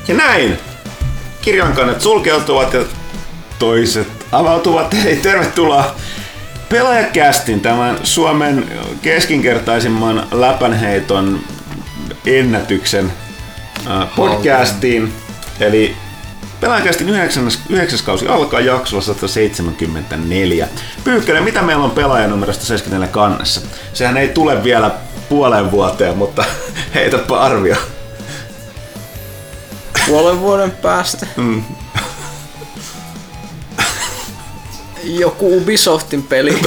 Ja näin kirjankannet sulkeutuvat ja toiset avautuvat. Eli tervetuloa Pelaajakästin, tämän Suomen keskinkertaisimman läpänheiton ennätyksen podcastiin. Eli Pelaajakästin 9. kausi alkaa jaksolla 174. Pyykkönen, mitä meillä on pelaajanumerosta 74 kannessa? Sehän ei tule vielä puolen vuoteen, mutta heitäpä arvio. Puolen vuoden päästä. Joku Ubisoftin peli.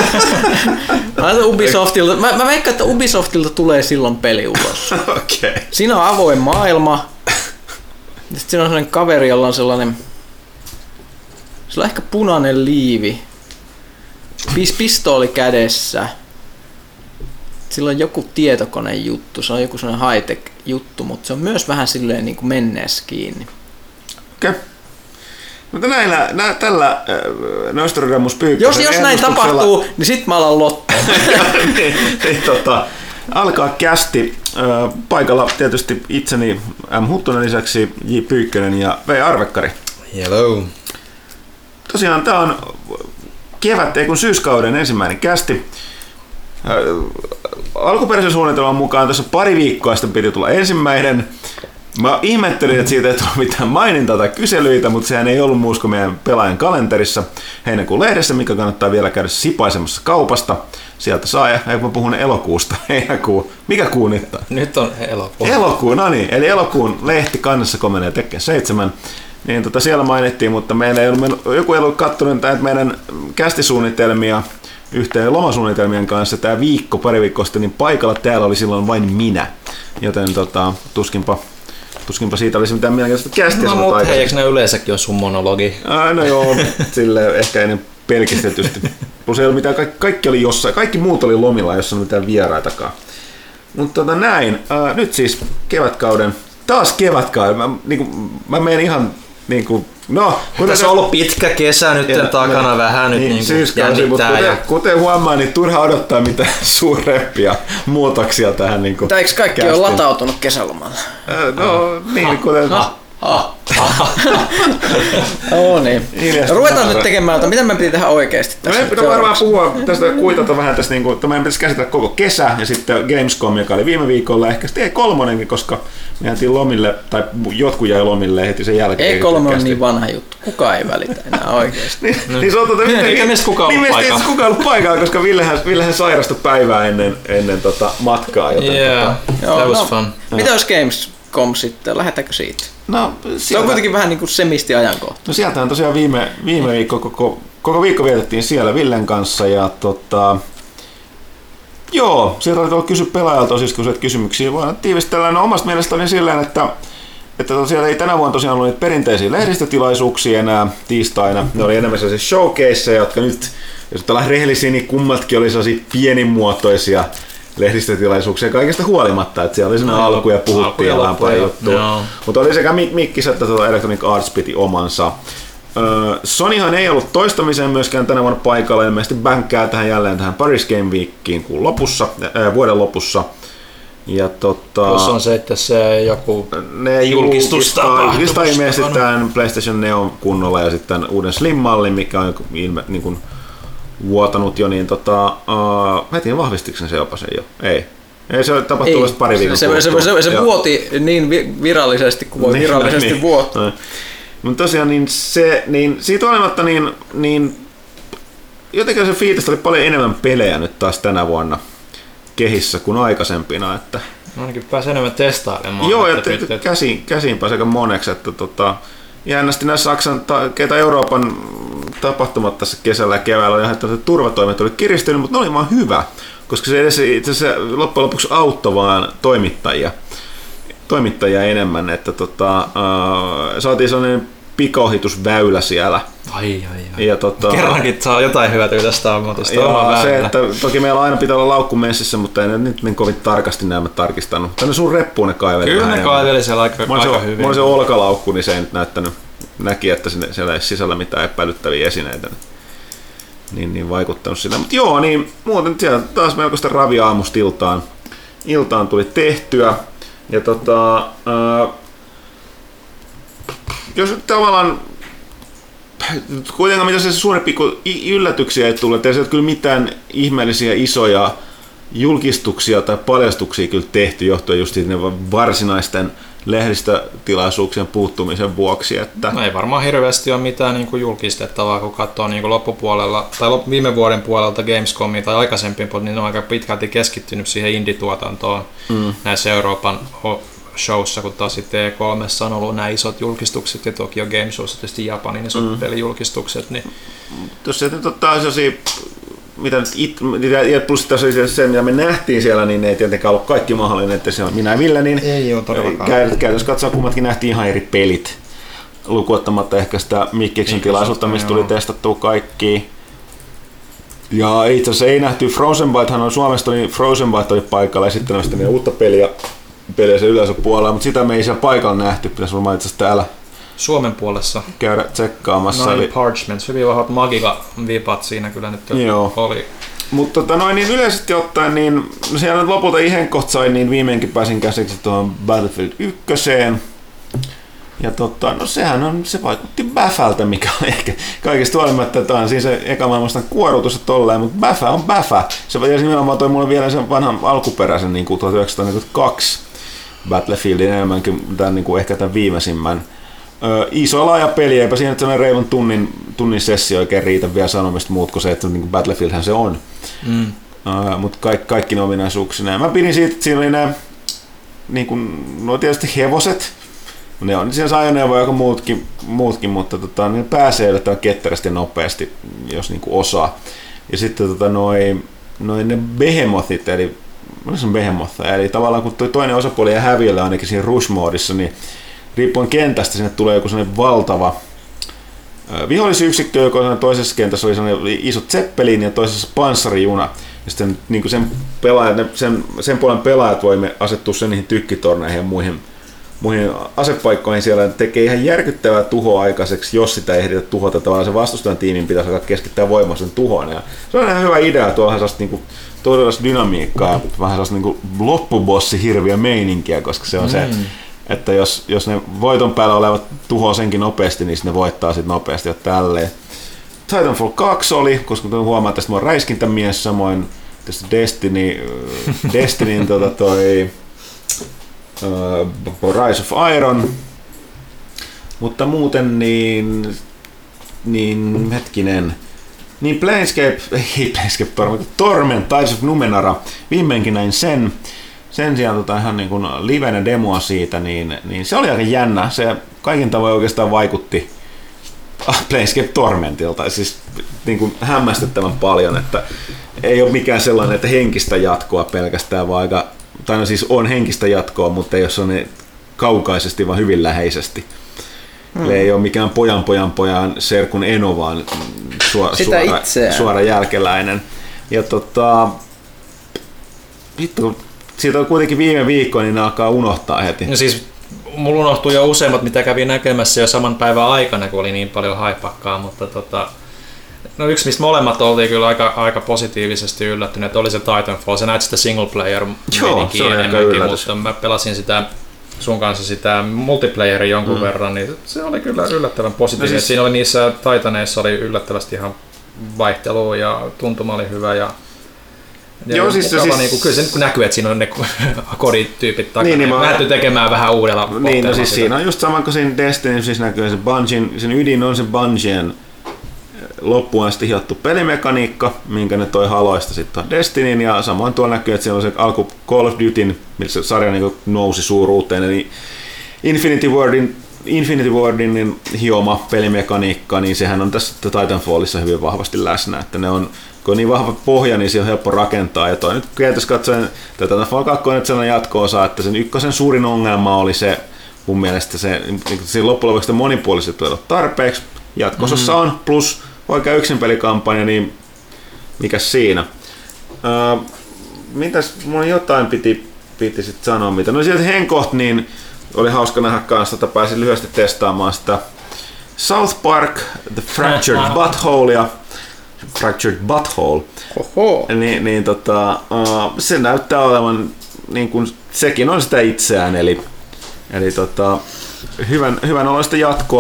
Mä veikkaan, että Ubisoftilta tulee silloin peli ulos. Okay. Siinä on avoin maailma. Sitten siinä on sellainen kaveri, jolla on sellainen... Sillä on ehkä punainen liivi. Pistooli kädessä. Sillä on joku tietokonejuttu. Se on joku sellainen high-tech juttu, mutta se on myös vähän silleen niin kuin menneessä kiinni. Okei. Okay. Mutta tällä Nostradamus Pyykkösen jos näin tapahtuu, niin sit mä alan lottoon. Alkaa kästi. Paikalla tietysti itseni M. Huttunen lisäksi J. Pyykkönen ja V. Arvekkari. Hello. Tosiaan tää on syyskauden ensimmäinen kästi. Alkuperäisen suunnitelman mukaan tässä pari viikkoa sitten piti tulla ensimmäinen. Mä ihmettelin, että siitä ei tullut mitään mainintaa tai kyselyitä, mutta sehän ei ollut muusko meidän pelaajan kalenterissa heinäkuun lehdessä, mikä kannattaa vielä käydä sipaisemassa kaupasta. Sieltä saa, ja mä puhun elokuusta, heinäkuu. Mikä kuu nyt on? Nyt on elokuu. Elokuu, no niin. Eli elokuun lehti kannessa komenee Tekken 7. Niin siellä mainittiin, mutta meillä ei ollut, joku ei ollut katsonut näitä meidän kästisuunnitelmia yhteen lomasuunnitelmien kanssa. Tämä pari viikkoa sitten, niin paikalla täällä oli silloin vain minä. Joten tuskinpa siitä olisi mitään mielenkiintoista kästiä. No mutta hei, eikö ne yleensäkin ole sun monologi? No joo, silleen ehkä ennen pelkistetysti. Plus ei ollut mitään, kaikki oli jossain, kaikki muut oli lomilla, jos on mitään vieraitakaan. Mutta näin, nyt siis taas kevätkauden, mä menen ihan niinku, no... Tässä on ollut pitkä kesä nyt takana vähän nyt niinku jännittää. Kuten huomaa, niin turha odottaa mitään suurempia muutoksia tähän niinku... Eikö kaikki ole latautunut kesälomalla? No niin, kuten... Oh niin. Ruvetaan nyt tekemään, mitä me pitää tehdä oikeasti tässä? Me pitää varmaan puhua tästä, kuitata vähän tästä, niin kuin, meidän pitäisi käsitellä koko kesä ja sitten Gamescom, joka oli viime viikolla, ehkä sitten E3, koska me jäätiin lomille, tai jotkut jäi lomille heti sen jälkeen. E3 on niin vanha juttu, kukaan ei välitä enää oikeasti. Niin se on eikä meistä kukaan ollut paikalla. Kukaan ollut paikalla, koska Villehän sairastui päivää ennen matkaa. Yeah, that was fun. Mitä jos Gamescom sitten, lähdetäänkö siitä? No, se on kuitenkin vähän niin kuin semisti ajankohta. No sieltähän tosiaan viime viikko, koko viikko vietettiin siellä Villen kanssa ja joo, sieltä oli kysyä pelaajalta useita kysymyksiä. Voidaan tiivistellä. No omasta mielestäni silleen, että siellä ei tänä vuonna tosiaan ollut perinteisiä lehdistötilaisuuksia enää tiistaina. Ne oli enemmän sellaisia showcaseja, jotka nyt, jos ollaan rehellisiä, niin kummatkin oli sellaisia pienimuotoisia lehdistötilaisuuksia kaikesta huolimatta, että siellä oli siinä alku ja puhuttiin jollain paljon juttua. Mutta oli sekä Mikkis että Electronic Arts piti omansa. Sonyhan ei ollut toistamiseen myöskään tänä vuonna paikalla, ilmeisesti bänkkää tähän Paris Game Weekiin vuoden lopussa. Ja Tuossa on se, että se joku julkistustapa. Ilmeisesti tämän PlayStation Neon kunnolla ja sitten uuden Slim-mallin, mikä on niin kuin vuotanut jo, niin heti vahvistiko se jopa sen jo? Ei se tapahtuu vasta pari viikon kuluttua. Se vuoti niin virallisesti kuin voi virallisesti vuotaa. Mutta tosiaan siitä olematta niin jotenkin se fiilistä oli paljon enemmän pelejä nyt taas tänä vuonna kehissä kuin aikaisempina. Että ainakin pääsi enemmän testailemaan. Joo, että käsiin pääsi aika moneksi. Että jännästi näissä Saksan tai Euroopan tapahtumat tässä kesällä ja keväällä oli ihan, että turvatoimet oli kiristynyt, mutta ne oli vaan hyvä, koska se edes itse asiassa loppujen lopuksi auttoi vaan toimittajia enemmän, että saatiin sellainen pikaohitusväylä siellä. Ai. Ja kerrankin saa jotain hyötyä tästä ammatista. Se, että toki meillä aina pitää olla laukku messissä, mutta ei nyt niin kovin tarkasti näemme tarkistanut. Tänne sun reppuun ne kaiveli. Kyllä ne kaiveli siellä aika hyvin. Mulla oli se olkalaukku, niin se ei nyt näki, että siellä ei sisällä mitään epäilyttäviä esineitä. Niin vaikuttanut sitä. Mutta joo, niin muuten siellä taas melkoista ravia aamusta iltaan tuli tehtyä. Ja jos tavallaan kuitenkaan mitä se suurin pikku yllätyksiä ei tule, että ei kyllä mitään ihmeellisiä isoja julkistuksia tai paljastuksia kyllä tehty johtuen just siitä varsinaisten lehdistötilaisuuksien puuttumisen vuoksi. Että no ei varmaan hirveästi ole mitään niin kuin julkistettavaa, kun katsoo niin kuin loppupuolella tai viime vuoden puolelta Gamescomia tai aikaisempiin, niin ne on aika pitkälti keskittynyt siihen indie-tuotantoon näissä Euroopan showssa, kun taas sitten E3 on ollut nämä isot julkistukset ja Tokyo Game Show, tietysti Japanin isot pelijulkistukset. Niin tuossa nyt ottaa sellaisia, mitä nyt plus tässä oli se, mitä me nähtiin siellä, niin ei tietenkään ollut kaikki mahdollinen, että se on minä ja Ville, niin ei ole todellakaan. Käytössä katsoa, kummatkin nähtiin ihan eri pelit, lukuottamatta ehkä sitä Mikkiksen tilaisuutta, mistä tuli testattua kaikki. Ja itse asiassa ei nähty Frozen Bytehan on Suomesta, niin Frozen Byte oli paikalla ja sitten nostin uutta peliä sen yleisön puolella, mutta sitä me ei siellä paikalla nähty, pitäisi varmaan itse asiassa täällä Suomen puolessa käydä tsekkaamassa. Nine Parchments, hyvin vahvat Magica-vipat siinä kyllä nyt oli. Mutta niin yleisesti ottaen, niin siellä nyt lopulta Ihenkoht sai, niin viimeinkin pääsin käsiksi tuohon Battlefield 1. Ja no se vaikutti bäfältä, mikä on ehkä kaikista huolimatta, että on siis se eka maailmasta kuorutus ja tolleen, mutta bäfä on bäfä. Se nimenomaan toi mulle vielä sen vanhan alkuperäisen niin kuin 1942 Battlefieldin enemmänkin tämän, ehkä tämän viimeisimmän. Iso laaja peli, eipä siinä sellainen reilun tunnin sessio oikein riitä vielä sanomista muut kuin se, että niin Battlefieldhän se on. Mutta kaikki ne ominaisuuksineen. Mä pidin siitä, että siinä oli nämä niin kuin, no tietysti hevoset. Ne on siinä ajoneuvoja joka muutkin, mutta niin pääsee yllättävän ketterästi ja nopeasti, jos niin kuin osaa. Ja sitten ne behemothit, eli tavallaan kun toinen osapuoli jää häviölle ainakin siinä rush-moodissa, niin riippuen kentästä sinne tulee joku sellainen valtava vihollisyksikkö, joka toisessa kentässä oli sellainen iso zeppelin ja toisessa panssarijuna. Ja sitten niin kuin sen puolen pelaajat voimme asettua sen niihin tykkitorneihin ja muihin asepaikkoihin siellä, tekee ihan järkyttävää tuhoa aikaiseksi, jos sitä ei ehditä tuhota. Tavallaan se vastustajan tiimin pitäisi alkaa keskittää voimaa sen tuhoon. Ja se on ihan hyvä idea, tuollahan sellaista niin todellista dynamiikkaa ja vähän sellaista niin loppubossi hirviä meininkiä, koska se on se, että jos ne voiton päällä olevat tuhoaa senkin nopeasti, niin ne voittaa sitten nopeasti ja tälleen. Titanfall 2 oli, koska huomaa, että mä oon räiskintämies, samoin tästä Destinyn Rise of Iron, mutta muuten niin hetkinen, niin Torment, Tides of Numenera, viimeinkin näin sen sijaan ihan niin kuin livenä demoa siitä, niin se oli aika jännä, se kaikin tavoin oikeastaan vaikutti Planescape Tormentilta, siis niin kuin hämmästyttävän paljon, että ei ole mikään sellainen, että henkistä jatkoa pelkästään, vaan aika tai no siis on henkistä jatkoa, mutta ei ole sellainen kaukaisesti, vaan hyvin läheisesti. Ei ole mikään pojan serkun eno, vaan suora jälkeläinen. Ja vittu, siitä on kuitenkin viime viikko, niin ne alkaa unohtaa heti. No siis mulla unohtui jo useimmat, mitä kävin näkemässä jo saman päivän aikana, kun oli niin paljon haipakkaa, mutta no yksi, mistä molemmat oltiin kyllä aika positiivisesti yllättyneet, oli se Titanfall. Sä näet sitä single player menikin enemmänkin, mutta mä pelasin sun kanssa sitä multiplayeria jonkun verran, niin se oli kyllä yllättävän positiivinen. No siis, siinä oli niissä Titaneissa oli yllättävästi ihan vaihtelua ja tuntuma oli hyvä ja kyllä se nyt kun näkyy, että siinä on ne kodityypit takana. Niin, lähdetty tekemään vähän uudella niin, no siis siinä on just sama kuin siinä Destiny, siis näkyy se Bungien, sen ydin on se Bungien loppuun asti hiottu pelimekaniikka, minkä ne toi Haloista sitten Destinyin, ja samoin tuolla näkyy, että siellä on se alku Call of Dutyn, millä se sarja niin nousi suuruuteen, eli Infinity Wardin hioma pelimekaniikka, niin sehän on tässä Titanfallissa hyvin vahvasti läsnä, että ne on, kun on niin vahva pohja, niin se on helppo rakentaa, ja toi nyt käytössä katsoen, Titanfall 2 on nyt sellainen jatko-osa, että sen ykkösen suurin ongelma oli se, mun mielestä se loppujen lopuksi monipuoliset ei ole tarpeeksi, jatkosassa on, plus oikea yksin pelikampanja, niin mikäs siinä? Mitäs, mulla jotain piti sit sanoa, mitä. No sieltä Henkoht, niin oli hauska nähdä kanssa, että pääsin lyhyesti testaamaan sitä South Park, The Fractured Butthole. Se näyttää olevan, niin kuin, sekin on sitä itseään, eli hyvän oloista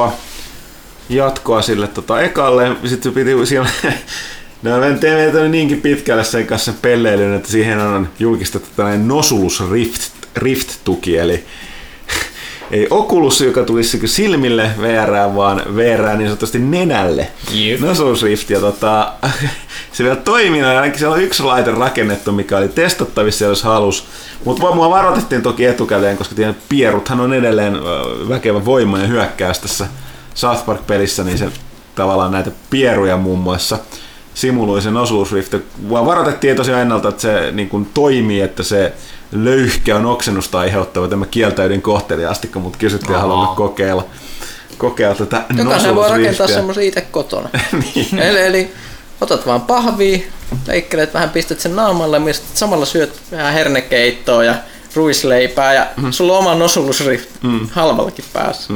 jatkoa sille ekalle. Sitten piti siellä no en teemme niinkin pitkälle sen kanssa pelleilyn, että siihen on julkistettu tällainen Nosulus Rift-tuki, eli ei Oculus, joka tulisi silmille VR, vaan VR niin sanotusti nenälle. Yep. Nosulus Rift, ja se vielä toimii, ja ainakin siellä on yksi laite rakennettu, mikä oli testattavissa, jos halus. Mutta mua varoitettiin toki etukäteen, koska pieruthan on edelleen väkevä voima ja hyökkäys tässä South Park-pelissä, niin se tavallaan näitä pieruja muun muassa simuloi sen Oculus Rift. Varoitettiin tosiaan ennalta, että se niin kuin toimii, että se löyhkä on oksennusta aiheuttava, että mä kieltäydin kohteliaasti, mutta kysyttiin ja haluamme kokeilla tätä Nosulus Riftiä. Jokainen voi rakentaa semmoisen itse kotona. Niin. Eli otat vaan pahvia, leikkelet vähän, pistät sen naamalle, ja samalla syöt vähän hernekeittoa ja ruisleipää, ja sulla on oma Nosulus Rift halvallakin päässä.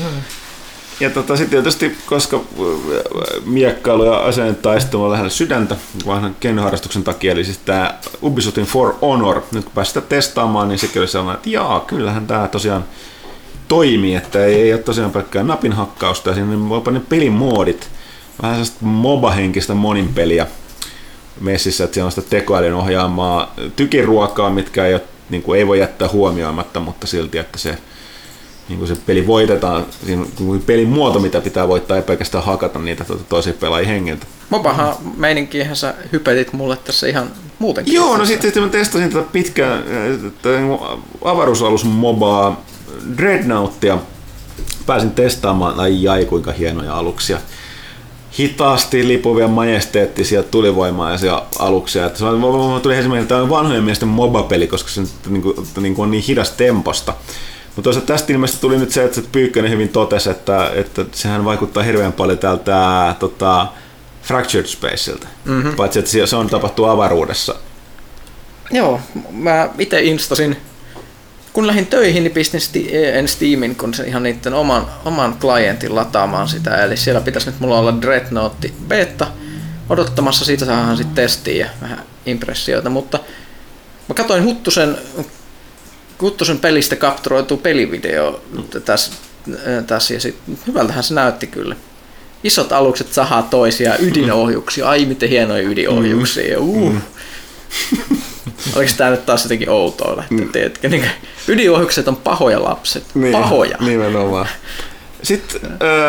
Ja sitten tietysti, koska miekkailu ja aseen taistelu on lähellä sydäntä vanhan keinoharrastuksen takia, eli siis tämä Ubisoftin For Honor, nyt kun päästetään testaamaan, niin sekin oli sellainen, että jaa, kyllähän tämä tosiaan toimii, että ei ole tosiaan pelkkää napinhakkausta, ja siinä voi panna pelimoodit, vähän sellaista MOBA-henkistä moninpeliä messissä, että siellä on sitä tekoälyn ohjaamaa tykiruokaa, mitkä ei, ole, niin kuin ei voi jättää huomioimatta, mutta silti, että se niin se peli voitetaan, siinä on pelin muoto, mitä pitää voittaa, ei pelkästään hakata niitä toisia pelaajia hengiltä. Mobahan meininkiinhän sä hypetit mulle tässä ihan muutenkin. Joo, no sitten mä testasin tätä pitkää avaruusalus mobaa Dreadnoughttia. Pääsin testaamaan, ai kuinka hienoja aluksia. Hitaasti lipuvia majesteettisia tulivoimaisia aluksia. Että tuli esimerkiksi, että tämä on vanhojen miesten MOBA-peli, koska se on niin hidas temposta. Mutta toisaalta tästä ilmeisesti tuli nyt se, että Pyykkönen hyvin totesi, että sehän vaikuttaa hirveän paljon tältä Fractured Spaceilta, paitsi että se on tapahtuu avaruudessa. Joo, mä itse instasin, kun lähdin töihin, niin pistin Steamin, kun se ihan niiden oman klientin lataamaan sitä, eli siellä pitäisi nyt mulla olla Dreadnought beta odottamassa, siitä saadaan sitten testiin ja vähän impressioita, mutta mä katsoin Huttusen pelistä kapturoitu pelivideo tässä ja hyvältähän se näytti kyllä. Isot alukset sahaa toisiaan, ydinohjuksia, ai miten hienoja ydinohjuksia. Oliko tämä nyt taas jotenkin outoa lähteä, teetkö? Niin, ydinohjukset on pahoja lapset, pahoja. Nimenomaan. Sitten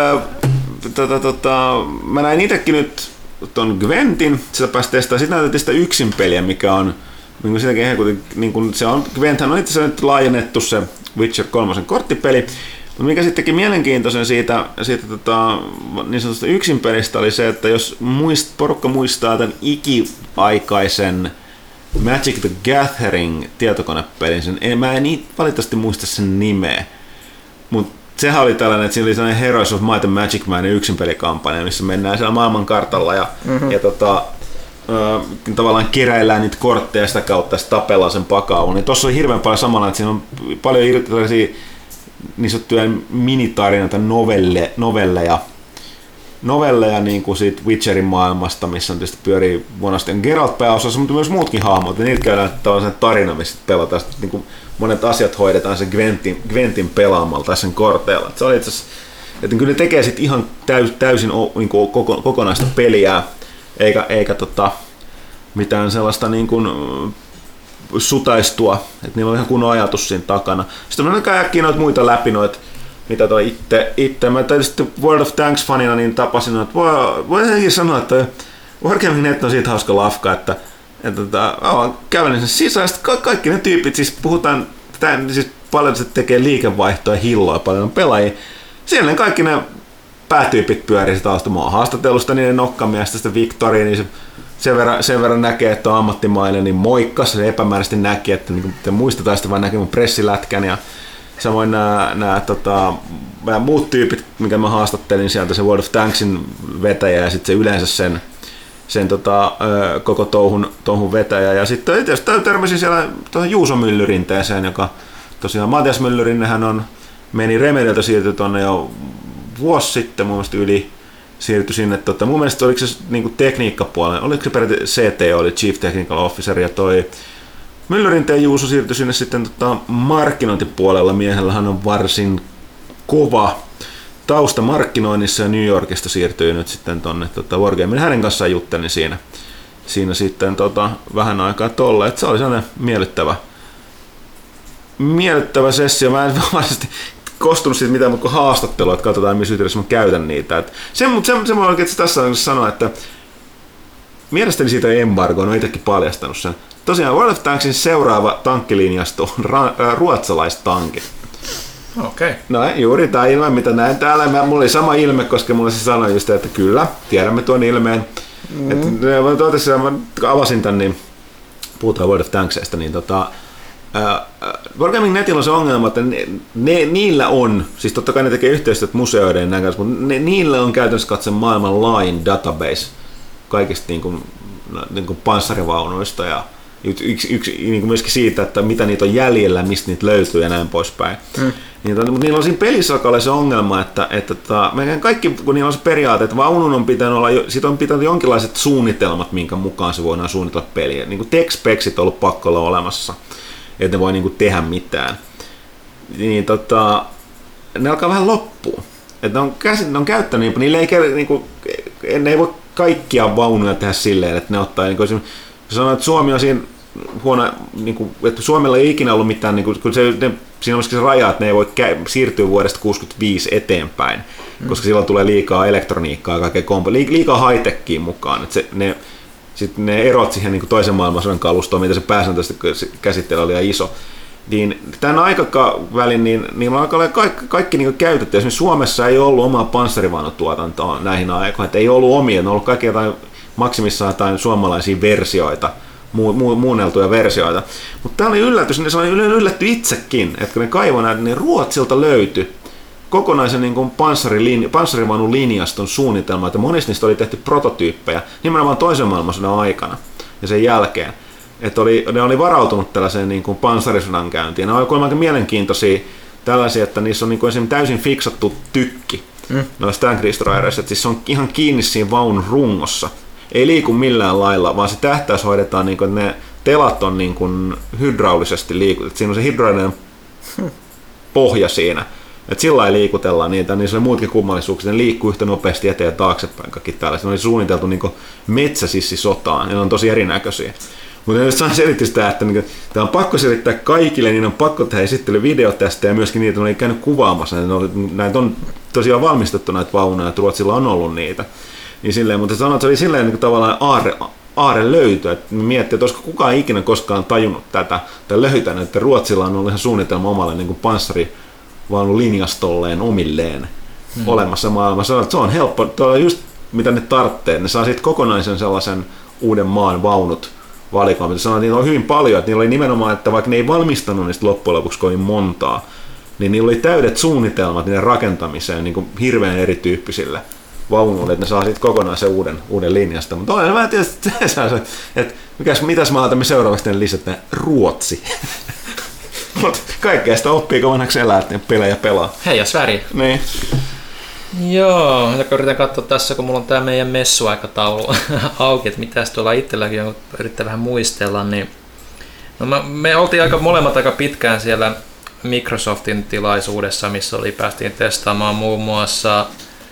mä näin itsekin nyt ton Gwentin, sitä pääsi testaamaan, sitten näytettiin sitä yksin peliä, mikä on niin sitäkin niin se on, Gwenthän on itse asiassa nyt laajennettu se Witcher 3 korttipeli, mutta mikä sittenkin mielenkiintoisen siitä niin sanotusta yksin pelistä oli se, että jos porukka muistaa tämän ikiaikaisen Magic the Gathering tietokonepelin, mä en valitettavasti muista sen nimeä, mutta sehän oli tällainen, että siinä oli sellainen Heroes of Might and Magic Man yksin pelikampanja, missä mennään siellä maailmankartalla ja tavallaan keräillään niitä kortteja sitä kautta ja tapellaan sen pakauun. Niin tuossa oli hirveän paljon samalla, että siinä on paljon tällaisia niin sanottuja minitarinoita, novelleja niin kuin siitä Witcherin maailmasta, missä on tietysti pyörii monesti Geralt pääosassa, mutta myös muutkin hahmot. Ja niitä käydään tällaisen tarina, missä pelataan. Sitten, niin kuin monet asiat hoidetaan sen Gwentin pelaamalla tai sen korteilla. Se oli itse asiassa, että kyllä ne tekee sitten ihan täysin niin kuin kokonaista peliä. Eikä mitään sellaista niin kuin sutaistua, että niillä on ihan kunnon ajatus siinä takana. Sitten mä käyn äkkiä noita muita läpi, mitä toi itse. Mä tietysti World of Tanks-fanina niin tapasin, että voi sanoa, että Wargaming Net on siitä hauska lafka, että kävelin sen sisään, kaikki ne tyypit, siis puhutaan, siis paljon se tekee liikevaihtoa ja hilloa, paljon pelaajia. Siellä kaikki ne päätyypit pyörii sitä haastattelusta, niiden nokkamiestä, sitä Victoria, niin sen verran näkee, että on ammattimainen, niin moikka, se epämääräisesti näki, että niin te muistetaan sitä vaan näkemään pressilätkän ja samoin nämä muut tyypit, mikä mä haastattelin sieltä, se World of Tanksin vetäjä ja sitten se yleensä sen koko touhun vetäjä ja sitten tietysti törmäsin siellä Juuso Myllyrinteeseen, joka tosiaan Matias Myllyrinnehän meni Remediltä siirtyi tuonne jo vuosi sitten mun mielestä siirtyi sinne. Mun mielestä oliko se niinku tekniikkapuolella, oliko se periaatteessa CT oli Chief Technical Officer ja toi Myllyrinteen Juuso siirtyi sinne sitten markkinointipuolella. Miehellähän on varsin kova tausta markkinoinnissa ja New Yorkista siirtyi nyt sitten tonne Wargameen. Hänen kanssaan juttelin siinä sitten vähän aikaa tolle, että se oli sellainen miellyttävä sessio. Mä en varsinaisesti kostunut siitä mitään muuta kuin haastattelua, että katsotaan missä yhteydessä mä käytän niitä. Et se mä oikein tässä on sanoa, että mielestäni siitä ei embargo, on itsekin paljastanut sen. Tosiaan World of Tanksin seuraava tankkilinjasto on ruotsalaistankit. Okei. Okay. No juuri tämä ilme, mitä näin täällä. Mulla oli sama ilme, koska mulle se sanoi just, että kyllä, tiedämme tuon ilmeen. Mä avasin tän, niin puhutaan World of Tanksista, niin Wargaming Netillä on se ongelma, että niillä on, siis totta kai ne tekee yhteistyötä museoiden näin kanssa, mutta niillä on käytännössä katsoen maailman laajin database kaikista niin kuin panssarivaunuista ja niin myöskin siitä, että mitä niitä on jäljellä, mistä niitä löytyy ja näin poispäin. Mutta niillä on siinä pelissä se ongelma, että meidän kaikki, kun niillä on se periaate, että vaunun on pitänyt olla, siitä on pitänyt jonkinlaiset suunnitelmat, minkä mukaan se voidaan suunnitella peliä. Niin kuin tech-speksit on ollut pakko olla olemassa, että ne voi niin kuin tehdä mitään. Niin ne alkaa vähän loppua. Että ne on käyttänyt, niillä ne ei voi kaikkia vaunuja tehdä silleen, että ne ottaa, niin kuin sanoin, että Suomi on siinä huono, niin kuin, että Suomella ei ikinä ollut mitään, niin kuin, kun siinä on se raja, että ne ei voi siirtyä vuodesta 1965 eteenpäin, koska silloin tulee liikaa elektroniikkaa ja liikaa high-techia mukaan. Että ne erot siihen niin toisen maailmansodan kalustoon, mitä se pääsääntöisesti käsittely oli iso. Niin tämän aikavälin niin niillä on kaikki niin käytetty. Esimerkiksi Suomessa ei ollut omaa panssarivaunutuotantoa näihin aikoihin, että ei ollut omia, ne on ollut kaikki jotain maksimissaan jotain suomalaisia versioita, muunneltuja versioita. Mutta tämä oli yllätys, ne yllätty itsekin, että kun ne kaivoi näitä, niin Ruotsilta löytyi kokonaisen niin panssarivaunun linjaston suunnitelma, että monista niistä oli tehty prototyyppejä nimenomaan toisen maailmansodan aikana ja sen jälkeen. Että ne oli varautunut tällaiseen niin kuin panssarisodan käyntiin. Ne oli aika mielenkiintoisia tällaisia, että niissä on niin kuin esimerkiksi täysin fiksattu tykki noissa Tank Destroyereissa, että siis se on ihan kiinni siinä vaunun rungossa. Ei liiku millään lailla, vaan se tähtäys hoidetaan, niin kuin, että ne telat on niin kuin hydraulisesti liikutettu. Siinä on se hydraulinen pohja siinä. Että sillä lailla liikutellaan niitä, niin se oli muutkin kummallisuuksia. Ne liikkuu yhtä nopeasti eteen ja taaksepäin kaikki tällaiset. Ne oli suunniteltu niin kuin metsäsissisotaan, ja ne on tosi erinäköisiä. Mutta ne just selitti sitä, että niin tämä on pakko selittää kaikille, niin on pakko tehdä esittelyvideo tästä, ja myöskin niitä on käynyt kuvaamassa. Näitä on tosiaan valmistettu näitä vaunuja, että Ruotsilla on ollut niitä. Niin silleen, mutta sanoin, että se oli silleen niin tavallaan aare löytö, että miettii, että olisiko kukaan ikinä koskaan tajunnut tätä tai löytänyt, että Ruotsilla on ollut ihan suunnitelma omalle niin panssarivaunun linjastolleen omilleen olemassa maailmassa. Sanoin, että se on helppo, tuo on just mitä ne tarvitsee, ne saa sitten kokonaisen sellaisen uuden maan vaunut valikoimaan. Sanoin, että niillä on hyvin paljon, että niillä oli nimenomaan, että vaikka ne ei valmistanut niistä loppujen lopuksi kovin montaa, niin niillä oli täydet suunnitelmat niiden rakentamiseen niin kuin hirveän erityyppisille vaunuille, että ne saa sitten kokonaan sen uuden linjasta. Mutta olen vähän tietysti, että mitäs maata me seuraavaksi lisätään? Ruotsi. Mutta kaikkea sitä oppii, kun vanhaksi elää, että pelejä pelaa. Hei ja Sverige. Niin. Joo, ja yritän katsoa tässä, kun mulla on tää meidän messuaikataulu auki, että mitäs tuolla itselläkin on, yrittää vähän muistella, niin no me oltiin molemmat aika pitkään siellä Microsoftin tilaisuudessa, missä päästiin testaamaan muun muassa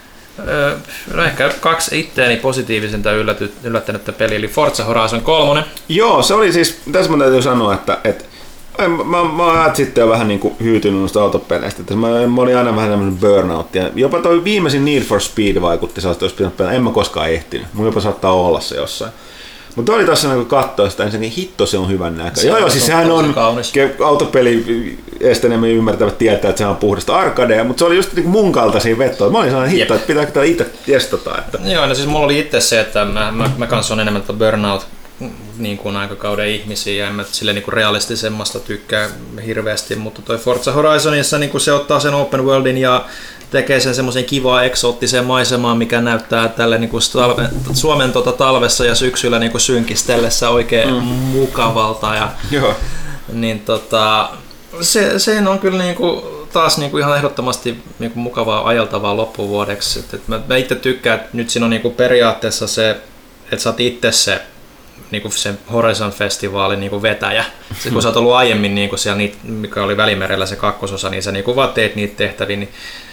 no ehkä 2 itteeni positiivisinta yllättänyttä peliä, eli Forza Horizon 3. Joo, se oli siis, tässä mä täytyy sanoa, että mä oon sitten jo vähän niin kuin hyytynyt noista autopeleistä, että mä olin aina vähän tämmöinen burnout, ja jopa toi viimeisin Need for Speed vaikutti sellaista, jos pitänyt pelata, en mä koskaan ehtinyt, mun jopa saattaa olla se jossain. Mutta oli tässä niin katsoa sitä ensin, niin hitto se on hyvän näkö. Joo, siis sehän on autopeli estenemmin ymmärtävät tietää, että se on puhdasta arkadea, mutta se oli just niin mun kaltaisia vetoja. Mä olin sellainen hitto, että pitääkö tätä itse testata. Että. Joo, no siis mulla oli itse se, että mä kanssa on enemmän burnout niin kuin aikakauden ihmisiä ja en mä sille niin kuin realistisemmasta tykkää hirveästi, mutta toi Forza Horizonissa niin kuin se ottaa sen open worldin ja tekee sen semmoisen kivaa eksoottiseen maisemaan, mikä näyttää tälle niin kuin Suomen talvessa ja syksyllä niin kuin synkistellessä oikein mukavalta. Ja, niin se on kyllä niin kuin, taas niin kuin ihan ehdottomasti niin kuin mukavaa ajeltavaa loppuvuodeksi. Mä itse tykkään, että nyt siinä on niin kuin periaatteessa se, että sä oot itse se niinku se Horizon-festivaalin niinku vetäjä. Se, kun sä oot ollut aiemmin niinku siellä, mikä oli Välimerellä se kakkososa, niin sä niinku vaan teet niitä tehtäviä, niin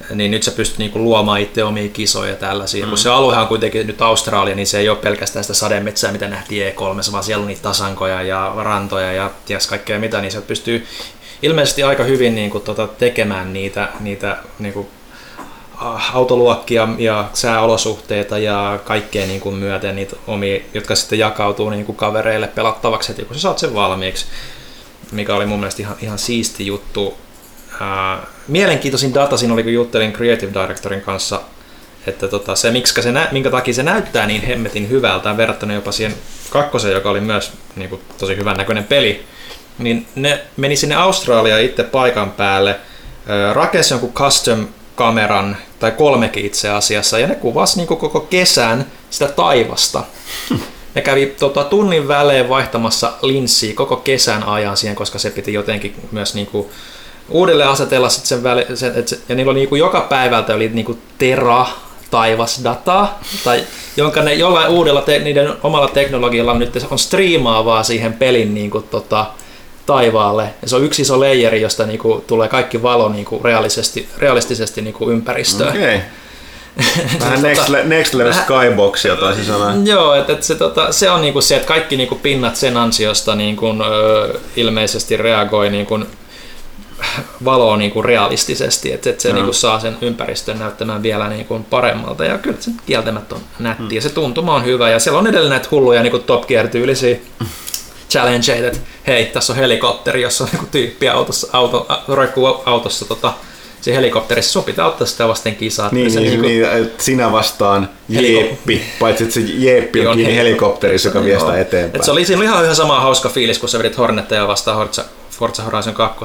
niin nyt sä pystyt niinku luomaan itse omia kisoja ja tällaisia. Kun se aluehan on kuitenkin nyt Australia, niin se ei ole pelkästään sitä sademetsää, mitä nähtiin E3, vaan siellä on niitä tasankoja ja rantoja ja ties kaikkea mitä, niin se pystyy ilmeisesti aika hyvin niinku tekemään niitä niinku autoluokkia ja sääolosuhteita ja kaikkea niin kuin myöten niitä omia, jotka sitten jakautuu niin kuin kavereille pelattavaksi heti, kun sä saat sen valmiiksi, mikä oli mun mielestä ihan siisti juttu. Mielenkiintoisin data siinä oli, kun juttelin Creative Directorin kanssa, että se, minkä takia se näyttää niin hemmetin hyvältä verrattuna jopa siihen kakkoseen, joka oli myös niin kuin tosi hyvän näköinen peli, niin ne meni sinne Australiaan itse paikan päälle, rakensi jonkun custom kameran, tai 3kin itse asiassa, ja ne kuvasi niin koko kesän sitä taivasta. Ne kävi tunnin välein vaihtamassa linssiä koko kesän ajan siihen, koska se piti jotenkin myös niin kuin uudelleen asetella sit ja niillä oli niin kuin joka päivältä oli niin kuin tera taivasdataa, tai jonka ne jollain uudella niiden omalla teknologialla nyt on striimaavaa siihen pelin niin kuin taivaalle. Ja se on yksi iso leijeri, josta niinku tulee kaikki valo niinku realistisesti niinku ympäristöön. Okei. Vähän next level skyboxia taisi sanoa. Joo, että se on niinku se, että kaikki niinku pinnat sen ansiosta niinku, ilmeisesti reagoi niinku valoon niinku realistisesti, että se niinku saa sen ympäristön näyttämään vielä niinku paremmalta. Ja kyllä se kieltämättä on nätti ja se tuntuma on hyvä. Ja siellä on edelleen näitä hulluja niinku Top Gear-tyylisiä challengeita, että hei, tässä on helikopteri, jossa on niinku tyyppi roikkuu autossa siinä helikopterissa, sun pitää ottaa sitä vasten kisaa. Niin, sinä vastaan jeeppi, paitsi että se jeeppi on kiinni helikopterissa, joka vie sitä eteenpäin. Se oli siinä ihan sama hauska fiilis, kun sä vedit Hornetteja vastaan Forza Horizon 2.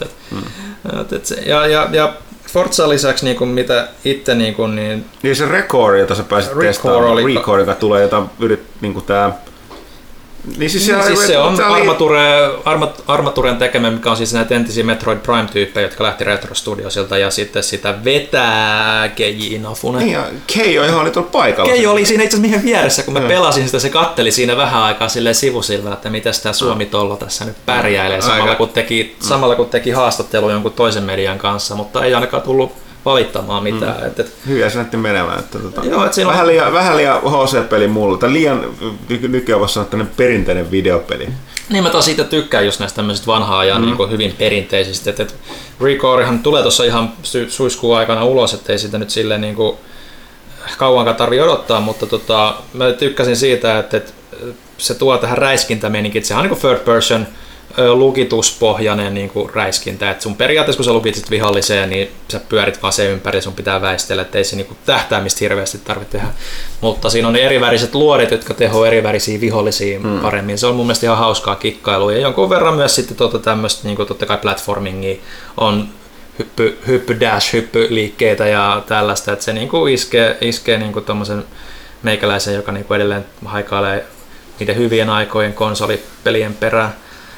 Ja Forza lisäksi, niin kuin mitä itse... Niin se Record, jota sä pääsit testaamaan, Record, joka tulee, jota niin tämä... Niin siis se on Armaturen tekemä, mikä on siis näitä entisiä Metroid Prime-tyyppejä, jotka lähti Retro Studiosilta, ja sitten sitä vetää Keiji Inafune. Niin, ja Keijo ihan oli tuolla paikalla. Keijo oli siinä itse asiassa mihin vieressä, kun mä pelasin sitä, se katteli siinä vähän aikaa silleen sivusilmään, että mitäs tää Suomi-tollo tässä nyt pärjäilee, samalla kun teki haastattelua jonkun toisen median kanssa, mutta ei ainakaan tullut valittamaan mitään. Hyvä se näytti menemään. Vähän liian HC-peli mulle, tai liian nykyään voisi sanoa tämmöinen perinteinen videopeli. Niin mä taas siitä tykkään just näistä tämmöisistä vanhaa ja niin kuin hyvin perinteisistä. Recordihan tulee tuossa ihan suiskuun aikana ulos, ettei sitä nyt silleen niin kuin kauankaan tarvitse odottaa, mutta mä tykkäsin siitä, että se tuo tähän räiskintämeininkin, että sehän on niin kuin third person lukituspohjainen niin kuin räiskintä, että sun periaatteessa kun sä lukitsit viholliseen, niin sä pyörit vaan sen ympäri, sun pitää väistellä, ettei se niin kuin tähtäämistä hirveästi tarvitse tehdä. Mutta siinä on ne eriväriset luodit, jotka tehoa erivärisiä vihollisia paremmin. Se on mun mielestä ihan hauskaa kikkailua ja jonkun verran myös sitten tämmöistä niin kuin totta kai platformingia on hyppy-dash-hyppyliikkeitä ja tällaista, että se niin kuin iskee niin kuin tommosen meikäläisen, joka niin kuin edelleen haikailee niiden hyvien aikojen konsolipelien perään.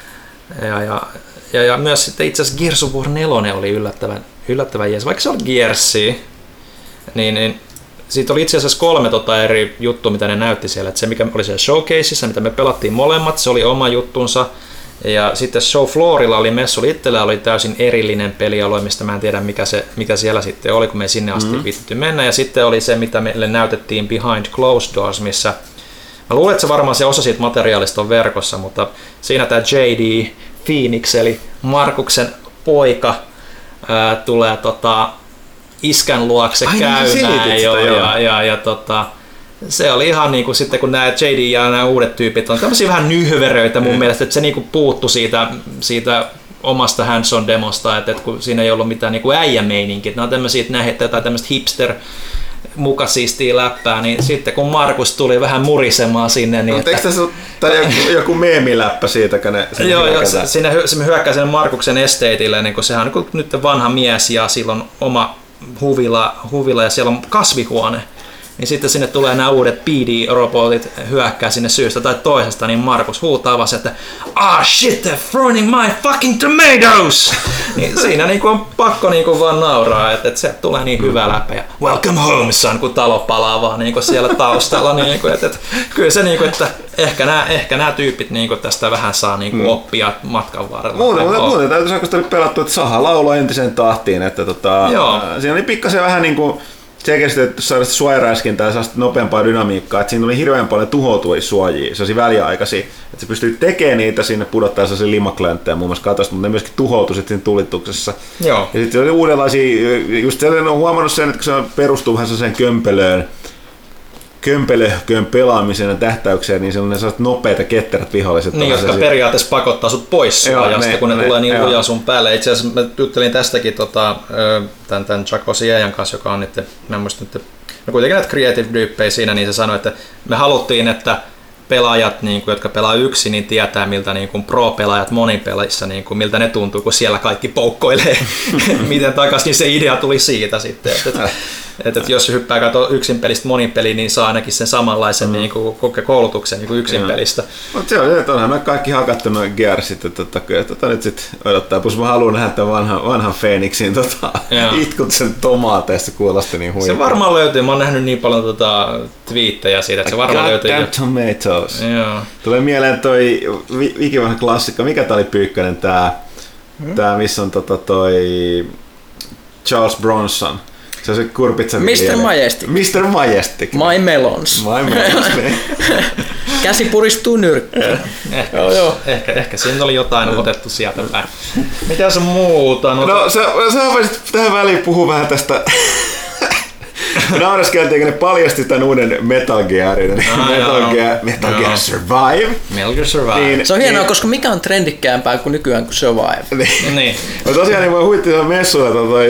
Ja myös sitten itse asiassa Gears of War 4 oli yllättävän jees. Vaikka se oli Gearsia, niin siitä oli itse asiassa 3 eri juttua, mitä ne näytti siellä. Että se, mikä oli siellä showcaseissa, mitä me pelattiin molemmat, se oli oma juttunsa. Ja sitten show floorilla oli messulla itsellä oli täysin erillinen pelialue, mistä mä en tiedä mikä siellä sitten oli, kun me ei sinne asti viitetty mennä. Ja sitten oli se, mitä meille näytettiin Behind Closed Doors, missä mä luulen, että se varmaan se osa siitä materiaalista on verkossa, mutta siinä tämä J.D. Phoenix, eli Markuksen poika, tulee iskän luokse käymään. Ja se oli ihan niin kuin sitten, kun nämä J.D. ja nämä uudet tyypit on tämmöisiä vähän nyhveröitä mun mielestä, että se niin kuin puuttui siitä omasta hands-on demosta, että kun siinä ei ollut mitään niin kuin äijämeininkiä. Nämä on tämmöisiä, että nähdään jotain tämmöistä hipster muka siistiä läppää, niin sitten kun Markus tuli vähän murisemaan sinne, niin eikö tässä joku meemiläppä siitä, kun ne se hyökkää sen Markuksen estateille, niin kun sehän on niin nyt vanha mies ja sillä on oma huvila ja siellä on kasvihuone. niin sitten sinne tulee nämä uudet PD-robotit hyökkää sinne syystä tai toisesta, niin Markus huutaa vaan, että shit, they're throwing my fucking tomatoes! Niin siinä niinku on pakko niinku vaan nauraa, että se tulee niin hyvä läpi ja welcome home son, kun talo palaa vaan niinku siellä taustalla. Niinku, että kyllä se, niinku, että ehkä nämä tyypit niinku tästä vähän saa niinku oppia matkan varrella. Muuten täytyy sanoa, kun sitä oli pelattu, että Saha lauloi entisen tahtiin, että siinä oli pikkasen vähän niinku selkeästi, että saada sitä suojaräiskintää ja saa nopeampaa dynamiikkaa, että siinä oli hirveän paljon tuhoutuvia suojia, sellaisia väliaikaisia, että se pystyy tekemään niitä sinne pudottaa sellaisia limaklönttejä muun muassa katosta, mutta ne myöskin tuhoutu sitten siinä tulituksessa. Joo. Ja sitten oli uudenlaisia, just sellainen on huomannut sen, että kun se perustuu vähän sellaiseen kömpelöön pelaamiseen ja tähtäykseen, niin sellainen sellaiset nopeita ketterät viholliset. Niin, jotka periaatteessa pakottaa sut pois suojasta, kun ne tulee niin lujaa sun päälle. Itse asiassa mä juttelin tästäkin tämän Jaco Siejan kanssa, joka on niiden, mä en muista nyt, no kuitenkin näitä creative-tyyppejä siinä, niin se sanoi, että me haluttiin, että pelaajat, niin kuin, jotka pelaa yksin, niin tietää, miltä niin kuin pro-pelaajat monipelissä, niin kuin, miltä ne tuntuu, kun siellä kaikki poukkoilee. Miten takaisin, niin se idea tuli siitä sitten. Että jos hyppää yksin pelistä monipeliin, niin saa ainakin sen samanlaisen niin kuin, koulutuksen niin kuin yksin pelistä. Mutta se on, että onhan me kaikki hakattu noin Gearsit, että nyt sitten odottaa. Plus mä haluan nähdä tämän vanhan Phoenixin itkut sen tomaateista, kuulosti niin huipaa. Se varmaan löytyy. Mä oon nähnyt niin paljon twiittejä siitä, että se varmaan löytyy. Tomatoes. Joo. Tulee mieleen toi ikivanha klassikko. Mikä tää oli Pyykkönen? Tää missä on toi Charles Bronson. Se on se kurpitsa. Mr. Majestic. Mr. Majestic. My melons. My melons. Käsi puristuu nyrkkiin. Ehkä siinä oli jotain otettu sieltä päin. Mitäs muuta? No sä voisit tähän väliin puhua vähän tästä. Naureskeltiin, kun ne paljasti tämän uuden Metal Gearin. Metal Gear Survive. Metal Gear Survive. Niin, se on hienoa, koska mikä on trendikkäämpää kuin nykyään kuin Survive. Niin. No tosiaan niin voi huittia messuilla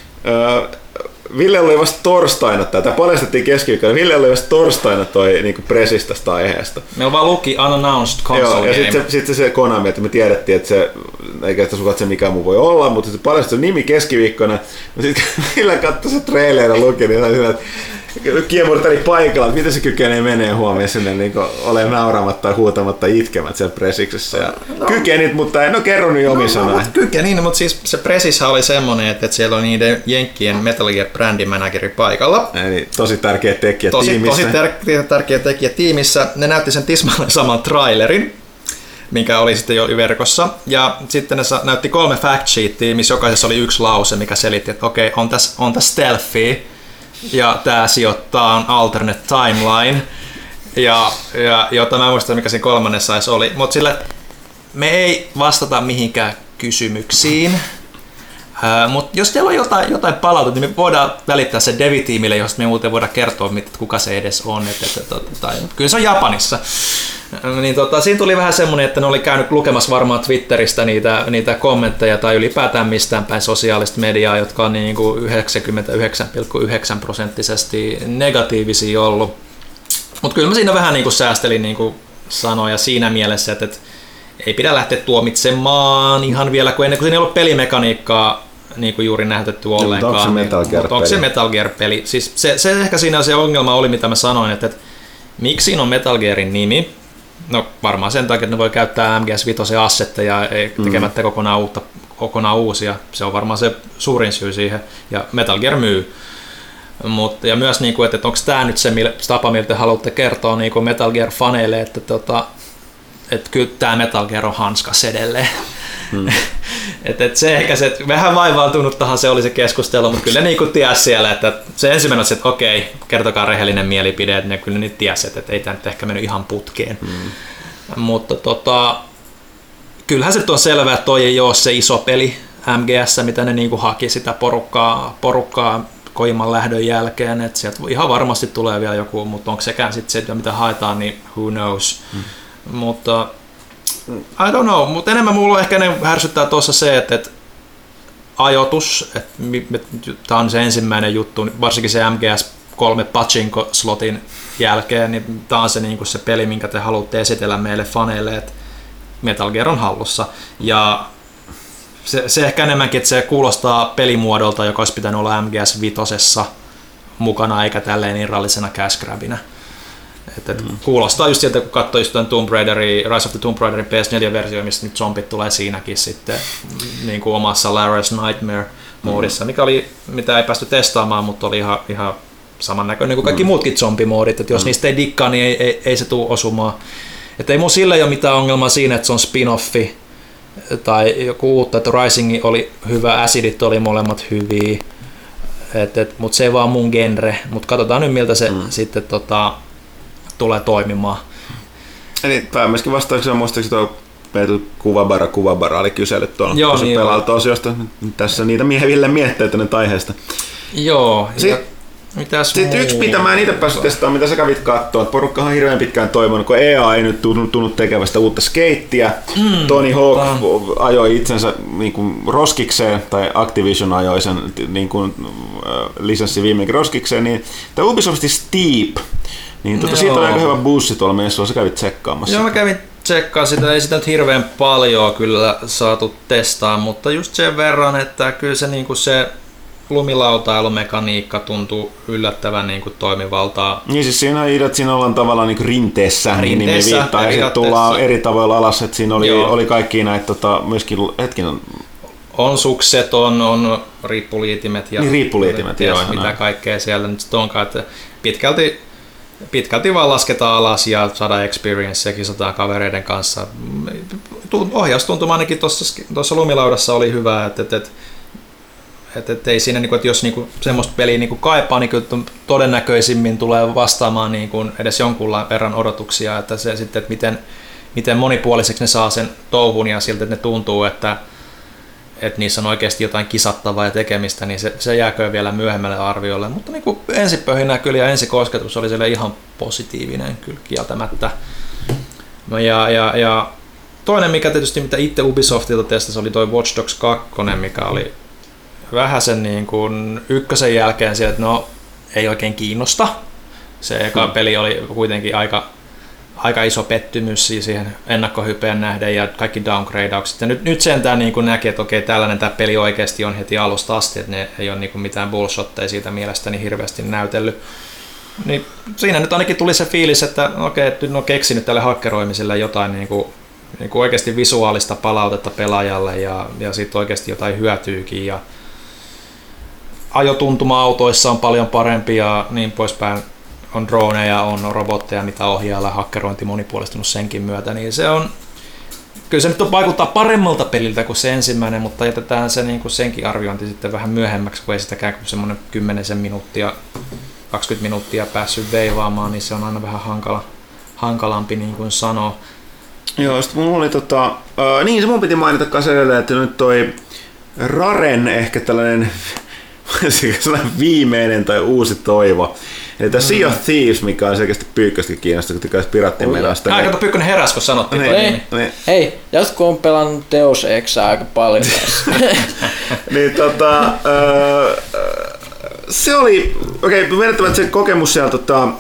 Ville oli vasta torstaina, tämä paljastettiin keskiviikkona, Ville oli vasta torstaina toi niinku pressis tästä aiheesta. Meillä vaan luki unannounced console game. Ja sitten se Konami, että me tiedettiin, että se, eikä sitä sukat se mikä muu voi olla, mutta se paljastui nimi keskiviikkona. Sitten Ville katsoi se trailer ja luki, niin sillä, että kiemurteli paikalla, että miten se kykenee menee huomioon sinne niin ole nauramatta tai huutamatta itkemät siellä presiksessä. Ja kykenit, mutta en ole kerronut jo omin sanoin. Kykenin, mutta siis se presissä oli semmoinen, että siellä oli niiden jenkkien Metal Gear brändimanageri paikalla. Eli tosi tärkeä tekijä tiimissä. Tosi tärkeä tekijä tiimissä. Ne näytti sen tismalleen saman trailerin, mikä oli sitten jo verkossa. Ja sitten ne näytti 3 fact sheetia, missä jokaisessa oli yksi lause, mikä selitti, että okei, on tässä stealthia. Ja tää sijoittaa alternate timeline, ja jota mä en muista mikä siinä kolmannessa edes oli, mutta sillä me ei vastata mihinkään kysymyksiin, mutta jos teillä on jotain palautetta, niin me voidaan välittää se Devi-tiimille, josta me muuten voidaan kertoa, kuka se edes on, kyllä se on Japanissa. Niin siinä tuli vähän semmoinen, että ne oli käynyt lukemassa varmaan Twitteristä niitä kommentteja tai ylipäätään mistään päin sosiaalista mediaa, jotka on niin kuin 99,9% negatiivisia ollut. Mutta kyllä mä siinä vähän niin kuin säästelin niin kuin sanoja siinä mielessä, että ei pidä lähteä tuomitsemaan ihan vielä, kun ennen kuin siinä ei ollut pelimekaniikkaa niin kuin juuri näytetty ollenkaan. Onko se Metal Gear-peli? Siis se ehkä siinä se ongelma oli, mitä mä sanoin, että miksi siinä on Metal Gearin nimi? No varmaan sen takia, että ne voi käyttää MGS5 assetteja tekemättä kokonaan uusia. Se on varmaan se suurin syy siihen. Ja Metal Gear myy. Ja myös, että onko tämä nyt se tapa, miltä haluatte kertoa Metal Gear-faneille, että kyllä tämä Metal Gear on hanskas edelleen. Se ehkä se vähän vaivaantunuttahan se oli se keskustelu, mutta kyllä ne tiesi siellä, että se ensimmäinen on se, että okei, kertokaa rehellinen mielipide, että ne kyllä niitä tiesi, että ei tämä nyt ehkä mennyt ihan putkeen. Mutta kyllähän se on selvää, että toi ei ole se iso peli MGS, mitä ne haki sitä porukkaa Kojiman lähdön jälkeen, että sieltä ihan varmasti tulee vielä joku, mutta onko sekään sitten se, mitä haetaan, niin who knows. Mutta I don't know, mutta enemmän mulla ehkä ne härsyttää tuossa se, että ajoitus, että tämä on se ensimmäinen juttu, varsinkin se MGS3 pachinko-slotin jälkeen, niin tämä on se peli, minkä te haluatte esitellä meille faneille, että Metal Gear on hallussa. Ja se ehkä enemmänkin, että se kuulostaa pelimuodolta, joka olisi pitänyt olla MGS5, mukana eikä tälleen irrallisena cash grabina. Kuulostaa just sieltä, kun katsoi just tämän Rise of the Tomb Raiderin PS4-versio, missä nyt zombit tulee siinäkin sitten niin kuin omassa Lara's Nightmare-moodissa, mitä ei päästy testaamaan, mutta oli ihan samannäköinen kuin kaikki muutkin zombimoodit, että jos niistä ei dikkaa, niin ei se tule osumaan. Että ei mun sillä ole mitään ongelmaa siinä, että se on spin-offi tai joku uutta, että Rising oli hyvä, Acidit oli molemmat hyviä, mutta se ei vaan mun genre, mutta katsotaan nyt miltä se sitten tulee toimimaan. Eli tämä myöskin vastauksena muistaakseni tuo Kuvabara oli kysellyt tuolla niin pelalta osiosta. Tässä niitä miehille mietteitä nyt aiheesta. Joo. Sitten yksi, mitä mä en itse päässyt testaamaan, mitä sä kävit katsoa, että porukkahan on hirveän pitkään toivonut, kun EA ei nyt tunnu tekevästä uutta skeittiä. Tony Hawk ajoi itsensä niin kuin roskikseen, tai Activision ajoi sen niin kuin, lisenssi viimeinkin roskikseen, niin tämä Ubisoftin Steep, niin siitä on aika hyvä bussi tuolla messuilla, sä kävit tsekkaamassa. Joo, mä kävin tsekkaan sitä, ei sitä nyt hirveän paljon kyllä saatu testaa, mutta just sen verran, että kyllä se, niin kuin se lumilautailumekaniikka tuntuu yllättävän niin kuin toimivaltaa. Niin siis siinä ollaan tavallaan niin rinteessä, niin nimi viittaa, ja sitten tullaan eri tavoilla alas, että siinä oli kaikki näitä myöskin hetkinen. On sukset, on riippuliitimet ja mitä kaikkea siellä nyt onkaan, että pitkälti vaan lasketaan alas ja saadaan experience ja kisataan kavereiden kanssa. Ohjaustuntuma ainakin tuossa lumilaudassa oli hyvä, että ei siinä, että jos semmoista peliä kaipaa, niin kyllä todennäköisimmin tulee vastaamaan edes jonkun verran odotuksia, että se sitten, että miten monipuoliseksi ne saa sen touhun ja siltä, että ne tuntuu, että niissä on oikeasti jotain kisattavaa ja tekemistä, niin se jääkö vielä myöhemmälle arviolle. Mutta niin ensipöhinä kyllä ja ensikosketus oli siellä ihan positiivinen kyllä kieltämättä. No ja toinen, mikä tietysti mitä itse Ubisoftilta testasi, oli toi Watch Dogs 2, mikä oli vähän sen niin kuin ykkösen jälkeen siellä, että ei oikein kiinnosta. Se eka peli oli kuitenkin aika iso pettymys siihen ennakkohypeen nähden ja kaikki downgradeaukset. Ja nyt sentään niin näki, että okei, tällainen tämä peli oikeasti on heti alusta asti, että ne ei ole niin mitään bullshotteja siitä mielestäni hirveästi näytellyt. Niin siinä nyt ainakin tuli se fiilis, että okei, että nyt on keksinyt tälle hakkeroimiselle jotain niin kuin oikeasti visuaalista palautetta pelaajalle ja sitten oikeasti jotain hyötyykin. Ja ajotuntuma autoissa on paljon parempi ja niin poispäin. On droneja, on robotteja, mitä ohjailla, hakkerointi monipuolistunut senkin myötä, niin se on, kyllä se nyt vaikuttaa paremmalta peliltä kuin se ensimmäinen, mutta jätetään se niin kuin senkin arviointi sitten vähän myöhemmäksi, kun ei sitäkään kuin semmoinen 10 minuuttia, 20 minuuttia päässyt veivaamaan, niin se on aina vähän hankalampi niin kuin sanoa. Joo, sitten mulla oli niin se mun piti mainita kanssa edelleen, että nyt toi Raren ehkä tällainen viimeinen tai uusi toivo. Eli tämä Sea of Thieves, mikä on selkeästi Pyykköstäkin kiinnostaa, kun tykkäisi Pirattimenasta. Kato, Pyykkönen heräs, kun sanottiin. Hei, jotkut on pelannut Deus Exaa aika paljon. Niin se oli, verrattuna se kokemus siellä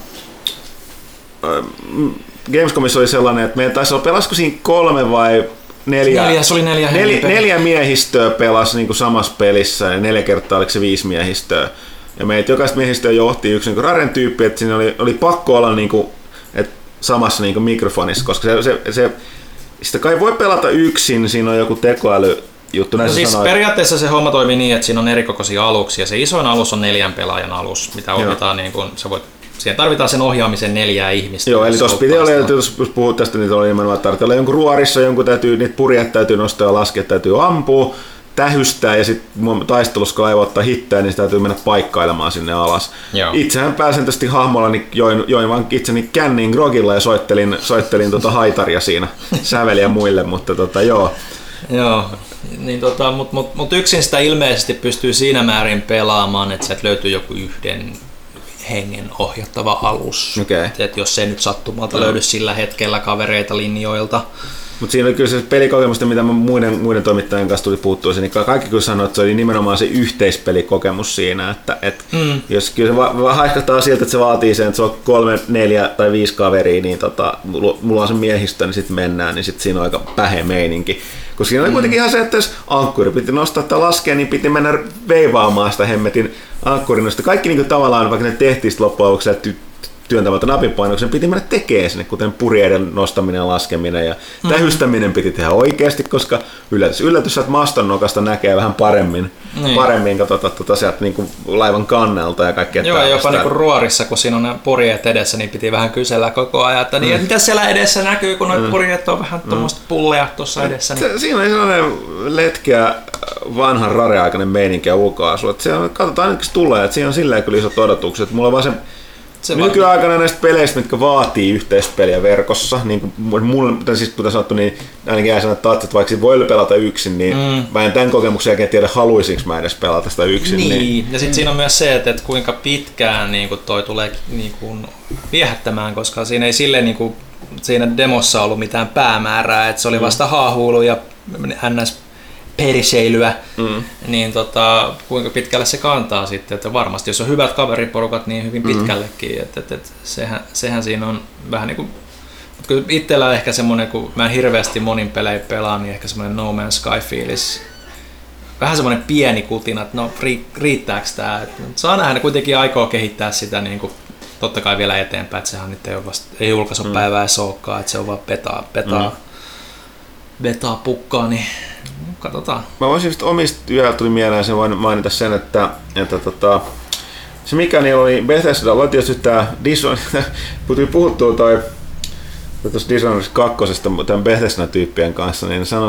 Gamescomissa oli sellainen, että meidän taisi olla, pelasko siinä 3 vai 4? Se oli 4 4 miehistöä pelasi niin kuin samassa pelissä ja 4 kertaa oliko se 5 miehistöä. Ja meitä jokaista miehistöä johti yksi niin Raren tyyppi, että siinä oli pakko olla niin kuin, samassa niin kuin mikrofonissa, koska sitä kai voi pelata yksin, siinä on joku tekoälyjuttu. No siis periaatteessa se homma toimii niin, että siinä on erikokoisia aluksia. Se isoin alus on 4 pelaajan alus, mitä ohjataan niin kuin, siihen tarvitaan sen ohjaamisen 4 ihmistä. Joo, eli tuossa piti olla, jos puhut tästä, niin oli nimenomaan tarvitsee olla jonkun ruorissa, niitä purjeet täytyy nostaa ja laskea, täytyy ampua, tähystää ja sitten taistelussa kun aivo ottaa hittää, niin sitä täytyy mennä paikkailemaan sinne alas. Joo. Itsehän pääsääntöisesti hahmolla niin join vaan itseni känniin grogilla ja soittelin haitaria siinä säveliä muille, mutta joo. Joo, niin mutta yksin sitä ilmeisesti pystyy siinä määrin pelaamaan, että sieltä löytyy joku yhden hengen ohjattava alus. Okay. Et jos se nyt sattumalta löydy sillä hetkellä kavereita linjoilta. Mutta siinä oli kyllä se pelikokemus, mitä muiden toimittajien kanssa tuli puhuttua, niin kaikki kyllä sanoi, että se oli nimenomaan se yhteispelikokemus siinä, että jos kyllä se haihkahtaa siltä, että se vaatii sen, että se on 3, 4 tai 5 kaveria, niin mulla on se miehistö, niin sitten mennään, niin sitten siinä on aika pähe meininki. Koska siinä oli kuitenkin ihan se, että jos ankkuri piti nostaa tai laskea, niin piti mennä veivaamaan sitä hemmetin ankkurin. Kaikki niin kuin tavallaan, vaikka ne tehtiin sitten loppujen lopuksi työntämältä napinpainoksen, piti mennä tekemään sinne, kuten purjeiden nostaminen ja laskeminen. Ja tähystäminen piti tehdä oikeasti, koska yllätys, että maston nokasta näkee vähän paremmin sieltä niin kuin laivan kannelta ja kaikkea. Joo, jopa niin kuin ruorissa, kun siinä on nämä purjeet edessä, niin piti vähän kysellä koko ajan, että niin, mitä siellä edessä näkyy, kun nuo purjeet on vähän tuommoista pulleja tuossa edessä. Niin. Siinä oli sellainen letkeä vanhan rareaikainen meininki ja ulkoasu. Katsotaan nyt, kun se tulee, että siinä on silleen kyllä isot odotukset. Mulla on vaan se nykyaikana näistä peleistä, mitkä vaatii yhteispeliä verkossa, niin kuin mulla, siis kuten sanottu, niin ainakin jäi sanoa, että vaikka voi pelata yksin, niin mä en tämän kokemuksen jälkeen tiedä, haluaisinko mä edes pelata sitä yksin. Niin. Ja sitten siinä on myös se, että kuinka pitkään niin kuin toi tulee niin kuin viehättämään, koska siinä ei silleen niin kuin, siinä demossa ollut mitään päämäärää, että se oli vasta haahuilu ja ns. Perseilyä, niin kuinka pitkälle se kantaa sitten, että varmasti jos on hyvät kaveriporukat, niin hyvin pitkällekin, että sehän siinä on vähän niin kuin, mutta kyllä itsellä ehkä semmoinen, kun mä en hirveästi monin pelejä pelaa, niin ehkä semmoinen No Man's Sky-fiilis, vähän semmoinen pieni kutina, että no riittääkö tämä, saa nähdä, ne kuitenkin aikoo kehittää sitä niin kuin, totta kai vielä eteenpäin, että sehän nyt ei julkaisupäivää edes olekaan, että se on vaan betaa pukkaa, niin katsotaan. Mä voisin just omista vielä tuli mieleen sen mainita sen, että se mikä niillä oli Bethesdalla oli tietysti tää puhuttua toi Dishonored 2 tämän Bethesda-tyyppien kanssa, niin sanoi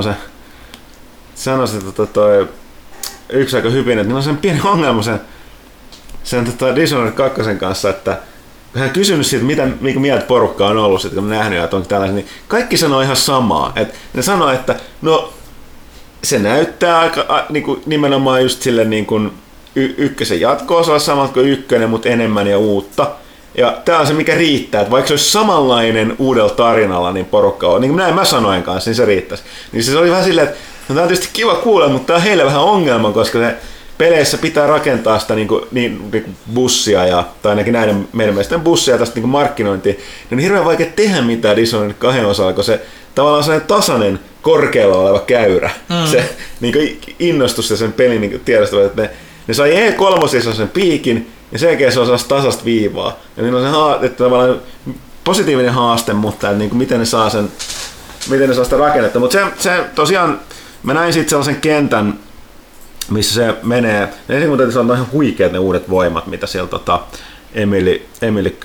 se toi yksi aika hyvin, että niillä on sen pieni ongelma sen Dishonored 2 kanssa, että hän kysynyt siitä, mitä mieltä porukka on ollut, kun on nähnyt, että onko tällaisia, niin kaikki sanoo ihan samaa. Ne sanoo, että no se näyttää aika niin kuin nimenomaan just sille niin kuin ykkösen jatko-osalla samalta kuin ykkönen, mutta enemmän ja uutta. Ja tämä on se, mikä riittää, että vaikka se olisi samanlainen uudella tarinalla, niin porukka on, niin kuin näin mä sanoin kanssa, niin se riittäisi. Niin se oli vähän silleen, että no, tämä on tietysti kiva kuulla, mutta tämä on heille vähän ongelma, koska se peleissä pitää rakentaa sitä niin kuin bussia, tai ainakin näiden meidän mielestä bussia tästä niin markkinointia, niin on hirveän vaikea tehdä mitään Dishonored 2 osalla, kun se tavallaan sellainen tasainen, korkealla oleva käyrä, se niin kuin innostus ja sen pelin niin tiedostavat, että ne sai E3 sen piikin, ja sen jälkeen se on tasasta viivaa. Ja niin on se tavallaan positiivinen haaste, mutta niin kuin miten ne saa sitä rakennetta. Mutta se tosiaan, mä näin sitten sellaisen kentän, missä se menee. Ensin kun täytyy sanoa, ihan huikeat ne uudet voimat, mitä siellä Emily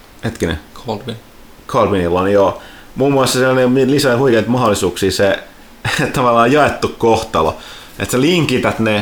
Colvinilla on, joo. Muun muassa sellainen lisää huikeita mahdollisuuksia se tavallaan jaettu kohtalo. Että sä linkität ne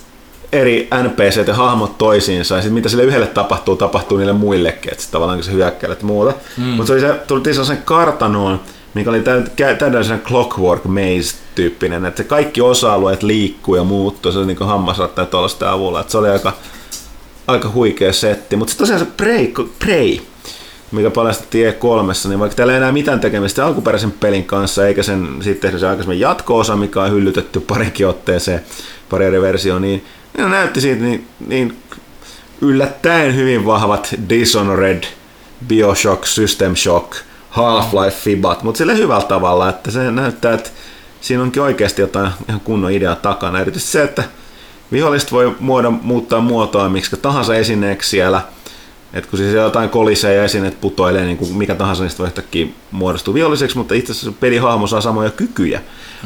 eri NPCt ja hahmot toisiinsa, ja sitten mitä sille yhdelle tapahtuu niille muillekin, että tavallaan kun sä hyökkäilet ja muuta. Mutta tuli sellaisen kartanoon, mikä oli täydellisen Clockwork Maze-tyyppinen, että kaikki osa-alueet liikkuu ja muuttuu, se oli niin kuin hammasrattaja tuollaista avulla, että se oli aika huikea setti. Mutta tosiaan se Prey, mikä paljastettiin E3, niin vaikka täällä ei enää mitään tekemistä alkuperäisen pelin kanssa, eikä sen sitten tehdä se aikaisemmin jatko-osa, mikä on hyllytetty parikin otteeseen, pari eri versio, niin näytti siitä niin yllättäen hyvin vahvat Dishonored, Bioshock, System Shock, Half-Life-fibat, mutta sille hyvällä tavalla, että se näyttää, että siinä onkin oikeasti jotain ihan kunnon idea takana. Erityisesti se, että viholliset voi muuttaa muotoa miksi tahansa esineeksi siellä, että kun siis jotain kolisee ja esineet putoilee, niin kuin mikä tahansa niistä voi yhtäkkiä muodostua viholliseksi, mutta itse asiassa pelihahmo saa samoja kykyjä.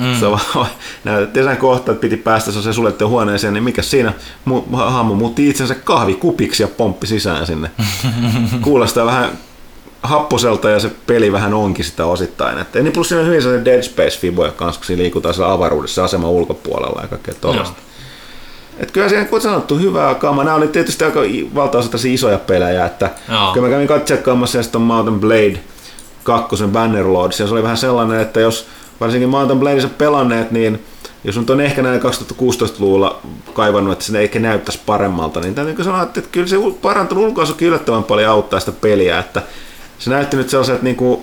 Näytettiin sen kohta, että piti päästä sellaiseen suljettuun huoneeseen, niin mikä siinä hahmo muutti itsensä kahvikupiksi ja pomppi sisään sinne. Kuulostaa vähän happoselta ja se peli vähän onkin sitä osittain. Että, niin plus siinä on hyvin sellainen Dead Space-fiboja kanssa, kun siinä liikutaan siellä avaruudessa aseman ulkopuolella ja kaikkea tollaista. Että kyllä siinä, kuten sanottu, hyvää kamaa. Nämä oli tietysti aika valtaosa tällaisia isoja pelejä, että kyllä mä kävin tsekkaamassa sitten Mountain Blade 2 Bannerlords, ja se oli vähän sellainen, että jos varsinkin Mountain Bladeissa pelanneet, niin jos nyt on ehkä näin 2016-luvulla kaivannut, että se ehkä näyttäisi paremmalta, niin täytyy sanoa, että kyllä se parantunut ulkoasukin yllättävän paljon auttaa sitä peliä, että se näytti nyt sellaiset niinku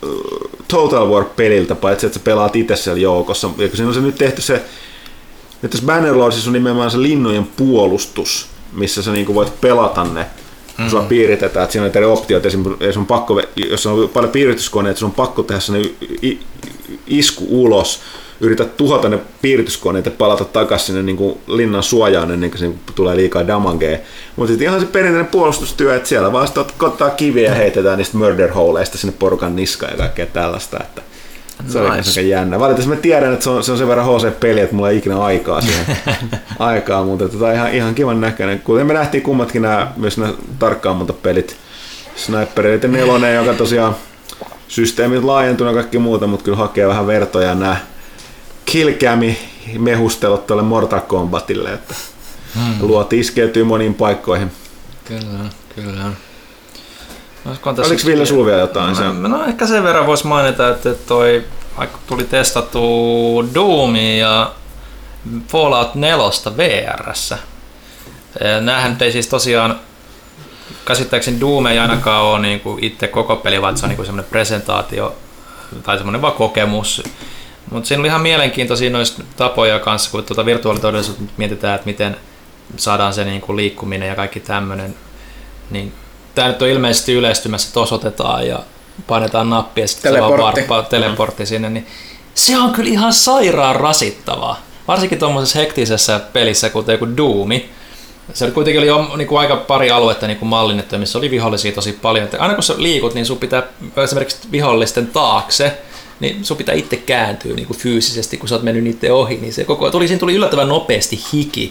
Total War-peliltä, paitsi että sä pelaat itse siellä joukossa, ja kun siinä on se nyt tehty se, että tässä Bannerlordsissa on nimenomaan se linnojen puolustus, missä sä niinku voit pelata ne, kun sua piiritetään, että siinä on eri optioita, esimerkiksi on pakko, jos on paljon piirityskoneita, sun on pakko tehdä sellainen isku ulos, yritä tuhota ne piirityskoneet ja palata takaisin sinne niin kuin linnan suojaan ennen kuin siinä tulee liikaa damagea. Mutta sitten ihan se perinteinen puolustustyö, että siellä vaan ottaa kiviä ja heitetään niistä murder holeista sinne porukan niskaan ja kaikkea tällaista. Että se oli aika jännä. Valitettavasti mä tiedän, että se on sen verran HC-peli, että mulla ei ikinä aikaa siihen mutta ihan kivan näköinen. Kuten me nähtiin kummatkin myös nämä tarkkaammuntapelit. Snipereiden 4, joka tosiaan systeemit laajentunut ja kaikki muuta, mutta kyllä hakee vähän vertoja nämä killcam-mehustelut tuolle Mortal Kombatille, että luot iskeytyy moniin paikkoihin. Kyllä. Oliko Ville sulla vielä jotain? No ehkä sen verran voisi mainita, että tuli testattu Doomia ja Fallout 4 VR:ssä. Näähän ei siis tosiaan, käsittääkseni Doom ei ainakaan ole niinku itse koko peli, vaan se on niinku semmoinen presentaatio tai semmoinen vaan kokemus. Mutta siinä oli ihan mielenkiintoisia noista tapoja kanssa, kun virtuaalitodellisuutta mietitään, että miten saadaan se niinku liikkuminen ja kaikki tämmöinen. Niin tämä nyt on ilmeisesti yleistymässä, että osoitetaan ja painetaan nappia ja sitten se vaan varppaa teleportti sinne. Niin se on kyllä ihan sairaan rasittavaa. Varsinkin tuommoisessa hektisessä pelissä, kuten joku Doomi. Se kuitenkin oli jo niin kuin aika pari aluetta niin kuin mallinnettu, missä oli vihollisia tosi paljon. Että aina kun sä liikut, niin sun pitää esimerkiksi vihollisten taakse, niin sun pitää itse kääntyä niin kuin fyysisesti, kun sä oot mennyt niiden ohi. Niin se siinä tuli yllättävän nopeasti hiki.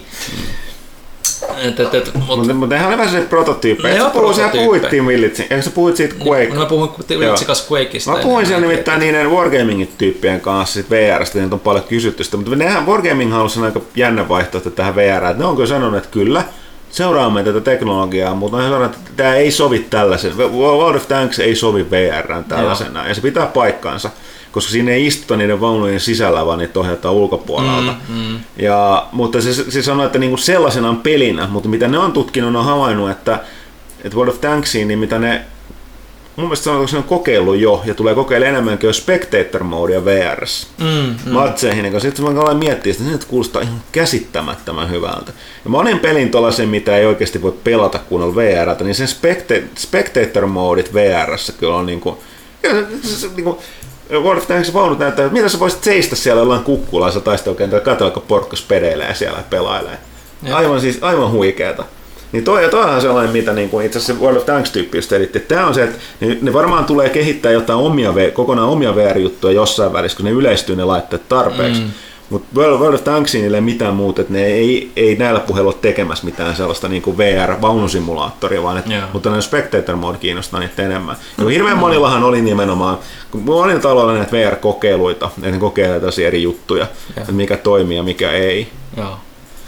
Mutta nehän oli vähän se prototyyppejä. Sä puhuit Team Villitsin, eikö sä puhuit siitä Quake? Mä puhuin Villitsin Quakeista. Mä puhuin siellä nimittäin niiden Wargaming-tyyppien kanssa sit VR:stä, niitä on paljon kysytty sitä, mutta nehän Wargaming on aika jännä vaihtoehto tähän VR:ään. Ne on kyllä sanonut, että kyllä, seuraamme tätä teknologiaa, mutta ne sanonut, että tämä ei sovi tällaisen. World of Tanks ei sovi VR:ään tällaisena, ja se pitää paikkaansa. Koska siinä ei istuta niiden vaunujen sisällä, vaan niitä ohjataan ulkopuolelta. Mutta se sanoo, että niinku sellaisenaan pelinä, mutta mitä ne on tutkinut, ne on havainnut, että World of Tanksiin, niin mitä ne mun mielestä sanotaan, että se on kokeillut jo, ja tulee kokeilemaan enemmänkin jo spectator-moodia VR:ssä. Matseihin, niin sitten mä aloin miettiä, että se kuulostaa ihan käsittämättömän hyvältä. Ja monen pelin tuollaisen, mitä ei oikeasti voi pelata kunnolla VR:ltä, niin sen spectator-moodit VR:ssä kyllä on niinku World of Tanks vaunut näyttää, että mitä sä voisit seistä siellä jollain kukkulaisella taistelukentällä, katsella, kun porkkos pedeilee siellä ja pelailee. Aivan huikeeta. Niin toihan sellainen, mitä niin itse asiassa World of Tanks-tyyppi just editti. Tämä on se, että ne varmaan tulee kehittää jotain kokonaan omia VR-juttuja jossain välissä, kun ne yleistyy ne laitteet tarpeeksi. Mutta World of Tanksiin ei ole mitään muuta, että ne ei näillä puheilla ole tekemässä mitään sellaista niin kuin VR-vaunusimulaattoria, vaan mutta ne Spectator Mode kiinnostaa niitä enemmän. Ja hirveän monillahan oli nimenomaan, kun monilla taloilla näitä VR-kokeiluita, että ne kokeilee tällaisia eri juttuja, että mikä toimii ja mikä ei. Joo.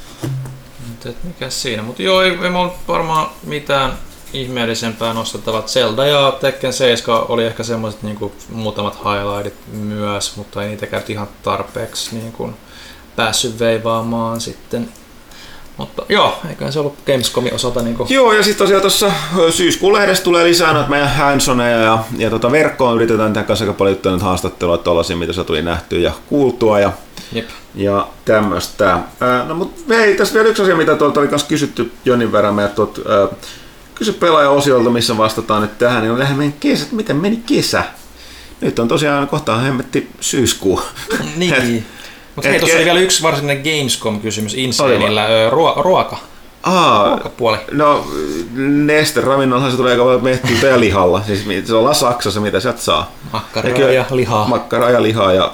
Mikäs siinä? Mutta joo, ei mulla varmaan mitään ihmeellisempää nostettavat. Zelda ja Tekken 7 oli ehkä semmoiset niinku muutamat highlightit myös, mutta ei niitäkään ihan tarpeeksi niinku päässyt veivaamaan sitten. Mutta joo, eiköhän se ollut Gamescomin osalta niinku. Joo, ja sitten tosiaan tuossa syyskuun lehdessä tulee lisää noita meidän handsoneja ja verkkoon yritetään tämän kanssa aika paljon juttuja haastattelua tollaisia, mitä se tuli nähtyä ja kuultua ja tämmöistä. No mut hei, tässä vielä yksi asia, mitä tuolta oli kanssa kysytty jonin verran meidät kysy pelaaja-osiolta, missä vastataan nyt tähän, niin on meidän kesät. Miten meni kesä? Nyt on tosiaan kohtaan hemmetti syyskuu. Niin. Mutta hei, tuossa oli vielä yksi varsinainen Gamescom-kysymys Insaneillä. Ruoka. Ruokapuoli. No, Neste-ravinnollahan se tulee aika paljon mehtiiltä ja lihalla. Siis se ollaan Saksassa, mitä sieltä saa. Makkaraa ja lihaa. Makkaraa ja lihaa ja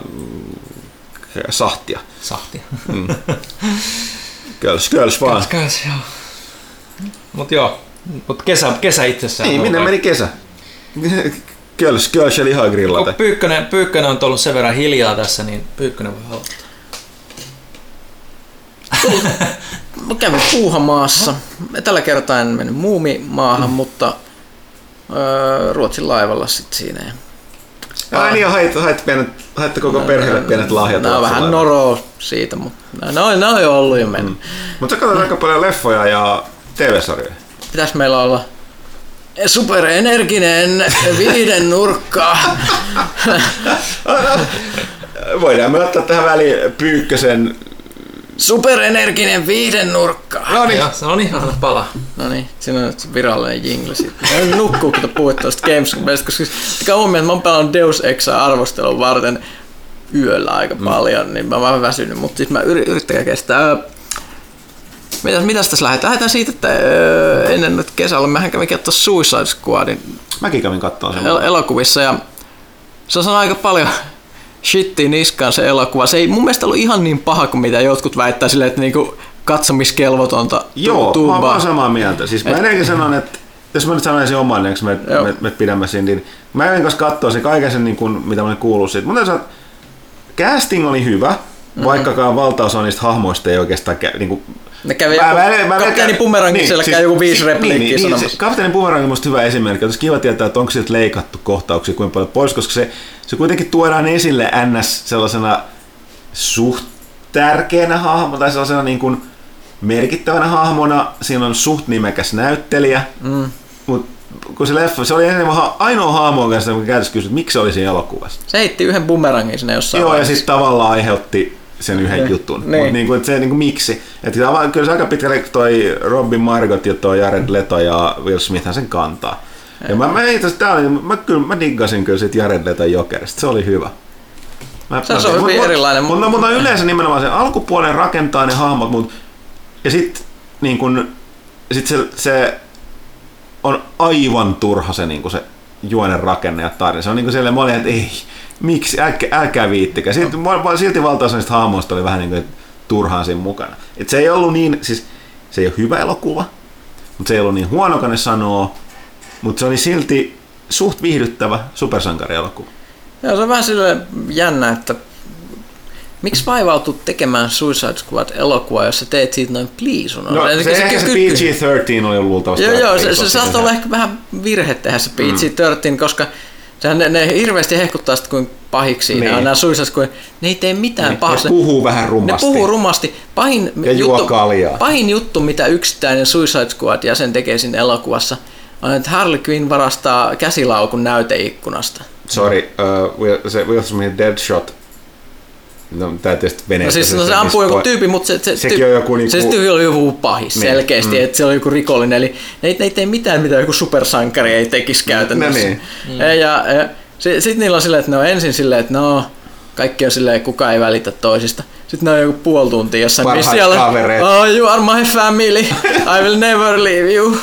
sahtia. Köls vaan. Köls, joo. Mut joo. Mutta kesä itsessään. Niin, minne meni kesä? Köls ja lihaa grillata. Pyykkönen on ollut sen verran hiljaa tässä, niin Pyykkönen voi aloittaa. Mä kävin Puuhamaassa. Tällä kertaa en mennyt Muumimaahan, mutta Ruotsin laivalla sitten siinä. Ai niin, haitte koko perheelle pienet lahjat. Nämä on vähän noroa siitä, mutta ne on jo ollut jo mennyt. Mutta sä katsot aika paljon leffoja ja TV-sarjoja. Pitäis meillä olla superenerginen viihdennurkka. Voidaan me ottaa tähän väliin Pyykkösen superenerginen viihdennurkka. Se on ihan pala. No niin, siinä on virallinen jingle sitten. Nukkuu, kun puhuit tuosta Gamescomista, koska huomioon, että mä oon pelannut Deus Exaa arvostelun varten yöllä aika paljon, niin mä oon vähän väsynyt, mutta siis mä yrittäkää kestää. Mitäs tässä lähdetään? Lähdetään siitä, että ennen nyt kesällä mähän kävin katsoa Suicide Squadin Mäkin kävin katsoa sen. elokuvissa ja se on aika paljon shittiin niskaan se elokuva. Se ei mun mielestä ollut ihan niin paha kuin mitä jotkut väittää silleen, että niinku katsomiskelvotonta Joo, mä oon samaa mieltä. Siis mä ennenkin sanon, että jos mä nyt sanoisin oman, niin me pidämme sen, niin mä en kanssa katsoa sen kaiken sen, niin kuin, mitä mä olen kuullut siitä. Mutta casting oli hyvä, vaikkakaan valtaosa niistä hahmoista ei oikeastaan niin kuin, ne kävi Kapteeni Bumerangin siellä käy joku 5 repliikkiä sanomassa. Kapteeni Bumerang on musta hyvä esimerkki. Olisi kiva tietää, että onko sieltä leikattu kohtauksia kuinka paljon pois, koska se kuitenkin tuodaan esille NS sellaisena suht tärkeänä hahmona tai sellaisena niin kuin merkittävänä hahmona. Siinä on suht nimekäs näyttelijä, mutta kun se oli ainoa hahmo kanssa, kun käytössä kysyä, että miksi se oli siinä elokuvassa. Se heitti yhden bumerangin sinne jossain Joo, ja sitten tavallaan aiheutti sen yhden jutun. Niin. Mutta niinku, se niinku, miksi? Että kyllä se aika pitkälle toi Robin Margot ja toi Jared Leto ja Will Smithhän sen kantaa. Ja mä diggasin kyllä siitä Jared Leton Jokerista. Se oli hyvä. Se on hyvin erilainen. Mutta yleensä nimenomaan se alkupuolen rakentaa ne hahmot, ja sitten niin se on aivan turha se, niin se juonen rakenne ja tarina. Se on niin silleen, mä olin, että ei, miksi, älkää viittikää. Silti valtaosa niistä hahmoista oli vähän niin kuin turhaan siinä mukana. Et se ei ollut niin, siis se ei ole hyvä elokuva, mutta se ei ollut niin huono, kun ne sanoo, mutta se oli silti suht viihdyttävä supersankarielokuva. Joo, se on vähän silleen jännä, että miksi vaivautuu tekemään Suicide Squad-elokuvaa, jos sä teet siitä noin pliisuna? No, se PG-13 oli luultavasti. Joo, se saattaa olla ehkä vähän virhe tehdä se PG-13, koska ne hirveästi hehkuttaa sitä kuin pahiksi. Niin. Nämä Suicide Squad, ne ei tee mitään pahasta. Ne puhuu vähän rumasti. Ne puhuu rumasti. Pahin juttu, mitä yksittäinen Suicide Squad-jäsen tekee siinä elokuvassa, on, että Harley Quinn varastaa käsilaukun näyteikkunasta. Sori, se Will Smith Deadshot. No, tää tietysti veneessä. No siis se ampuu joku tyyppi, mutta sekin on joku niinku... Se oli joku pahis selkeästi, että se oli joku rikollinen. Eli ne ei tee mitään, mitä joku supersankari ei tekisi käytännössä. Ja sitten niillä on silleen, että ne on ensin silleen, että no, kaikki on silleen, kukaan ei välitä toisista. Sitten ne on joku puoli tuntia jossain. Parhaat kavereet. Oh, you are my family. I will never leave you.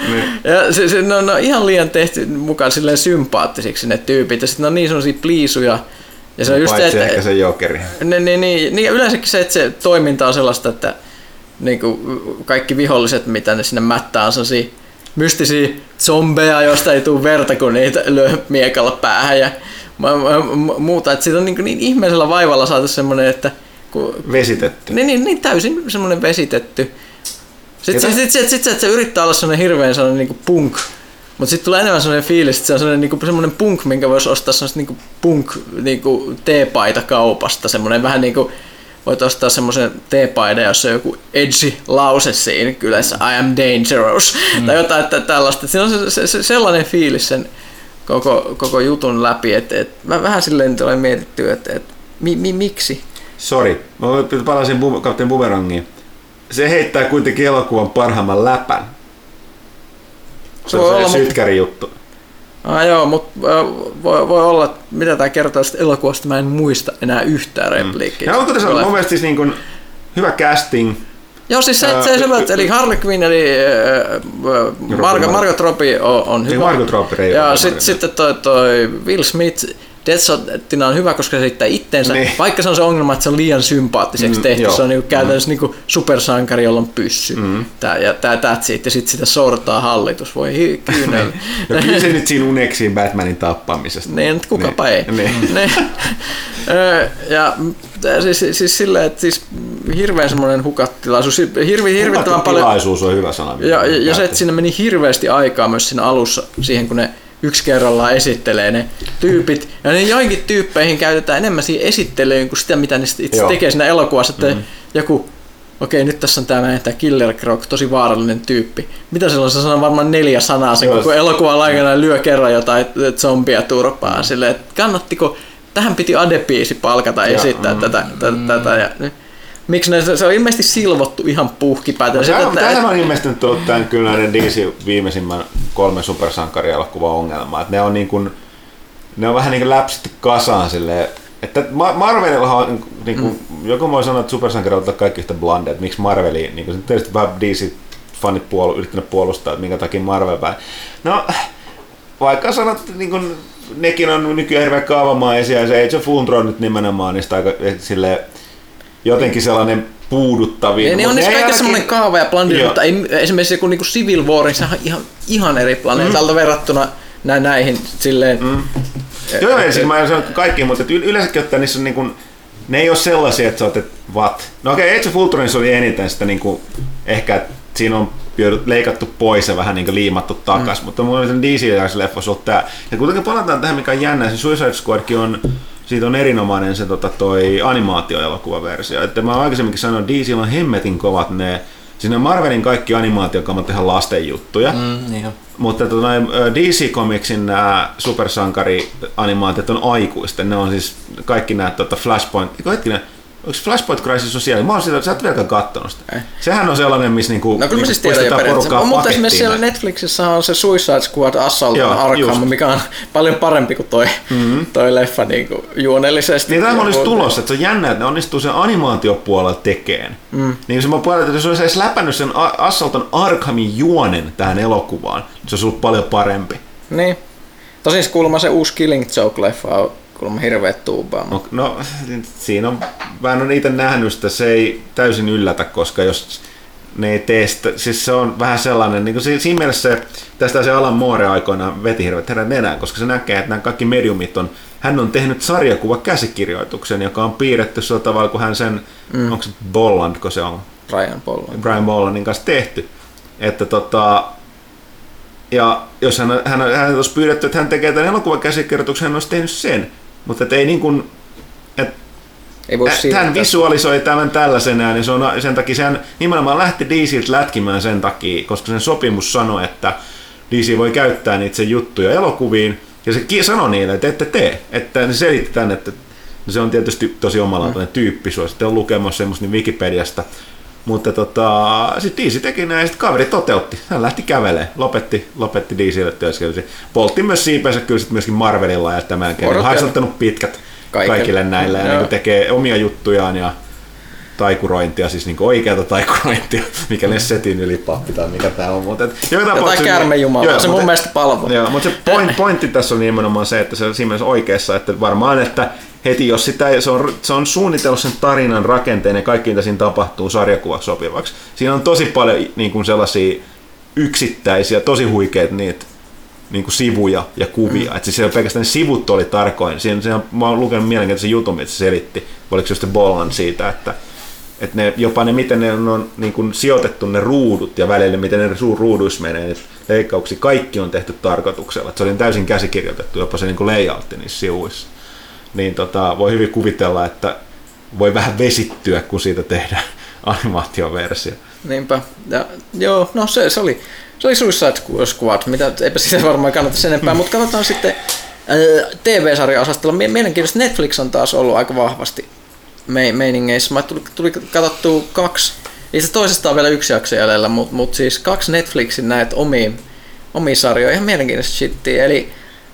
Ja ne on ihan liian tehty mukaan silleen sympaattisiksi ne tyypit. Ja sitten ne on niin sellaisia pliisuja. Ja se on just paitsi ehkä se Jokeri. Niin, yleensäkin se, että se toiminta on sellaista, että niinku kaikki viholliset, mitä ne sinne mättää, on sellaisia mystisiä zombeja, joista ei tule verta, kun niitä lyö miekalla päähän ja muuta. Että siitä on niin ihmeisellä vaivalla saatu semmoinen, että... Vesitetty. Niin täysin semmoinen vesitetty. Sitten se yrittää olla semmoinen hirveän sellainen niinku punk. Mutta sitten tulee enemmän sellainen fiilis, että se on semmoinen punk, minkä voisi ostaa semmoista niinku punk niinku teepaita kaupasta. Semmoinen vähän niinku, voit ostaa semmoisen teepaidan, jossa on joku edgy lause siinä kylässä, I am dangerous, tai jotain tällaista. Siinä on se sellainen fiilis sen koko jutun läpi, että vähän silleen nyt olen mietitty, että miksi? Sori, mä palasin Kapteeni Bumerangiin. Se heittää kuitenkin elokuvan parhaimman läpän. Se on se sytkäri juttu. Joo, mutta voi olla, mitä tämä kertoo sitten elokuvasta, mä en muista enää yhtään repliikkiä. Ja onko tässä mun mielestä siis niin kuin hyvä casting? Joo, siis se eli Harley Quinn, eli Margot Robbie on hyvä. Margot Robbie ja sitten toi Will Smith, Deathshottina on hyvä, koska se esittää itteensä, vaikka se on se ongelma, että se on liian sympaattiseksi tehty. Se on niinku käytännössä niinku supersankari, jolla on pyssy. Ja that's it. Ja sitten sitä sortaa hallitus. Voi kyynellä. No kyllä se nyt siinä uneksiin Batmanin tappamisesta. Niin, kukapa ei. Ja siis silleen, että siis hirveän semmoinen hukattilaisuus. Hirvittävän paljon. Hukattilaisuus on hyvä sana. Ja se, että siinä meni hirveästi aikaa myös siinä alussa siihen, kun ne yksi kerrallaan esittelee ne tyypit. Ja ne joihinkin tyyppeihin käytetään enemmän siihen esittelyyn kuin sitä, mitä ne itse tekee siinä elokuvassa. Että joku, okei, nyt tässä on tämä Killer Croc, tosi vaarallinen tyyppi. Mitä silloin? Se sanoo varmaan 4 sanaa sen koko elokuvan aikana lyö kerran jotain zombia turpaa. Silleen, että kannattiko, tähän piti Adebiisi palkata esittää tätä. Ja, miksi se on ilmeisesti silvottu ihan puhkipäätä. Tähän on ilmeisesti tullut tämän kyllä näiden DC viimeisimmän 3 supersankarielokuvan ongelmaa. Ne on vähän niin kuin läpsitty kasaan silleen että Marvelillahan on, niin kuin, joku voi sanoa, että supersankarilta kaikki yhtä blonde, että miksi Marveliin, niin kuin, tietysti vähän DC-fanit yrittänyt puolustaa, että minkä takia Marvel päin. No, vaikka sanot, niin kuin, nekin on nykyään hirveän kaavamaisia, ja se Age of Ultron nyt nimenomaan niistä aika silleen, jotenkin sellainen puuduttavin. Ne on niissä kaikessa semmoinen kaava ja planeetti, mutta ei, esimerkiksi joku niin Civil War, niin sehän on ihan eri planeetalta verrattuna näihin silleen. Joo, siis mä en sano kaikki, mutta yleensäkin ottaen niissä on niin kuin, ne ei ole sellaisia, että sä oot, että what? No okei, Age of Ultronissa oli eniten sitä niin kuin, ehkä, että siinä on leikattu pois ja vähän niin kuin liimattu takas, mutta mulla oli sen DC-leffos ollut tää. Ja kuitenkin palataan tähän, mikä on jännä, se Suicide Squadkin on, siitä on erinomainen se toi animaatioelokuvaversio. Että mä aikaisemminkin sanoin, että DC on hemmetin kovat ne, siinä Marvelin kaikki animaatiokamat tehdään lasten juttuja. Niin mutta DC Comicsin nämä supersankari-animaatiot on aikuisten. Ne on siis kaikki nämä Flashpoint. Onko Flashpoint Crisis on siellä? Mä oon sitä, sä et vieläkään kattonut sitä. Ei. Sehän on sellainen, missä niinku, no, kyllä siis poistetaan porukkaa pakettiin. Mutta esimerkiksi siellä Netflixissä on se Suicide Squad Assault on Arkham, mikä on paljon parempi kuin toi leffa niinku juonellisesti. Niin tämä olisi tulossa, että se on jännä, että ne onnistuu sen animaatiopuolella tekeen. Niin se puolella, jos olisi edes läpännyt sen Assault on Arkhamin juonen tähän elokuvaan, se olisi ollut paljon parempi. Niin. Tosin kuulemma se uusi Killing Joke-leffa on kuulemma hirveet tuubaa. No, siinä on, mä en ole itse nähnyt sitä, se ei täysin yllätä, koska jos ne ei tee sitä, siis se on vähän sellainen, niin kuin siinä mielessä tästä se Alan Moore aikoinaan veti hirveät herran nenään, koska se näkee, että nämä kaikki mediumit on, hän on tehnyt sarjakuvakäsikirjoituksen, joka on piirretty sillä tavalla, kun hän sen, onko se Bolland, kun se on? Brian Bollandin kanssa tehty. Että ja jos hän olisi pyydetty, että hän tekee tämän elokuvakäsikirjoituksen, hän olisi tehnyt sen. Mutta ei niin kuin, hän visualisoi tämän tällaisenään, niin se on, sen takia sehän nimenomaan lähti DC:ltä lätkimään sen takia, koska sen sopimus sanoi, että DC voi käyttää niitä sen juttuja elokuviin, ja se sanoi niille, että ette tee. Että se selitti tämän, että se on tietysti tosi omalaatuinen tyyppi, sitten on lukemassa semmoista niin Wikipediasta. Mutta sitten DC teki näin, ja sitten kaveri toteutti. Hän lähti kävelemään, lopetti DC:lle työskentelyä. Poltti myös siipeensä kyllä sitten myöskin Marvelilla ja tämän kerran. Haisottanut pitkät kaikille näille ja niin tekee omia juttujaan ja taikurointia, siis niin oikeata taikurointia, mikä ne setin ylipappi tai mikä tää on. Jotain käärmejumala, se mun mielestä palvoo. Joo, mutta se pointti tässä on nimenomaan se, että se on siinä mielessä oikeassa, että varmaan, että heti jos sitä, se on suunnitellut sen tarinan rakenteen ja kaikki mitä siinä tapahtuu sarjakuvaksi sopivaksi. Siinä on tosi paljon niin kuin sellaisia yksittäisiä, tosi huikeita niitä niin kuin sivuja ja kuvia. Että siis pelkästään sivut oli tarkoin. Mä oon lukenut mielenkiintoisen jutun, mitä se selitti. Oliko se just Bolland siitä, että jopa ne, miten ne on niin kuin sijoitettu ne ruudut ja välillä, miten ne ruuduissa menee, niin leikkauksia, kaikki on tehty tarkoituksella. Että se oli täysin käsikirjoitettu, jopa se niin kuin layoutti niissä sivuissa. Niin voi hyvin kuvitella, että voi vähän vesittyä, kun siitä tehdään animaatioversio. Niinpä. Ja, joo, no se oli Suicide Squad, mitä eipä siitä varmaan kannata sen enempää, mutta katsotaan sitten TV-sarja-osastolla. Mielenkiintoista Netflix on taas ollut aika vahvasti meiningeissä. Mä tuli katsottua 2, itse toisesta on vielä 1 jakso jäljellä, mutta siis 2 Netflixin näitä omia sarjoja, ihan mielenkiintoista shittiä, eli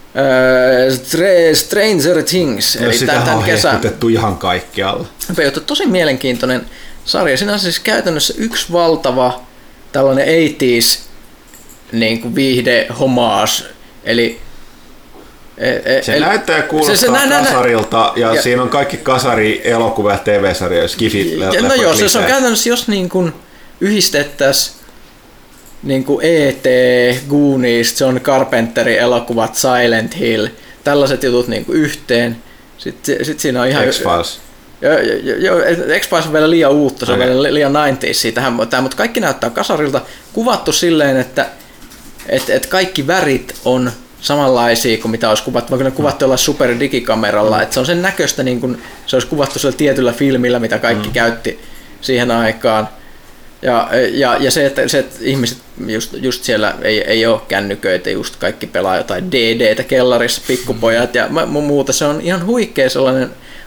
Stranger Things, eli tämän on hehkutettu ihan kaikkialla. Tosi mielenkiintoinen sarja. Siinä on siis käytännössä yksi valtava tällainen 80s niin kuin viihde-homage, eli se näyttää ja kuulostaa kasarilta, ja siinä on kaikki kasari-elokuva- ja TV-sarjoja, skifit. No joo, se on käytännössä, jos niin kuin yhdistettäisiin niin kuin E.T., Goonies, John Carpenterin elokuvat, Silent Hill, tällaiset jutut niin kuin yhteen. Sitten siinä on ihan... X-Files. Joo, X-Files on vielä liian uutta, se on vielä liian 90s tähän, mutta kaikki näyttää kasarilta. Kuvattu silleen, että kaikki värit on samanlaisia kuin mitä olisi kuvattu, vaikka ne kuvattu jollain superdigikameralla, että se on sen näköistä niin kuin se olisi kuvattu sillä tietyllä filmillä, mitä kaikki käytti siihen aikaan. Ja se, että ihmiset just siellä ei ole kännyköitä, just kaikki pelaa jotain DDtä kellarissa, pikkupojat ja muuta, se on ihan huikea sellainen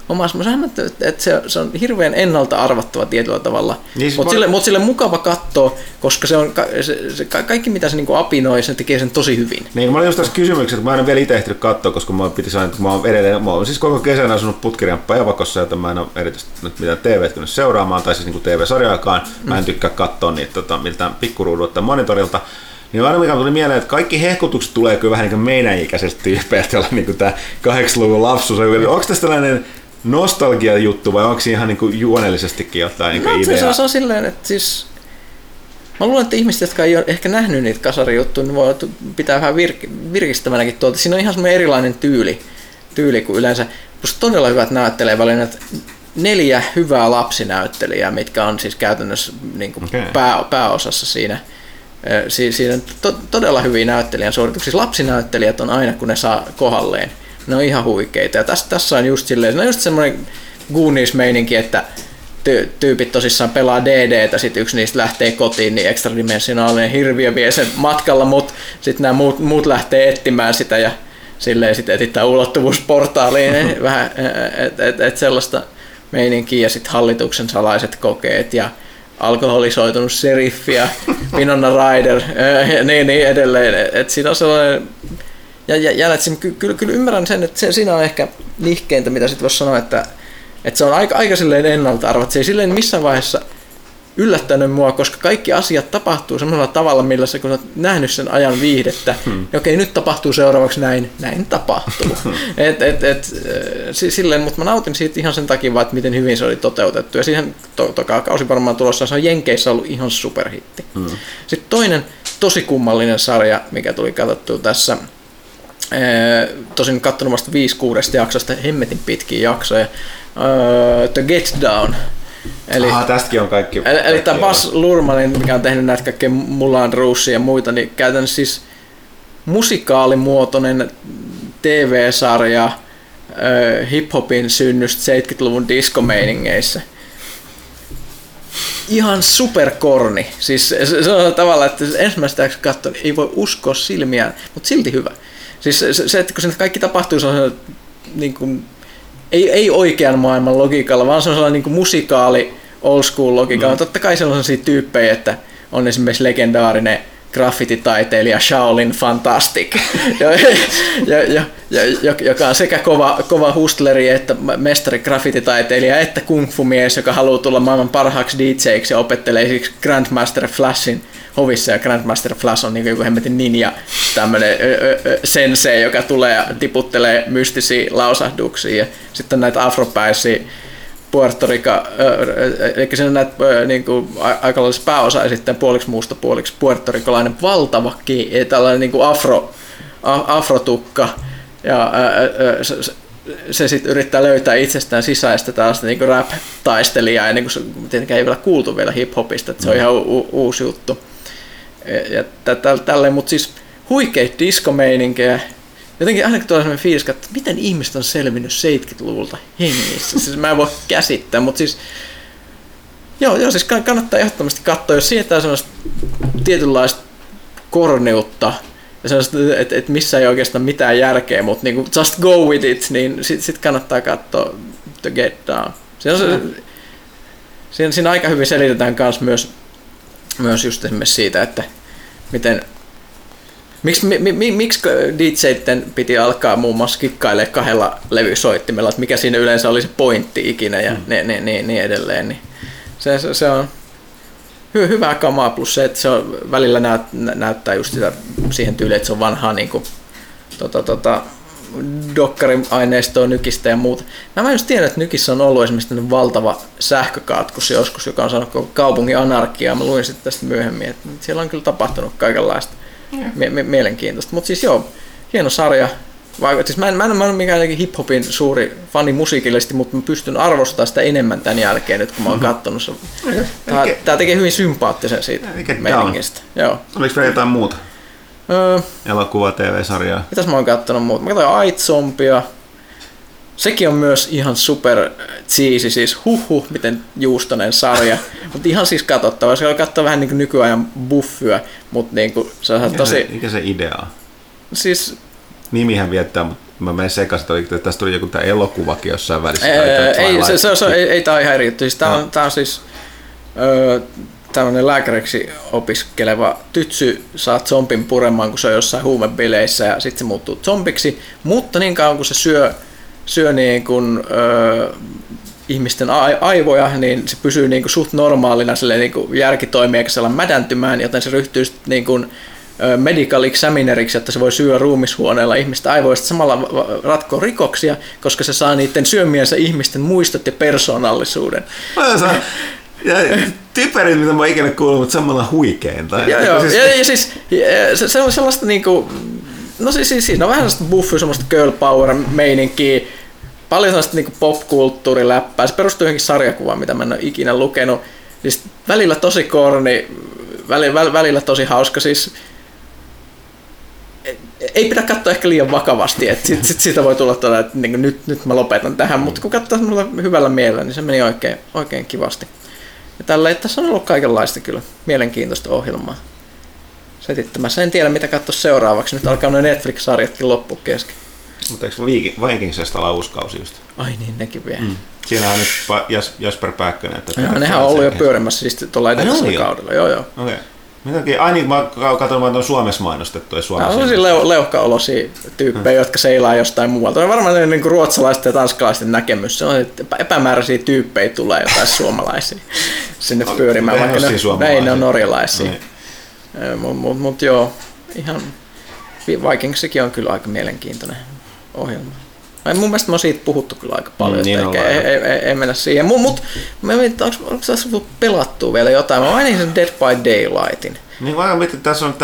omassa. Mä sanon, että se on hirveän ennalta arvattava tietyllä tavalla, Niin, mutta sille mukava katsoa, koska se on kaikki mitä se niinku apinoi, se tekee sen tosi hyvin. Niin, mä olin just tässä kysymyksessä, että mä en ole vielä itse ehtinyt katsoa, koska mä piti sanoa, että mä oon siis koko kesän asunut putkirjan Pajavakossa, joten mä en ole erityisesti nyt mitään TV:tä seuraamaan, tai siis niinku TV-sarjaakaan. Mä en tykkää katsoa niitä miltään pikkuruudulta tai monitorilta. Niin aina mikä tuli mieleen, että kaikki hehkutukset tulee kyllä vähän niin kuin meidän ikäisestä tyyppeiltä, jolla niin tämä 80-luvun lapsuus. Onko tässä tällainen nostalgia-juttu vai onko siinä ihan niin kuin juonellisestikin jotain niin ideaa? Se on silleen, että siis mä luulen, että ihmiset, jotka ei ole ehkä nähnyt niitä kasarijuttuja, niin voi pitää vähän virkistävänäkin tuolta. Siinä on ihan semmoinen erilainen tyyli kuin yleensä. Musta todella hyvät näyttelijävalinnat. 4 hyvää lapsinäyttelijää, mitkä on siis käytännössä niin kuin pääosassa siinä. Siinä on todella hyviä näyttelijän suorituksia. Siis lapsinäyttelijät on aina, kun ne saa kohdalleen. Ne on ihan huikeita. Ja tässä on just silleen, se on just semmoinen Goonies-meininki, että tyypit tosissaan pelaa DD:tä, sit yksi niistä lähtee kotiin, niin ekstradimensionaalinen hirviö vie sen matkalla, mutta sitten nämä muut lähtee etsimään sitä ja silleen sitten etsitään ulottuvuusportaaliin. Vähän et sellaista meininkiä ja sitten hallituksen salaiset kokeet ja alkoholisoitunut seriffi ja Winona Ryder ja niin edelleen. Et siinä on sellainen, ja kyllä ymmärrän sen, että siinä on ehkä nihkeintä, mitä sitten voisi sanoa, että se on aika silleen ennalta arvat. Se ei silleen missään vaiheessa yllättänyt mua, koska kaikki asiat tapahtuu semmoisella tavalla, millä se, kun olet nähnyt sen ajan viihdettä, okei, nyt tapahtuu seuraavaksi näin tapahtuu. Silleen, mutta mä nautin siitä ihan sen takia, että miten hyvin se oli toteutettu. Ja siihen toka kausi varmaan tulossa, se on Jenkeissä ollut ihan superhitti. Sitten toinen tosi kummallinen sarja, mikä tuli katsottua tässä, tosin katsonut vasta 5-6 jaksosta, hemmetin pitkiä jaksoja, The Get Down. Eli, tästäkin on kaikki. Eli tämä Baz Luhrmannin, mikä on tehnyt näitä kaikkea Moulin Rougea ja muita, niin käytännössä siis musikaalimuotoinen TV-sarja hip-hopin synnystä 70-luvun disco-meiningeissä. Ihan superkorni. Siis se on tavalla, että ensimmäistä katsoin, ei voi uskoa silmiään, mutta silti hyvä. Siis se että kun se kaikki tapahtuu, se on niin kuin, ei oikean maailman logiikalla, vaan se on sellainen niin kuin musikaali old school logiikalla. Totta kai siellä on sellaisia tyyppejä, että on esimerkiksi legendaarinen graffititaiteilija Shaolin Fantastic, joka on sekä kova hustleri että mestari graffititaiteilija että kung fu mies, joka haluaa tulla maailman parhaaksi DJ:ksi ja opettelee siksi Grandmaster Flashin hovissa, ja Grandmaster Flash on niin joku hemmetin ninja, tämmöinen sensei, joka tulee ja tiputtelee mystisiä lausahduksia, ja sitten on näitä afropäisiä Puerto Rico, eli siinä on näitä niin kuin, aika lailla pääosa ja sitten puoliksi muusta puoliksi puertorikolainen valtava tällainen niin kuin afrotukka, ja se sitten yrittää löytää itsestään sisäistä tällaista niin kuin rap-taistelijaa, ja niin kuin se tietenkään ei vielä kuultu vielä hip-hopista, että se on ihan uusi juttu. Ja tälleen, mutta siis huikeita disco-meininkejä. Jotenkin aina tulee sellainen fiilis, että miten ihmiset on selvinnyt 70-luvulta hengissä. Siis mä en voi käsittää, mutta siis joo, siis kannattaa ehdottomasti katsoa, jos sietää sellaista tietynlaista korneutta ja sellaista, että missä ei oikeastaan mitään järkeä, mutta niinku just go with it, niin sit kannattaa katsoa The Get Down. Siinä aika hyvin selitetään myös just esimerkiksi siitä, että miksi DJ:ten piti alkaa muun muassa kikkailemaan 2 levysoittimella, että mikä siinä yleensä oli se pointti ikinä ja niin edelleen. Niin se on hyvää kamaa, plus se, että se on välillä näyttää just sitä siihen tyyliin, että se on vanhaa niin kuin, dokkariaineistoa Nykistä ja muuta. Mä just tiedän, että Nykissä on ollut esimerkiksi valtava sähkökatkus joskus, joka on saanut kaupungin anarkiaa. Mä luin sitten tästä myöhemmin, että siellä on kyllä tapahtunut kaikenlaista mielenkiintoista. Mutta siis joo, hieno sarja. Siis mä en ole mikään hip-hopin suuri fani musiikillisesti, mutta mä pystyn arvostamaan sitä enemmän tämän jälkeen, nyt kun mä oon katsonut sen. Tää tekee hyvin sympaattisen siitä meiningistä. Oliko vielä jotain muuta? Elokuva, TV-sarjaa. Mitäs mä oon kattonut muuta? Mä katsoin Aitzombia. Sekin on myös ihan super cheesy, siis miten juustonen sarja. Mutta ihan siis katsottava. Se on katsoa vähän niin kuin nykyajan buffyä, mutta niin kuin se on tosi... Mikä se idea on? Siis... Nimihän viettää, mutta mä menen sekaisin, että tästä tuli joku tämä elokuvakin jossain välissä. Ei tää on ihan eri juttu. Siis tää on siis tämmönen lääkäriksi opiskeleva tytsy saa zombin puremaan, kun se on jossain huumebileissä ja sitten se muuttuu zombiksi, mutta niin kauan kun se syö niin kuin, ihmisten aivoja, niin se pysyy niin kuin suht normaalina, niin kuin järki toimii eikä sellainen mädäntymään, joten se ryhtyy niin kuin medical examineriksi, että se voi syödä ruumishuoneella ihmisten aivoista, samalla ratkoa rikoksia, koska se saa niiden syömiensä ihmisten muistot ja persoonallisuuden. Typerin, mitä mä oon ikinä kuullut, mutta samalla huikeinta. Joo. Se on sellaista niinku, no siis siinä on vähän sellaista buffy, semmoista girl power -meininkiä, paljon sellaista niinku popkulttuuriläppää. Se perustuu johonkin sarjakuvaan, mitä mä en ole ikinä lukenut. Siis välillä tosi korni, välillä tosi hauska. Siis ei pidä katsoa ehkä liian vakavasti, että sit siitä voi tulla tuolla, että niin nyt mä lopetan tähän, mutta kun katsoo hyvällä mielellä, niin se meni oikein kivasti. Ja tällä tässä on ollut kaikenlaista kyllä mielenkiintoista ohjelmaa. Setittämässä. En tiedä mitä katsoa seuraavaksi. Nyt alkaa noin Netflix-sarjatkin loppu kesken. Mutta eikö Vikingsesta olla uusi kausi just? Ai niin, nekin vielä. Siinähän on nyt Jasper Pääkkönen. Nehän on ollut jo pyörimässä siis tuolla edellisellä kaudella. Joo. Okei. Mä katson vaan tuon Suomessa mainostettu. On sellaisia leuhkaolosia tyyppejä, jotka seilaa jostain muualta. On varmaan niin kuin ruotsalaisten ja tanskalaisten näkemys. Se on, että epämääräisiä tyyppejä tulee jotain suomalaisia sinne pyörimään, vaikka ne on norjalaisia. Mutta joo, ihan Vikingsikin on kyllä aika mielenkiintoinen ohjelma. Mun mielestä me on siitä puhuttu kyllä aika paljon, ei mennä siihen. Mutta onko tässä pelattua vielä jotain? Mä mainin sen Dead by Daylightin. Niin mä mietin, että tässä on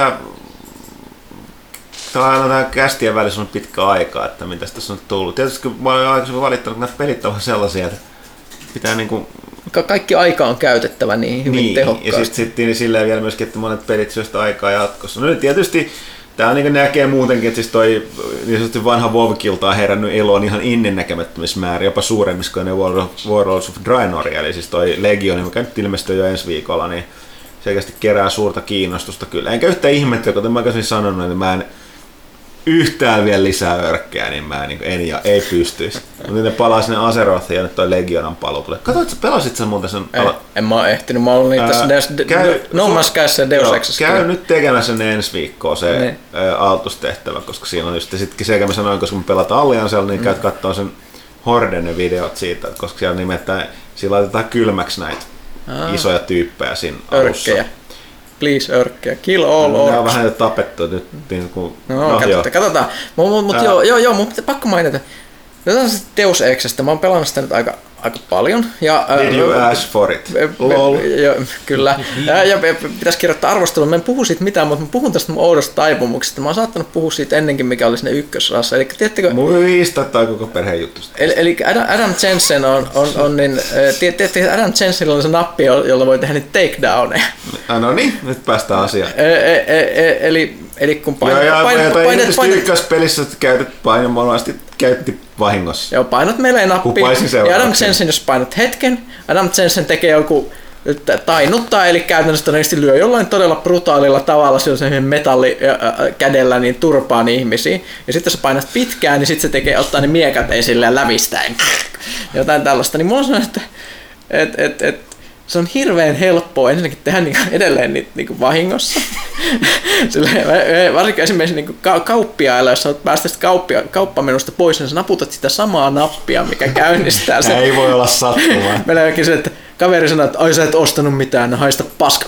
tämä kästien välissä on pitkä aika, että mitä tässä on tullut. Tietysti mä olen aikaisemmin valittanut, että nämä pelit ovat sellaisia, että pitää niinku... Kaikki aika on käytettävä niin hyvin tehokkaasti. Ja sitten silleen vielä myöskin, että monet pelit syöstä aikaa jatkossa. No tietysti tää niin näkee muutenkin, että siis toi niin sanotusti vanha WoW-kilta on herännyt eloon ihan ennennäkemättömissä määrin, jopa suuremmissa kuin ne Warlords of Draenor, eli siis toi Legion, mikä nyt ilmestyy jo ensi viikolla, niin selkeästi kerää suurta kiinnostusta kyllä. Enkä yhtään ihmettä, kuten mä aikaisemmin sanonut, että mä en yhtään vielä lisää örkkää, niin mä ei pystyisi. Mutta ne palaa sinne Azerothia ja nyt toi Legionan paluu tulee. Pelasit sä muuten sen? En mä oo ehtinyt, mä oon ollut tässä No Man's Skyssä ja Deus Exissa. Käy nyt tekemässä ne ensi viikkoa se aaltustehtävä, koska siinä on just sitten sekä mä sanoin, koska me pelataan Alliansella, niin käyt kattoo sen Horden ne videot siitä, koska siellä nimittäin siinä laitetaan kylmäksi näitä isoja tyyppejä siinä alussa. Please örkkejä. Kill all orcs. Ne on vähän jo tapettu nyt. Niin kuin, katsotaan. Mutta joo, mutta pakko mainita. Jotain Deus Existä. Mä oon pelannut sitä nyt aika paljon. Ja, did you ask for it? Lol. Kyllä. Ja pitäisi kirjoittaa arvostelua. Mä en puhu siitä mitään, mutta mä puhun tästä mun oudosta taipumuksesta. Mä oon saattanut puhua siitä ennenkin, mikä oli sinne ykkösrassa. Eli tiedättekö... Muista tai koko perheen juttusta. Eli Adam Jensen on niin... Tiedättekö, Adam Jensenillä on se nappi, jolla voi tehdä niitä takedowneja. No niin, nyt päästään asiaan. Eli kun ykköspelissä käytet painomonasti käytti vahingossa. Joo, painat meille nappia. Ja Adam Jensen, jos painat hetken, Adam Jensen tekee joku tainuttaa, eli käytännössä todennäköisesti lyö jollain todella brutaalilla tavalla sellaisen metallikädellä niin turpaan ihmisiä. Ja sitten jos painat pitkään, niin sitten se tekee, ottaa ne miekat esille ja lävistäen. Jotain tällaista. Niin mulla on sellainen, että se on hirveän helppoa ensinnäkin tehdä edelleen niitä vahingossa. Varsinkin esimerkiksi niin kauppiailla, jos olet päästä kauppamenusta pois, niin sä naputat sitä samaa nappia, mikä käynnistää sen. Ei voi olla sattumaa. Meillä on jokin se, että kaveri sanoo, että ai sä et ostanut mitään, no haista paska.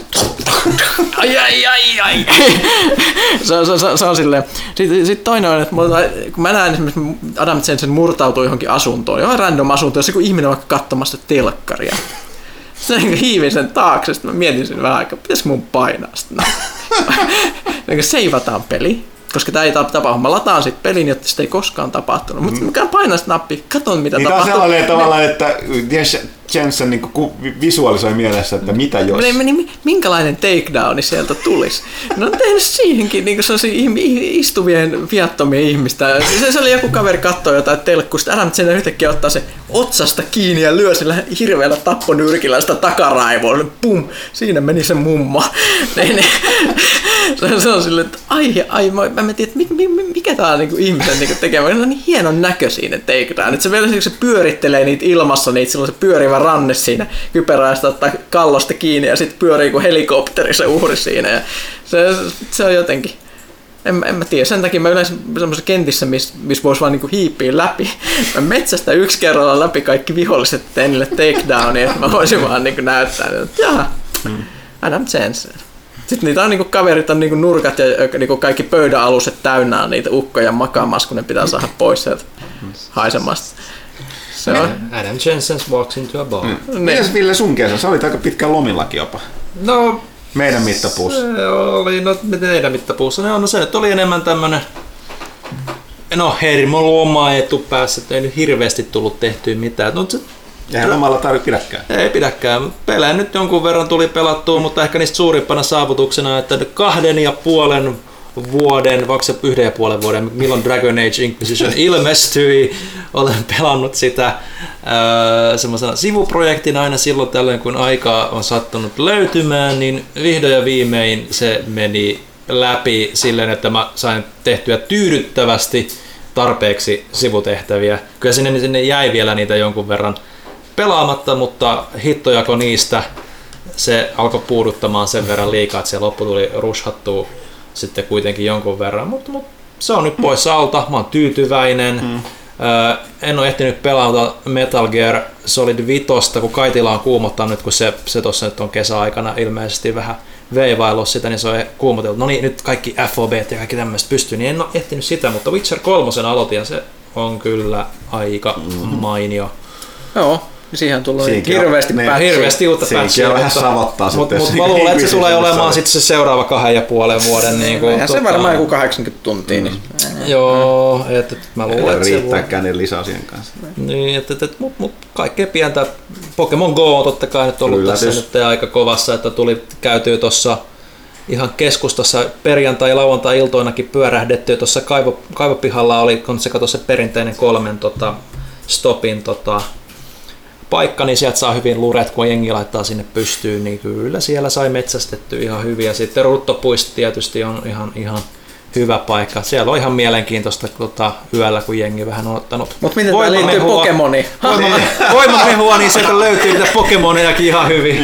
Ai. Se on silleen. Sitten toinen on, että kun mä näen esimerkiksi Adam Jensen murtautuu johonkin asuntoon, johon random asuntoon, jos joku ihminen on vaikka katsomassa telkkaria. Se hiivin sen taakse, sitten mä mietin sen vähän aikaa, pitäisikö mun painaa sitä. Seivataan peli, koska tää ei tapahdu. Mä lataan sit pelin, jotta sitä ei koskaan tapahtunut. Mutta mä painan sitä nappia, katon mitä tapahtuu. Mikä on sellainen tavallaan, että Jensen niin visualisoi mielessä, että mitä jos. Minkälainen takedowni sieltä tulisi? No on tehnyt siihenkin niin istuvien viattomien ihmistä. Se oli joku kaveri kattoo jotain telkkuista. Adam sen yhtäkkiä ottaa se otsasta kiinni ja lyö sillä hirveällä tapponyrkillä sitä takaraivoa. Pum, siinä meni se mummo. Se on silleen, että ai, mä en tiedä, mikä tää on niinku ihmisen niinku tekemä, ne on niin hienon näköisiä ne takedown. Nyt se vielä se pyörittelee niitä ilmassa, niitä silloin se pyörivä ranne siinä kypäräistä ottaa kallosta kiinni ja sitten pyörii kuin helikopteri se uhri siinä. Ja se on jotenkin, en mä tiedä, sen takia mä yleensä semmoisessa kentissä, missä voisi vaan niinku hiipiä läpi. Mä metsästä yksi kerralla läpi kaikki viholliset, tein niille takedownia, että mä voisin vaan niinku näyttää, että jaha, Adam Jensen. Sitten niitä on niinku kaverit on niinku nurkat ja niinku kaikki pöydän aluset täynnä on niitä ukkoja makaamassa, kun ne pitää saada pois sieltä haisemasta. Se on. Adam Jensen walks into a bar. Mitäs Ville sun kesä? Sä olit aika pitkään lomillakin jopa. No, Meidän mittapuussa. se oli, no meidän mittapuussa. No se nyt oli enemmän tämmönen, hermoloma etupäässä, että ei nyt hirveästi tullut tehtyä mitään. No, Eihän lomalla tarvitse pidäkään. Ei pidäkään. Pelejä nyt jonkun verran tuli pelattua, mutta ehkä niistä suurimpana saavutuksena, että 2,5 vuoden, vaikka 1,5 vuoden, milloin Dragon Age Inquisition ilmestyi, olen pelannut sitä semmoisena sivuprojektina aina silloin tällöin, kun aikaa on sattunut löytymään, niin vihdoin ja viimein se meni läpi silleen, että mä sain tehtyä tyydyttävästi tarpeeksi sivutehtäviä. Kyllä sinne jäi vielä niitä jonkun verran pelaamatta, mutta hittojako niistä se alkoi puuduttamaan sen verran liikaa, että se loppu tuli rushattua sitten kuitenkin jonkun verran, mutta se on nyt pois alta, mä oon tyytyväinen. En ole ehtinyt pelata Metal Gear Solid 5, kun Kaitila on kuumottanut nyt, kun se tuossa nyt on kesäaikana ilmeisesti vähän veivaillut sitä, niin se on kuumoteltu. No niin, nyt kaikki FOB ja kaikki tämmöistä pystyy, niin en ole ehtinyt sitä, mutta Witcher 3 aloitin ja se on kyllä aika mainio. Joo. Siihen on tullut hirveästi uutta patchia. Sekin vähän savottaa sitten. Mutta mä luulen, että se tulee olemaan sitten se seuraava 2,5 vuoden. Eihän se varmaan joku 80 tuntia. Niin. Joo, että mä luulen, että se riittääkään ne lisäosien kanssa. Niin, mutta kaikkea pientä. Pokemon Go on totta kai nyt ollut tässä nyt aika kovassa, että tuli käytyy tuossa ihan keskustassa perjantai- ja lauantai-iltoinakin pyörähdettyä. Tuossa kaivopihalla oli se perinteinen 3 stopin paikka, niin sieltä saa hyvin luret, kun jengi laittaa sinne pystyyn, niin kyllä siellä sai metsästetty ihan hyviä. Sitten Ruttopuisto tietysti on ihan hyvä paikka. Siellä on ihan mielenkiintoista yöllä, kun jengi vähän on ottanut. Mutta miten tämä liittyy Pokemoniin? Voimamehua, niin sieltä löytyy niitä Pokemonejakin ihan hyvin.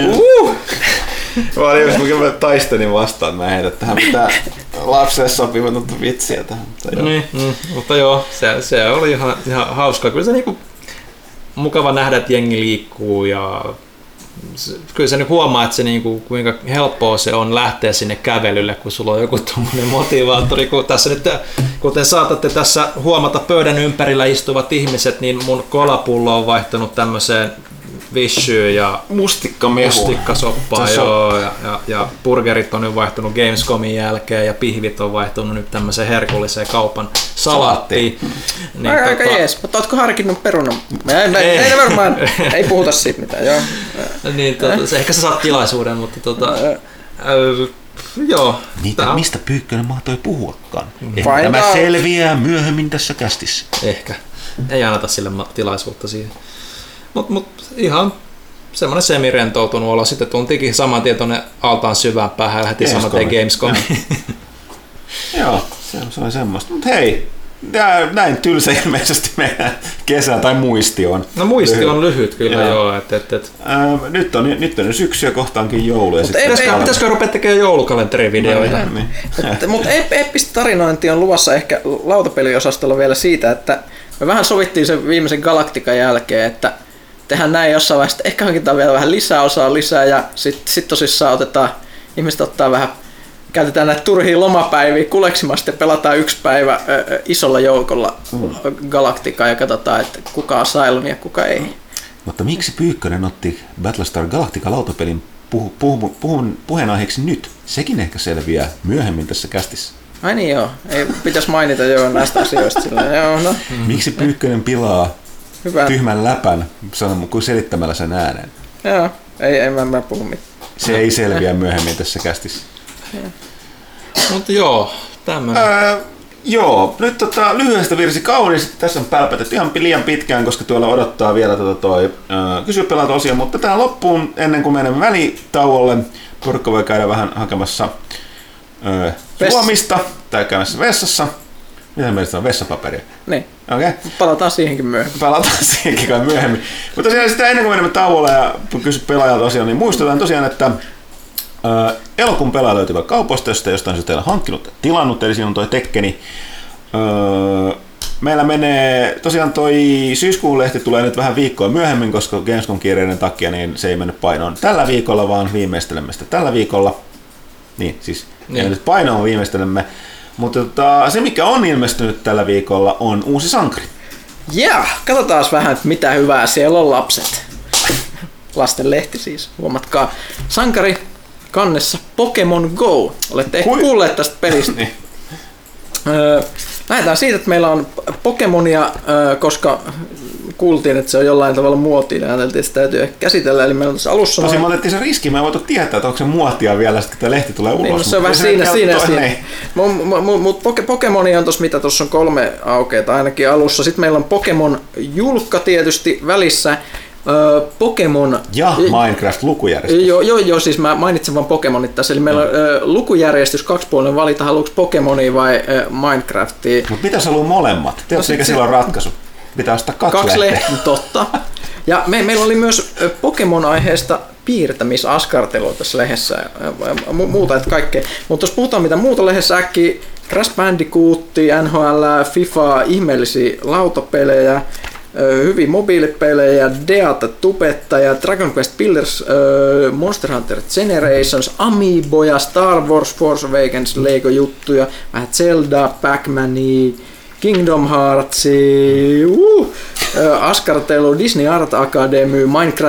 Mä olin just, kun taistelin vastaan, mä heitän tähän mitään lapselle sopimatonta vitsiä tähän. Mutta joo, se oli ihan hauskaa. Kyllä se niinku mukava nähdä, että jengi liikkuu ja kyllä se nyt huomaa, että se niinku, kuinka helppoa se on lähteä sinne kävelylle, kun sulla on joku tuommoinen motivaattori. Kun tässä nyt, kuten saatatte tässä huomata pöydän ympärillä istuvat ihmiset, niin mun kolapullo on vaihtunut tämmöiseen vishyyn ja mustikkasoppaa, joo, ja burgerit on nyt vaihtunut Gamescomin jälkeen ja pihvit on vaihtunut nyt tämmöiseen herkulliseen kaupan salaattiin. Niin, aika jees, mutta ootko harkinnut perunan? Ei varmaan, ei puhuta siitä mitään, joo. Niin, ehkä sä saat tilaisuuden, mutta joo. Niitä, mistä Pyykkönen mahtoi puhuakaan. Ehkä tämä selviää myöhemmin tässä kästissä. Ehkä. Ei anneta sille tilaisuutta siihen. Mut ihan semmoinen semirentoutunut olo. Sitten tuntikin saman tien tuonne altaan syvään päähän ja lähti saman tien Gamescom. Joo, se oli semmoista. Mutta hei, näin tylsä ilmeisesti meidän kesä tai muisti on. No muisti lyhyt. On lyhyt kyllä joo. Nyt on syksy ja kohtaankin joulu. Pitäisikö rupea tekemään joulukalenterivideoita? Mutta eeppistä tarinointi on luvassa ehkä lautapeliosastolla vielä siitä, että me vähän sovittiin sen viimeisen Galactican jälkeen, että tehdään näin jossain vaiheessa, että ehkä hankitaan vielä vähän lisää ja sit tosissaan ihmiset ottaa vähän, käytetään näitä turhia lomapäiviä kuleksimasta ja pelataan 1 päivä isolla joukolla Galacticaa ja katsotaan, että kuka on Cylon ja kuka ei. Mutta miksi Pyykkönen otti Battlestar Galactica lautapelin puheenaiheeksi nyt? Sekin ehkä selviää myöhemmin tässä kästissä. Ai niin joo, ei pitäisi mainita näistä asioista sillä. Joo, no. Miksi Pyykkönen pilaa tyhmän läpän kuin selittämällä sen äänen? Joo, ei mä puhu mitään. Se ei selviä myöhemmin tässä kästissä. Mutta joo, tämmöinen. Joo, nyt lyhyestä virsi kaunis. Tässä on pälpätetty ihan liian pitkään, koska tuolla odottaa vielä kysypelaat osia, mutta tähän loppuun ennen kuin menemme välitauolle, porukka voi käydä vähän hakemassa juomista tai käymässä vessassa. Mitä meistä on? Vessapaperia? Niin. Okei. Okay. Palataan siihenkin myöhemmin. Palataan siihenkin kai myöhemmin. Mutta tosiaan sitä ennen kuin menemme tauolle ja kysy pelaajalta asiaa, niin muistutan tosiaan, että elokuun pelaaja löytyvä kaupoista, jostain se teillä hankkinut ja tilannut, eli siinä on toi Tekkeni. Meillä menee, tosiaan toi syyskuun lehti tulee nyt vähän viikkoa myöhemmin, koska Gamescom-kiireiden takia niin se ei mennyt painoon tällä viikolla, vaan viimeistelemme sitä tällä viikolla. Niin, siis nyt painoon viimeistelemme. Mutta se, mikä on ilmestynyt tällä viikolla, on uusi sankari. Katsotaan vähän, mitä hyvää siellä on, lapset. Lastenlehti siis, huomatkaa. Sankari kannessa Pokemon Go. Olette ehkä kuulleet tästä pelistä. Niin. Lähdetään siitä, että meillä on Pokemonia, koska kuultiin, että se on jollain tavalla muotia ja ajateltiin, että sitä täytyy ehkä käsitellä. Eli meillä on tässä alussa... Tosiaan me otettiin se riski, me ei voitu tietää, että onko se muotia vielä, kun tämä lehti tulee ulos. Niin, no se on vähän siinä. Mutta Pokemonia on tuossa, mitä tuossa on 3 aukeata ainakin alussa. Sitten meillä on Pokemon Julkka tietysti välissä. Pokemon... Ja Minecraft-lukujärjestys. Joo, siis mä mainitsen vaan Pokemonit tässä. Eli meillä on lukujärjestys 2-puolinen valita, haluatko Pokemonia vai Minecraftia. Mutta mitä sä haluat molemmat? Tiedätkö, mikä siellä on ratkaisu? Pitää ostaa 2 lehteä. Totta. Ja meillä oli myös Pokemon-aiheesta piirtämisaskartelua tässä lehdessä ja muuta, että kaikkea. Mutta jos puhutaan mitä muuta lehdessä äkkiä, Crash Bandicoot, NHL, FIFA, ihmeellisiä lautapelejä, hyviä mobiilipelejä, Deata Tubetta, Dragon Quest Builders, Monster Hunter Generations, Amiiboja, Star Wars, Force Awakens, Lego-juttuja, vähän Zelda, Pac-Mania, Kingdom Hearts, askartelu, Disney Art Academy,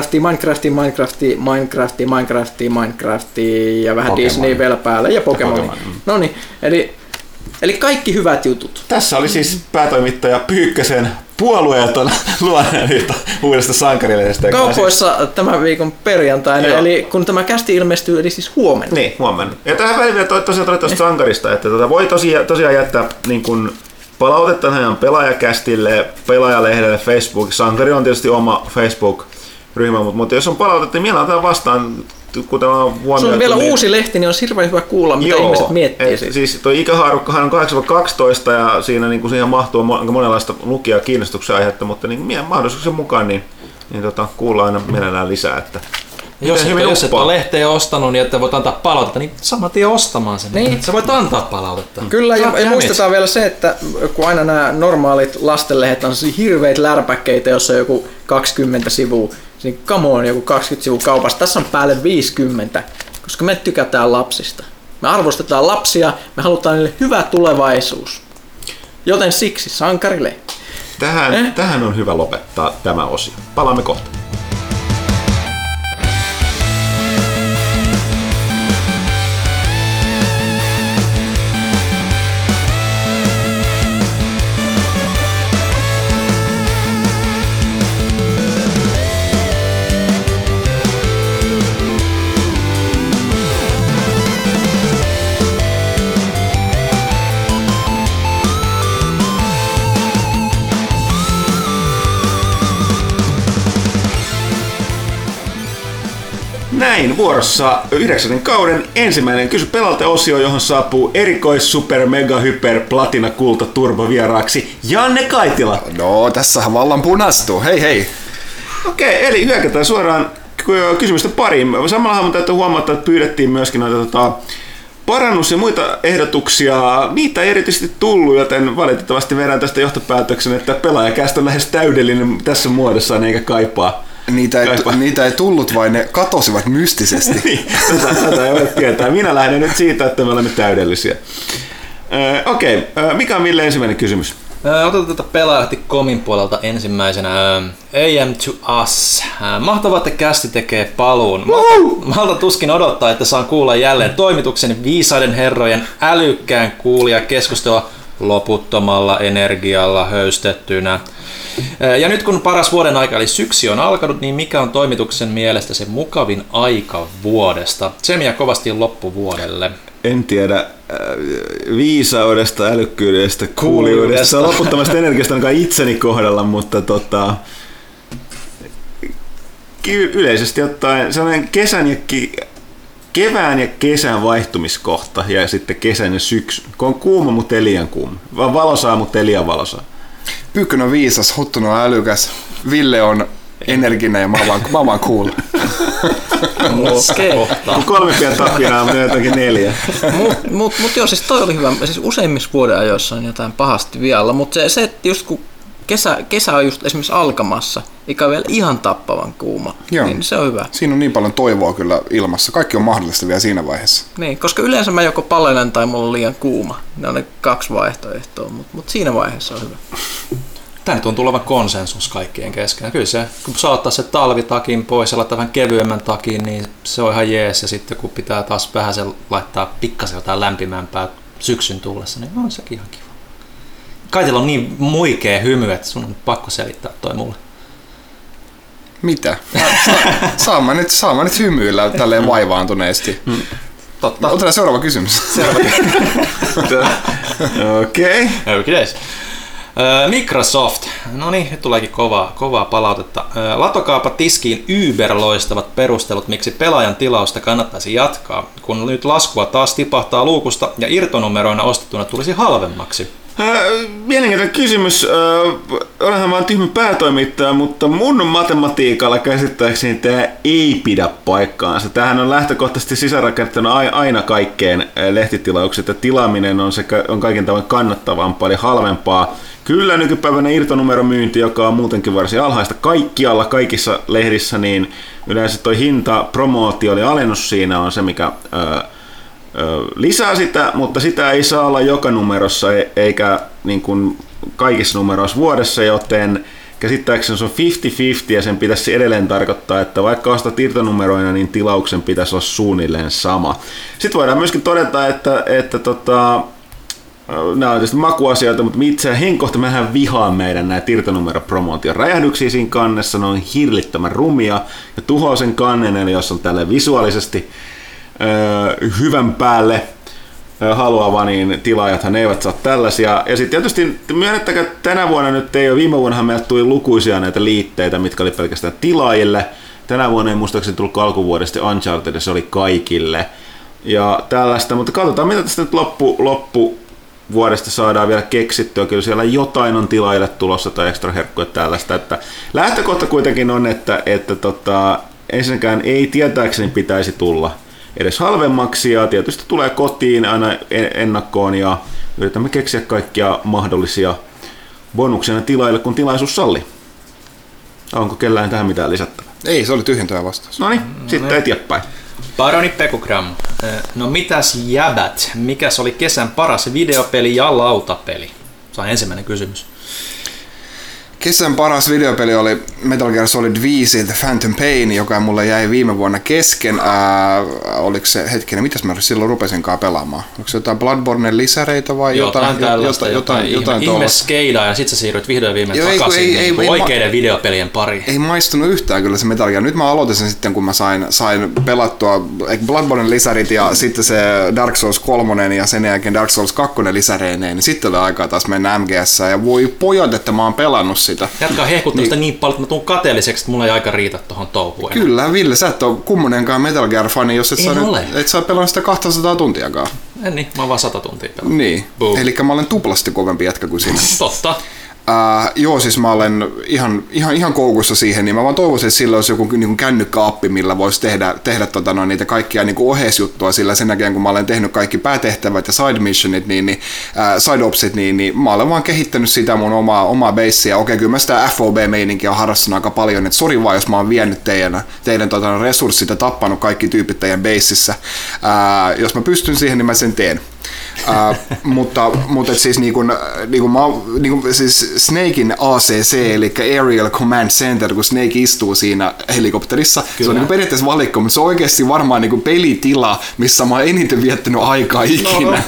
Minecrafti ja vähän Pokemon. Disney vielä päälle ja Pokemon. No niin, eli kaikki hyvät jutut. Tässä oli siis päätoimittaja Pyykkösen puolueeton luonne uudesta sankarilehdestä. Kaupoissa tämän viikon perjantaina, eli kun tämä kästi ilmestyy, eli siis huomenna. Niin, huomenna. Ja tähän väliin vielä tosiaan tuosta sankarista, että voi tosiaan jättää niin kuin palautetta tähän pelaajakästille, pelaajalehdelle, Facebook. Sankari on tietysti oma Facebook-ryhmä, mutta jos on palautetta, niin mielellään otetaan vastaan, kuten on huomioitu. Se on vielä uusi lehti, niin on hirveän hyvä kuulla, mitä ihmiset miettii siitä. Siis tuo ikähaarukkahan on 8-12 ja siinä niin kuin siihen mahtuu monenlaista lukija kiinnostuksen aihetta, mutta niin mahdollisuuksien mukaan niin kuullaan aina mielellään lisää. Että jos et ole lehteä ostanut, niin että voit antaa palautetta, niin saman tien ostamaan sen. Niin. Sä voit antaa palautetta. Kyllä, ja muistetaan vielä se, että kun aina nämä normaalit lastenlehdet on hirveitä lärpäkkeitä, jossa on joku 20 sivua, niin come on, joku 20 sivua kaupasta. Tässä on päälle 50, koska me tykätään lapsista. Me arvostetaan lapsia, me halutaan niille hyvä tulevaisuus. Joten siksi sankarilehti. Tähän on hyvä lopettaa tämä osio. Palaamme kohta. Näin vuorossa 9. kauden ensimmäinen Kysy pelalta -osio, johon saapuu erikois, super, mega, hyper, platina, kulta, turbo vieraaksi Janne Kaitila. No, tässähän vallan punastuu. Hei. Okei, eli hyökätään suoraan kysymysten pariin. Samalla täytyy huomata, että pyydettiin myöskin noita parannus- ja muita ehdotuksia. Niitä ei erityisesti tullut, joten valitettavasti vedän tästä johtopäätöksen, että pelaajakästä on lähes täydellinen tässä muodossaan eikä kaipaa. Niitä ei tullut, vaan ne katosivat mystisesti. Niin, tätä ei ole tietää. Minä lähden nyt siitä, että me olemme täydellisiä. Okei, mikä on Ville ensimmäinen kysymys? Otetaan Pelaajalehti.comin puolelta ensimmäisenä. AM to Us. Mahtavaa, että kästi tekee paluun. Malta tuskin odottaa, että saan kuulla jälleen toimituksen viisaiden herrojen älykkään kuulia keskustelua loputtomalla energialla höystettynä. Ja nyt kun paras vuoden aika eli syksy on alkanut, niin mikä on toimituksen mielestä se mukavin aika vuodesta? Tsemiä kovasti loppuvuodelle. En tiedä viisaudesta, älykkyydestä, kuulijuudesta, loputtomasta energiasta ainakaan itseni kohdalla, mutta yleisesti ottaen sellainen kesän ja kevään ja kesän vaihtumiskohta ja sitten kesän ja syksyn. Kun on kuuma, mutta ei liian kuuma. Vaan valosaa, mutta ei liian valosaa. Pyykkönen on viisas, Huttunen on älykäs, Ville on energinen ja mä oon vaan cool. Kun 3 pian tapinaa, mutta jotakin 4. Mut joo, siis toi oli hyvä. Siis useimmissa vuoden ajoissa on jotain pahasti vialla, mutta se että just kun kesä on just esimerkiksi alkamassa, eikä vielä ihan tappavan kuuma, joo. Niin se on hyvä. Siinä on niin paljon toivoa kyllä ilmassa. Kaikki on mahdollista vielä siinä vaiheessa. Niin, koska yleensä mä joko palelen tai mulla on liian kuuma. Ne on ne 2 vaihtoehtoa, mutta siinä vaiheessa on hyvä. Tämä nyt on tuleva konsensus kaikkien kesken. Kyllä se, kun saa ottaa se talvitakin pois ja laittaa vähän kevyemmän takin, niin se on ihan jees. Ja sitten kun pitää taas vähän se laittaa pikkasen jotain lämpimämpää syksyn tullessa, niin on sekin ihan kiva. Kaitilla on niin muikea hymy, että sun on pakko selittää toi mulle. Mitä? Saan mä nyt hymyillä tälleen vaivaantuneesti. Totta. Otetaan seuraava kysymys. Okei. Microsoft. No niin, nyt tuleekin kovaa palautetta. Latokaapa tiskiin yberloistavat perustelut, miksi pelaajan tilausta kannattaisi jatkaa, kun nyt laskua taas tipahtaa luukusta ja irtonumeroina ostettuna tulisi halvemmaksi. Mielenkiintoinen kysymys. Olenhan vaan tyhmä päätoimittaja, mutta mun matematiikalla käsittääkseni tämä ei pidä paikkaansa. Tämähän on lähtökohtaisesti sisäänrakennettuna aina kaikkeen lehtitilaukset, ja tilaaminen on kaiken tavoin kannattavampaa eli halvempaa. Kyllä nykypäivänä irtonumeromyynti, joka on muutenkin varsin alhaista kaikkialla, kaikissa lehdissä, niin yleensä toi hinta, promootio eli alennus siinä on se, mikä lisää sitä, mutta sitä ei saa olla joka numerossa eikä niin kuin kaikissa numeroissa vuodessa, joten käsittääkseni se on 50-50 ja sen pitäisi edelleen tarkoittaa, että vaikka ostat irtonumeroina, niin tilauksen pitäisi olla suunnilleen sama. Sitten voidaan myöskin todeta, että nämä on tietysti makuasioita, mutta itse henkkohta mähän vihaan meidän näitä irtonumeropromootion räjähdyksiä siinä kannessa, ne on hirlittömän rumia ja tuhoaa sen kannen, eli jos on tälle visuaalisesti hyvän päälle haluava, niin tilaajathan eivät saa tällaisia. Ja sitten tietysti myönnettäkö, että tänä vuonna nyt ei ole, viime vuonnahan meille tuli lukuisia näitä liitteitä, mitkä oli pelkästään tilaajille. Tänä vuonna ei muistaakseni tullut alkuvuodesta Uncharted, ja se oli kaikille. Ja tällaista, mutta katsotaan mitä tästä nyt loppuvuodesta saadaan vielä keksittyä. Kyllä siellä jotain on tilaajille tulossa tai ekstra herkkuja tällaista. Että lähtökohta kuitenkin on, että ensinnäkään ei tietääkseni pitäisi tulla edes halvemmaksi ja tietysti tulee kotiin aina ennakkoon ja yritämme keksiä kaikkia mahdollisia bonuksia tilaille, kun tilaisuus sallii. Onko kellään tähän mitään lisättävää? Ei, se oli tyhjentävä vastaus. Noniin, sitten eteenpäin. Baroni Pekugram. No mitäs jäbät? Mikäs oli kesän paras videopeli ja lautapeli? Se on ensimmäinen kysymys. Kesän paras videopeli oli Metal Gear Solid 5 The Phantom Pain, joka mulle jäi viime vuonna kesken. Oliko se hetkinen, mitäs mä silloin rupesinkaan pelaamaan? Onko se jotain Bloodborne lisäreitä vai jotain ihme skeidaa ja sit sä siirryt vihdoin viimein takaisin oikeiden videopelien pariin. Ei maistunut yhtään kyllä se Metal Gear. Nyt mä aloitin sen sitten, kun mä sain pelattua Bloodborne lisärit ja sitten se Dark Souls 3 ja sen jälkeen Dark Souls 2 lisäreineen, niin sitten oli aikaa taas mennä MGS ja voi pojat, että mä oon pelannut sitä. Jatkaa hehkuttamista niin paljon, että mä tuun kateelliseksi, että mulla ei aika riitä tohon touhuun. Kyllä, Ville, sä et ole kummonenkaan Metal Gear-fani, jos et saa pelannut sitä 200 tuntiakaan. En niin, mä oon vaan 100 tuntia pelannut. Niin, eli mä olen tuplasti kovempi jätkä kuin sinä. Totta. Joo, siis mä olen ihan koukussa siihen, niin mä vaan toivoisin, että sillä olisi joku niin kännykkäappi, millä voisi tehdä niitä kaikkia niin oheisjuttua, sillä sen jälkeen kun mä olen tehnyt kaikki päätehtävät ja side missionit, side opsit, niin mä olen vaan kehittänyt sitä mun omaa basea. Okei, kyllä mä sitä FOB-meininkiä on harrastanut aika paljon, että sori vaan, jos mä oon vienyt teidän resurssit ja tappanut kaikki tyypit teidän baseissa. Jos mä pystyn siihen, niin mä sen teen. Mutta siis siis Snakein ACC, eli Aerial Command Center, kun Snake istuu siinä helikopterissa, kyllä. Se on periaatteessa valikko, mutta se on oikeasti varmaan pelitila, missä mä oon eniten viettänyt aikaa ikinä.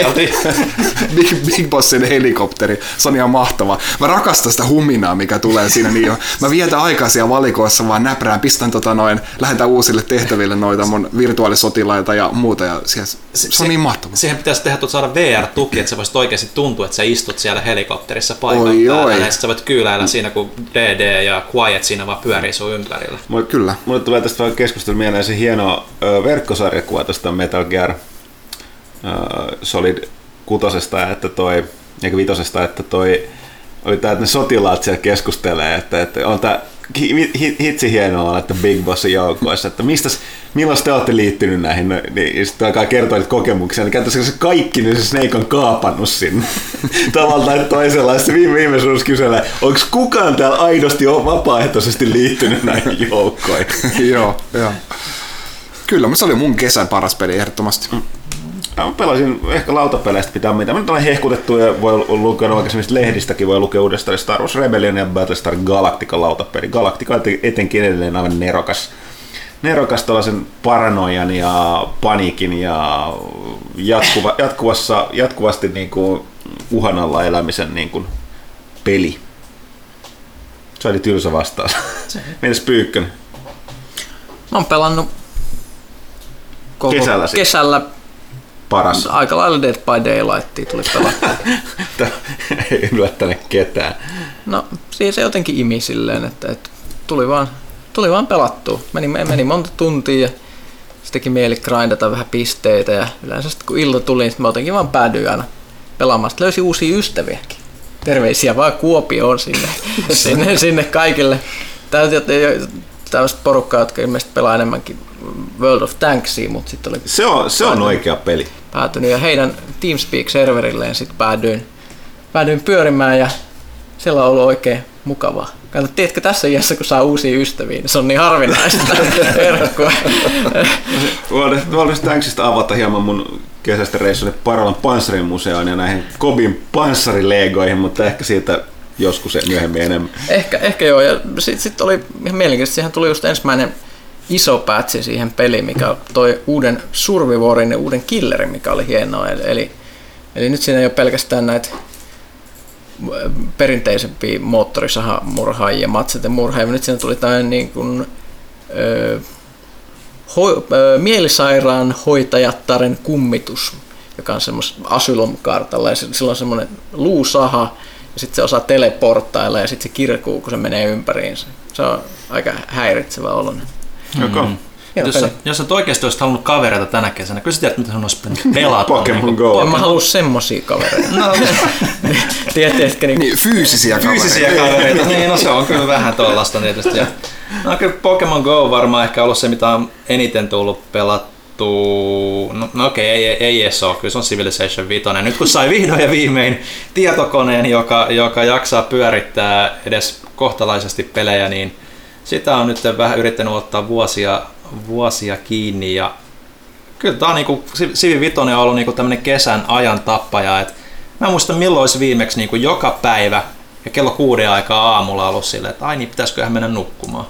Big Bossin helikopteri, se on ihan mahtava. Mä rakastan sitä huminaa, mikä tulee siinä. Niin mä vietän aikaa siellä valikoissa, vaan näprään, pistän lähetän uusille tehtäville noita mun virtuaalisotilaita ja muuta, ja se on niin mahtava. Siihen pitäisi tehdä kokeiltu saada VR-tuki, että sä voisit oikeasti tuntua, että sä istut siellä helikopterissa paikan päällä, ja sä voit kyyläillä siinä, kun DD ja Quiet siinä vaan pyörii sun ympärillä. Kyllä. Mulle tulee tästä vähän keskustelua mieleen se hieno verkkosarjakuva tuosta Metal Gear Solid 6, eikä 5, että toi oli tää, että ne sotilaat siellä keskustelee, että on tää hitsi hienoa olla, että Big Bossin joukoissa, että milloin te olette liittynyt näihin, niin sitten alkaa kertoa niitä kokemuksia, niin käyttäisikö se kaikki, niin se Snake on kaapannut sinne tavalla tai toisella, ja sitten viimeisuudessa kyselee, onko kukaan täällä aidosti vapaaehtoisesti liittynyt näihin joukkoihin? Joo. Kyllä, mutta se oli mun kesän paras peli ehdottomasti. Mä pelasin ehkä lautapeleistä pitää mitä. Mä nyt olen hehkutettu ja voi lukea oikeasti lehdistäkin, voi lukea uudestaan Star Wars Rebellion ja Battlestar Galactica lautapeli. Galactica on etenkin edelleen aivan nerokas tällaisen paranoian ja paniikin ja jatkuvasti niin kuin uhan alla elämisen niin kuin peli. Se oli tylsä vastaus. Mitäs Pyykkönen? Mä oon pelannut kesällä paras. Aika lailla Dead by Daylightia tuli pelattua. Ei yllättänyt ketään. No siis se jotenkin imi silleen, että tuli vaan pelattua. Meni monta tuntia ja se teki mieli grindata vähän pisteitä ja yleensä sitten kun ilta tuli, niin mä jotenkin vaan päädyin aina pelaamaan. Sitten löysin uusia ystäviäkin. Terveisiä vaan Kuopioon sinne kaikille. Tämmöistä porukkaa, jotka ilmeisesti pelaa enemmänkin World of Tanksia, mutta sitten oli... Se on oikea peli. Päätynyt ja heidän TeamSpeak-serverilleen sitten päädyin pyörimään ja siellä on ollut oikein mukavaa. Kato, tiedätkö tässä iässä, kun saa uusia ystäviä, niin se on niin harvinaista verkkoa. World of Tanksista avata hieman mun kesästä reissuille Parolan Panssarimuseoon ja näihin Kobin panssarilegoihin, mutta ehkä siitä joskus myöhemmin enemmän. Ehkä joo, ja sitten oli ihan mielenkiintoista, siihen tuli just ensimmäinen iso pätsi siihen peliin, mikä toi uuden Survivorin ja uuden Killerin, mikä oli hienoa. Eli nyt siinä ei ole pelkästään näitä perinteisempiä moottorisahamurhaajia, matsetemurhaajia, nyt siinä tuli tämmöinen niin kuin, mielisairaan hoitajattaren kummitus, joka on semmoista Asylum-kartalla, ja sillä on semmoinen luusaha, ja sitten se osaa teleporttailla, ja sitten se kirkuu, kun se menee ympäriinsä. Se on aika häiritsevä oloinen. Jos et oikeasti olisit halunnut kavereita tänä kesänä, kyllä sä tiedät, mitä sun olisi pelata. Pokemon Go. En mä halua semmosia kavereita. Tiedätkö, niin, fyysisiä kavereita. Niin, no se on kyllä vähän tuollaista tietysti. No kyllä Pokemon Go varmaan ehkä ollut se, mitä on eniten tullut pelattua. No okei, ei edes ole, kyllä se on Civilization 5. Nyt kun sai vihdoin ja viimein tietokoneen, joka jaksaa pyörittää edes kohtalaisesti pelejä, niin sitä on nyt vähän yrittänyt ottaa vuosia kiinni ja kyllä tää on niinku, Civi 5 on ollut niinku tämmönen kesän ajan tappaja, et mä muistan milloin olisi viimeksi niinku joka päivä ja kello 6 aikaa aamulla ollut silleen, että ai niin pitäisiköhän mennä nukkumaan.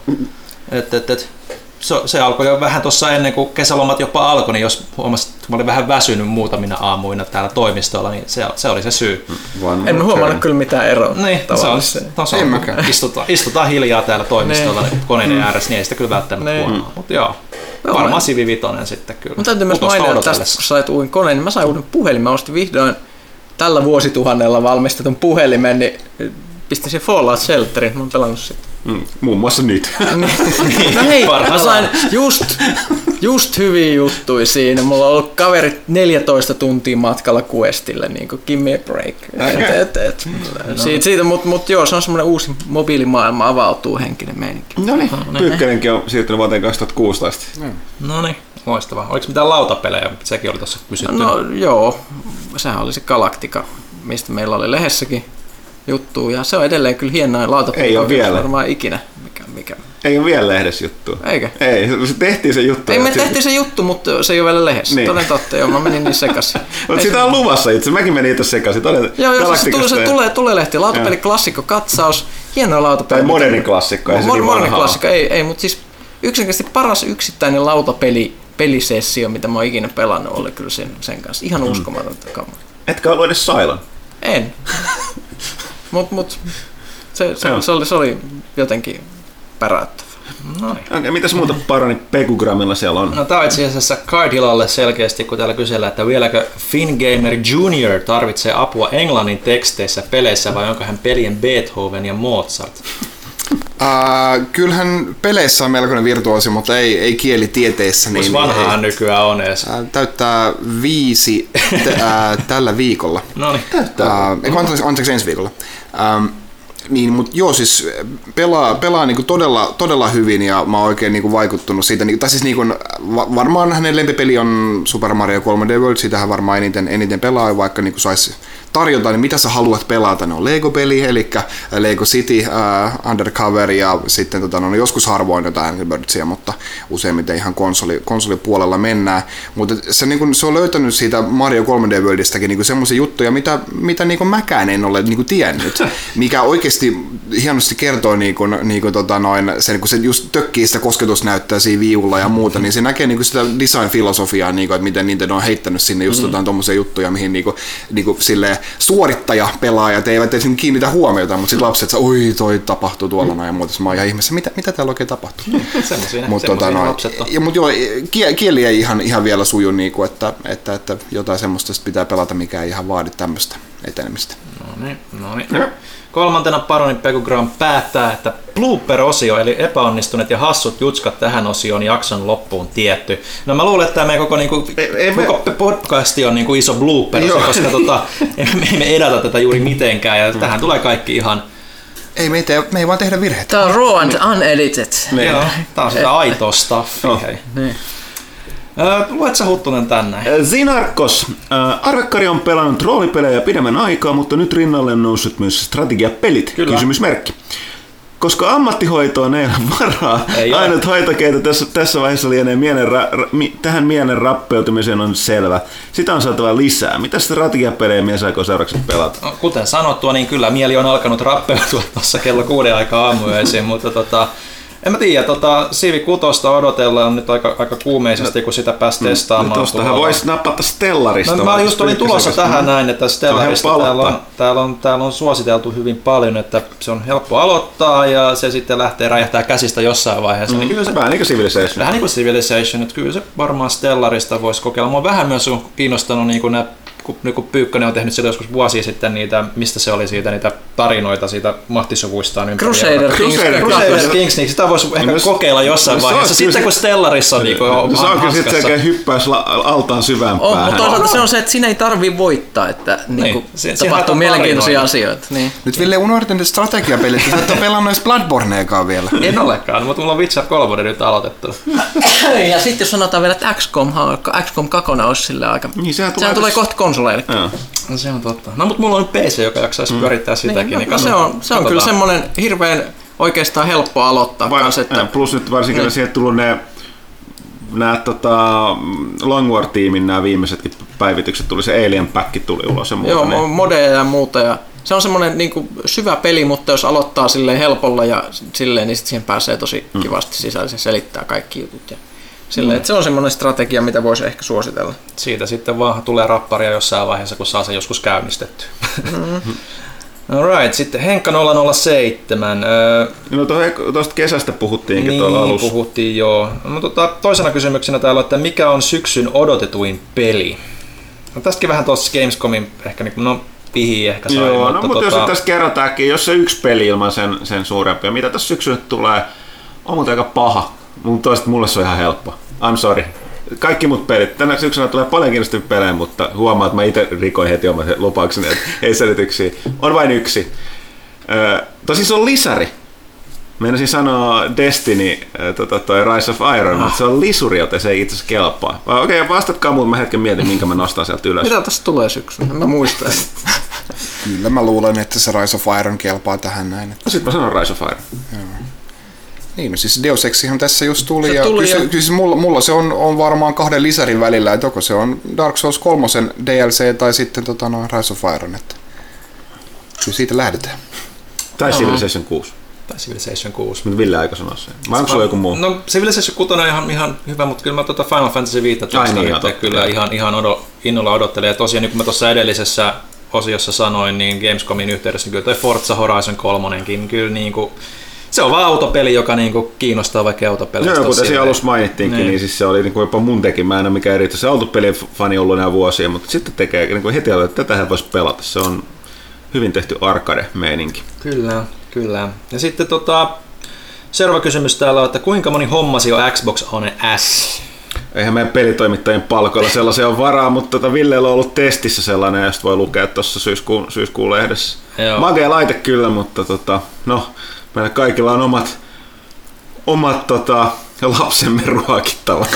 Se alkoi jo vähän tuossa ennen kuin kesälomat jopa alkoi, niin jos huomasin, että mä olin vähän väsynyt muutamina aamuina täällä toimistolla, niin se oli se syy. En huomannut kyllä mitään eroa. Niin, istutaan hiljaa täällä toimistolla koneiden ääressä, niin ei sitä kyllä välttämättä huomaa. Mutta joo, varmaan Civi 5 sitten kyllä. Mutta täytyy myös mainita, että tästä kun sait uuden koneen, niin mä sain uuden puhelimen. Mä ostin vihdoin tällä vuosituhannella valmistetun puhelimen, niin pistin sen Fallout Shelterin, mä oon pelannut sitä. Muun muassa nyt. No hei, mä sain just hyviä juttuja siinä. Mulla on ollut kaverit 14 tuntia matkalla questille, niin kuin give me a break. Siitä, mutta joo, se on semmoinen uusi mobiilimaailma, avautuu henkinen meininki. No niin, Pyykkönenkin on siirtynyt vuoteen 2016. No niin, loistavaa. Oliko mitään lautapelejä? Sekin oli tuossa kysytty. No joo, sehän oli se Galactica, mistä meillä oli lehdessäkin juttu, ja se on edelleen kyllä hienoa lautapeli. Ei ole vielä. Varmaan ikinä. Mikä. Ei ole vielä lehdessä juttua. Eikä? Ei, se tehtiin se juttu. Ei, me tehtiin se juttu, mutta se ei ole vielä lehdessä. Niin. Toden totta, joo, mä menin niin sekaisin. Mutta sitä on luvassa itse, mäkin menin itse sekaisin. Joo, se tulee lehti. Lautapeli klassikko katsaus, hienoa lautapeli. Tai moderni klassikko, ei se niin moderni klassikko, ei, mutta siis yksinkertaisesti paras yksittäinen lautapelisessio, mitä mä oon ikinä pelannut, oli kyllä sen kanssa. Ihan uskomatonta kamaa. Etkä ollut edes Cylon? En. Mut se oli jotenkin päräyttävä. Okay, mitäs muuta parani Pegugramilla siellä on? No tää on itse asiassa Cardhillalle selkeästi, kun täällä kysellään, että vieläkö Fingamer Junior tarvitsee apua englannin teksteissä peleissä vai onko hän pelien Beethoven ja Mozart? Kyllähän peleissä on melkoinen virtuoosi, mutta ei kielitieteissä. Niin, vanhaa hän nykyään on edes? Täyttää 5 tällä viikolla. No niin. Anteeksi ensi viikolla. Niin, mutta joo, siis pelaa niinku todella hyvin ja mä oon oikein niinku vaikuttunut siitä. Tai siis niinku, varmaan hänen lempipeli on Super Mario 3D World, sitähän varmaan eniten pelaa, vaikka niinku saisi tarjota, niin mitä sä haluat pelata. Ne on Lego-peli, eli Lego City, Undercover ja sitten joskus harvoin jotain Angry Birdsia, mutta useimmiten ihan konsolipuolella mennään. Mutta se on löytänyt siitä Mario 3D Worldistakin niinku semmoisia juttuja, mitä niinku mäkään en ole niinku tiennyt, mikä oikeasti hienosti kertoo se, kun se just tökkii sitä kosketusnäyttöä siinä viivulla ja muuta, niin se näkee niinku sitä design-filosofiaa, niinku, että miten niitä on heittänyt sinne just tommosia juttuja, mihin niinku silleen suorittaja pelaajat eivät edes kiinnitä huomiota, mutta sitten lapset oi toi tapahtuu tuolla noin ja muuta. Mä oon ihan ihmeessä, mitä täällä oikein tapahtuu. Mutta joo, kieli ei ihan vielä suju, niinku, että jotain semmoista pitää pelata, mikä ei ihan vaadi tämmöistä etenemistä. No niin. Kolmantena Paronin Pegugram päättää, että blooper-osio, eli epäonnistuneet ja hassut jutskat tähän osioon jakson loppuun tietty. No mä luulen, että tämä meidän koko podcasti on niinku iso blooper-osio, koska me ei edata tätä juuri mitenkään, ja tähän tulee kaikki ihan... Me ei vaan tehdä virheitä. Tää on raw and unedited. Joo, tää on sitä aitoa stuffia. Luet sä Huttunen tänne? Zinarkos. Arvekkari on pelannut roolipelejä pidemmän aikaa, mutta nyt rinnalle on noussut myös strategiapelit. Kyllä. Kysymysmerkki. Koska ammattihoitoon ei ole varaa, ainut hoitokeino tässä vaiheessa lienee tähän mielen rappeutumiseen on selvä. Sitä on saatava lisää. Mitä strategiapelejä mies aikoo seuraavaksi pelata? No, kuten sanottua, niin kyllä mieli on alkanut rappeutua tuossa kello 6 aikaa aamuyöisiin, mutta en mä tiedä, Civi 6 odotellaan nyt aika kuumeisesti, kun sitä pääsi testaamaan. Tuostahan voisi napata Stellarista. No, mä just olin tulossa tähän näin, että Stellarista täällä on suositeltu hyvin paljon, että se on helppo aloittaa ja se sitten lähtee käsistä jossain vaiheessa. Niin kyllä se, vähän niin kuin Civilization. Vähän niin kuin Civilization, että kyllä se varmaan Stellarista voisi kokeilla. Mä oon vähän myös kiinnostanut niin nämä, kun Pyykkönen on tehnyt sitä joskus vuosia sitten niitä, mistä se oli siitä, niitä tarinoita siitä mahtisuvuistaan ympäri. Crusader Kings, niin sitä voisi ehkä kokeilla jossain vaiheessa. Sitten kun Stellarissa on se on kyllä sitten sekä hyppäys altaan syvään päähän. Mutta toisaalta se on se, että siinä ei tarvitse voittaa, että tapahtuu mielenkiintoisia asioita. Niin. Nyt Ville unohdin ne strategiapelit, että et ole pelannut edes Bloodborneakaan vielä. En olekaan, mutta mulla on Witcher 3 nyt aloitettu. Ja sitten jos sanotaan vielä, että XCOM 2 olisi sillä aika... Niin, sehän tulee kohta konsoleille. No se on totta. No mutta mulla on PC, joka jaksaisi pyörittää sitäkin. Niin, se on kyllä semmoinen hirveän oikeastaan helppo aloittaa. Plus nyt varsinkin siihen tullut nämä Long War-tiimin nämä viimeisetkin päivitykset tuli, se Alien Pack tuli ulos ja muuta. Joo, modeja ja muuta. Ja se on semmoinen niin kuin syvä peli, mutta jos aloittaa silleen helpolla ja silleen, niin sitten siihen pääsee tosi kivasti sisään. Se selittää kaikki jutut. Ja silleen, että se on semmoinen strategia, mitä voisi ehkä suositella. Siitä sitten vaan tulee rapparia jossain vaiheessa, kun saa sen joskus käynnistetty. Alright, sitten Henkka 007. No tuosta kesästä puhuttiinkin niin, tuolla alussa. Puhuttiin joo. No, toisena kysymyksenä täällä on, että mikä on syksyn odotetuin peli? No tästäkin vähän tuossa Gamescomin ehkä pihii ehkä sai. Joo, mutta jos tässä kerrotaankin, jos se yksi peli ilman sen suurempia, mitä tässä syksyllä tulee, on muuten aika paha. Mutta mulle se on ihan helppo. I'm sorry. Kaikki muut pelit. Tänä syksynä tulee paljon kiinnostavia pelejä, mutta huomaa, että mä itse rikoin heti oman lupaukseni, että ei selityksiä. On vain yksi. Tosin se on lisäri. Meinasin sanoa Destiny, toi Rise of Iron, mutta se on lisuri, joten se ei itse asiassa kelpaa. Okei, vastatkaa mulle, mä hetken mietin, minkä mä nostan sieltä ylös. Mitä tässä tulee syksynä? Mä muistan. Kyllä mä luulen, että se Rise of Iron kelpaa tähän näin. No sit mä sanon Rise of Iron. Joo. Niin, no siis Deus Exihan tässä just tuli, siis mulla se on varmaan 2 lisärin välillä, että joko se on Dark Souls 3 DLC tai sitten Rise of Iron, että kyllä siitä lähdetään. Tai Civilization 6. Tai Civilization 6. Mutta Ville aika sanoa sen. Vai onko sulla joku muu? No Civilization 6 on ihan hyvä, mutta kyllä mä Final Fantasy 15 kyllä ihan innolla odottelen. Ja tosiaan, niin kuin mä tuossa edellisessä osiossa sanoin, niin Gamescomin yhteydessä niin kyllä toi Forza Horizon 3, kyllä niin kuin Se on vaan autopeli, joka niinku kiinnostaa vaikka autopeleistä. Joo, kuten siinä alussa mainittiinkin, niin siis se oli niinku jopa mun tekemä, en ole mikään erityisen autopelien fani ollut nämä vuosia, mutta sitten tekee niinku heti, että tätähän voisi pelata. Se on hyvin tehty arcade-meininki. Kyllä. Ja sitten seuraava kysymys täällä on, että kuinka moni hommasi jo Xbox One S? Eihän meidän pelitoimittajien palkoilla sellaisia on varaa, mutta Villeellä on ollut testissä sellainen, josta voi lukea tuossa syyskuun lehdessä. Magea laite kyllä, mutta no, meillä kaikilla on omat lapsemme ruokittavana.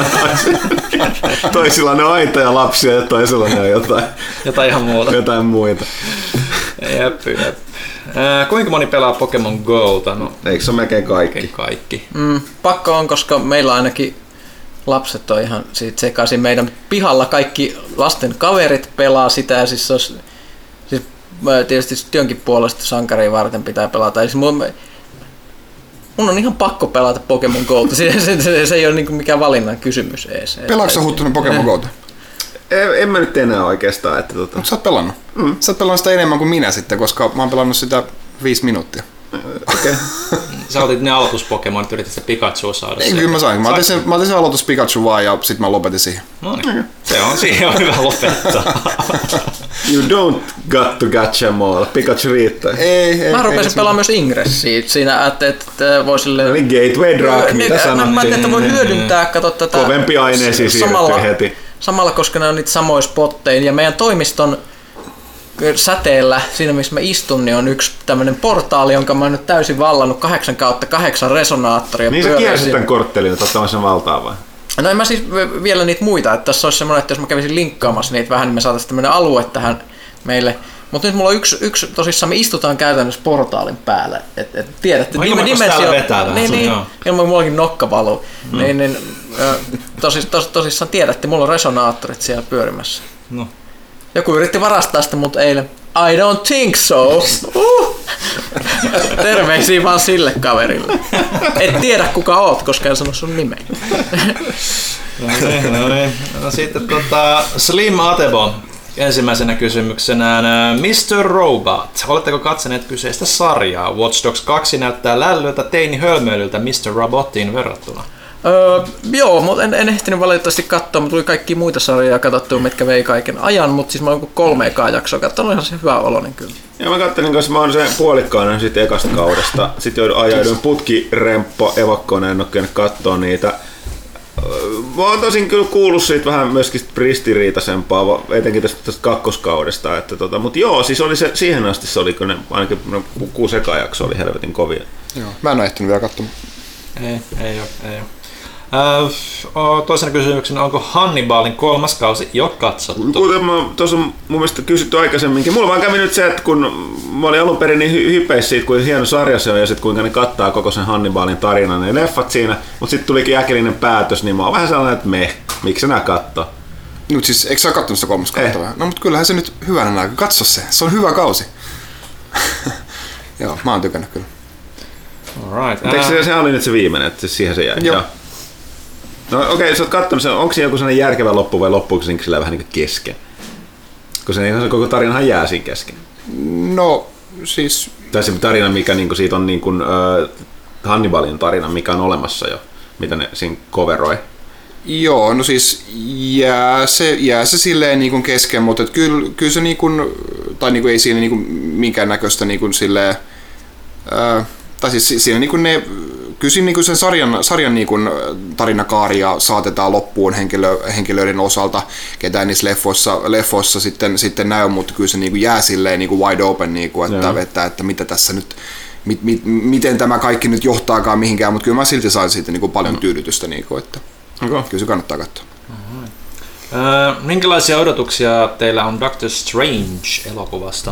Toisilla ne on aitoja lapsia ja toisilla ne on jotain ihan muuta. Jotain muita. Jep. Kuinka moni pelaa Pokemon Golta? No, eikö se ole melkein kaikki? Pakko on, koska meillä ainakin lapset on ihan siitä sekaisin. Meidän pihalla kaikki lasten kaverit pelaa sitä ja siis tietysti työnkin puolesta sankaria varten pitää pelata. Mun on ihan pakko pelata Pokemon Golta. Se ei ole niinku mikään valinnan kysymys ees. Pelaatko sä huttunut Pokemon Golta? En mä nyt enää oikeastaan. Mutta sä oot pelannut. Sä oot pelannut sitä enemmän kuin minä sitten, koska mä oon pelannut sitä 5 minuuttia. Okay. Sä otit ne aloituspokemonit, yritit sitä Pikachua saada. Ei, kyllä mä sain. Mä otin sen aloitus Pikachu vaan ja sit mä lopetin siihen. No niin. Siihen on hyvä lopettaa. You don't got to catch them all. Pikachu riittää. Ei, mä rupesin pelaamaan myös Ingressiä siinä, että voi silleen... Eli Gateway Drug, mitä sanottiin. Mä ajattelin, että voi hyödyntää, kato tätä... Kovempi aineisiin siirryttiin heti. Samalla, koska ne on niitä samoja spotteja. Ja meidän toimiston säteellä, siinä missä mä istun, niin on yksi tämmönen portaali, jonka mä oon nyt täysin vallannut 8/8 resonaattoria. Niin sä kiersit tämän korttelin, että ottaa sen valtaa vai? No en mä siis vielä niitä muita, että tässä olisi semmoinen, että jos mä kävisin linkkaamassa niitä vähän, niin me saataisiin tämmönen alue tähän meille. Mutta nyt mulla on yksi tosissaan, me istutaan käytännössä portaalin päällä. Tiedätte, dimensio... Niin, ilman mullakin nokka valuu. Tosissaan tiedätte, mulla on resonaattorit siellä pyörimässä. No. Joku yritti varastaa sitä mut eilen. I don't think so. Terveisiä vaan sille kaverille. Et tiedä kuka oot, koska en sano sun nimeä. No niin. No sitten Slim Atebo. Ensimmäisenä kysymyksenä Mr. Robot. Oletteko katsoneet kyseistä sarjaa? Watch Dogs 2 näyttää lällöltä teini-hölmöilyltä Mr. Robotiin verrattuna. Joo, mutta en ehtinyt valitettavasti katsoa, mutta tuli kaikki muita sarjoja katsottua, mitkä vei kaiken ajan, mutta siis mä oon 3 jaksoa katsonut, ihan se hyvä oloinen kyllä. Ja mä kattelin, koska mä oon sen puolikkaana sitten ekasta kaudesta. Sitten ajauduin putkiremppo evakkoon, en oo käynyt kattoo niitä. Mä oon tosin kyllä kuullut siitä vähän myöskin ristiriitaisempaa, etenkin tästä kakkoskaudesta. Mutta joo, siis oli se, siihen asti se oli, kun ne, ainakin 6 eka-jakso oli helvetin kovia. Joo, mä en oo ehtinyt vielä katsomaan. Ei ole. Toisena kysymyksenä, onko Hannibalin 3. kausi jo katsottu? Kuten mä tuossa mun mielestä kysytty aikaisemminkin. Mulla vaan kävi nyt se, että kun mä olin alun perin niin hypeissä siitä, kuinka hieno sarja se on ja sitten kuinka ne kattaa koko sen Hannibalin tarinan, ne leffat siinä, mutta sitten tulikin äkillinen päätös, niin mä oon vähän sellainen, että miksi nää kattoo? Nyt siis, eikö sä kattonut sitä 3. kautta vähän? No mutta kyllähän se nyt hyvänä näkyy, katso se on hyvä kausi. Joo, mä oon tykännyt kyllä. Alright. Se oli nyt se viimeinen, että siihen se jäi. Joo. No okei, sä oot katsonut, onko se joku sellainen järkevä loppu vai loppuuko se sillä vähän niin kuin kesken? Kun se koko tarinahan jää siinä kesken. No siis... Tai se tarina, mikä niinku siitä on niin kuin, Hannibalin tarina, mikä on olemassa jo, mitä ne siinä coveroi. Joo, no siis jää se silleen niin kuin kesken, mutta kyllä se niin kuin, tai niin kuin ei siinä niin kuin minkään näköistä niin kuin silleen, tai siis siinä niin kuin ne, kyllä siinä niin kuin sen sarjan niin kuin tarinakaaria saatetaan loppuun henkilöiden osalta, ketään niissä leffoissa sitten näy, mutta kyllä se niin kuin jää silleen niin kuin wide open, niin kuin, että mitä tässä nyt, miten tämä kaikki nyt johtaakaan mihinkään, mutta kyllä mä silti sain siitä niin kuin paljon tyydytystä, niin kuin, että kyllä se kannattaa katsoa. Minkälaisia odotuksia teillä on Doctor Strange-elokuvasta?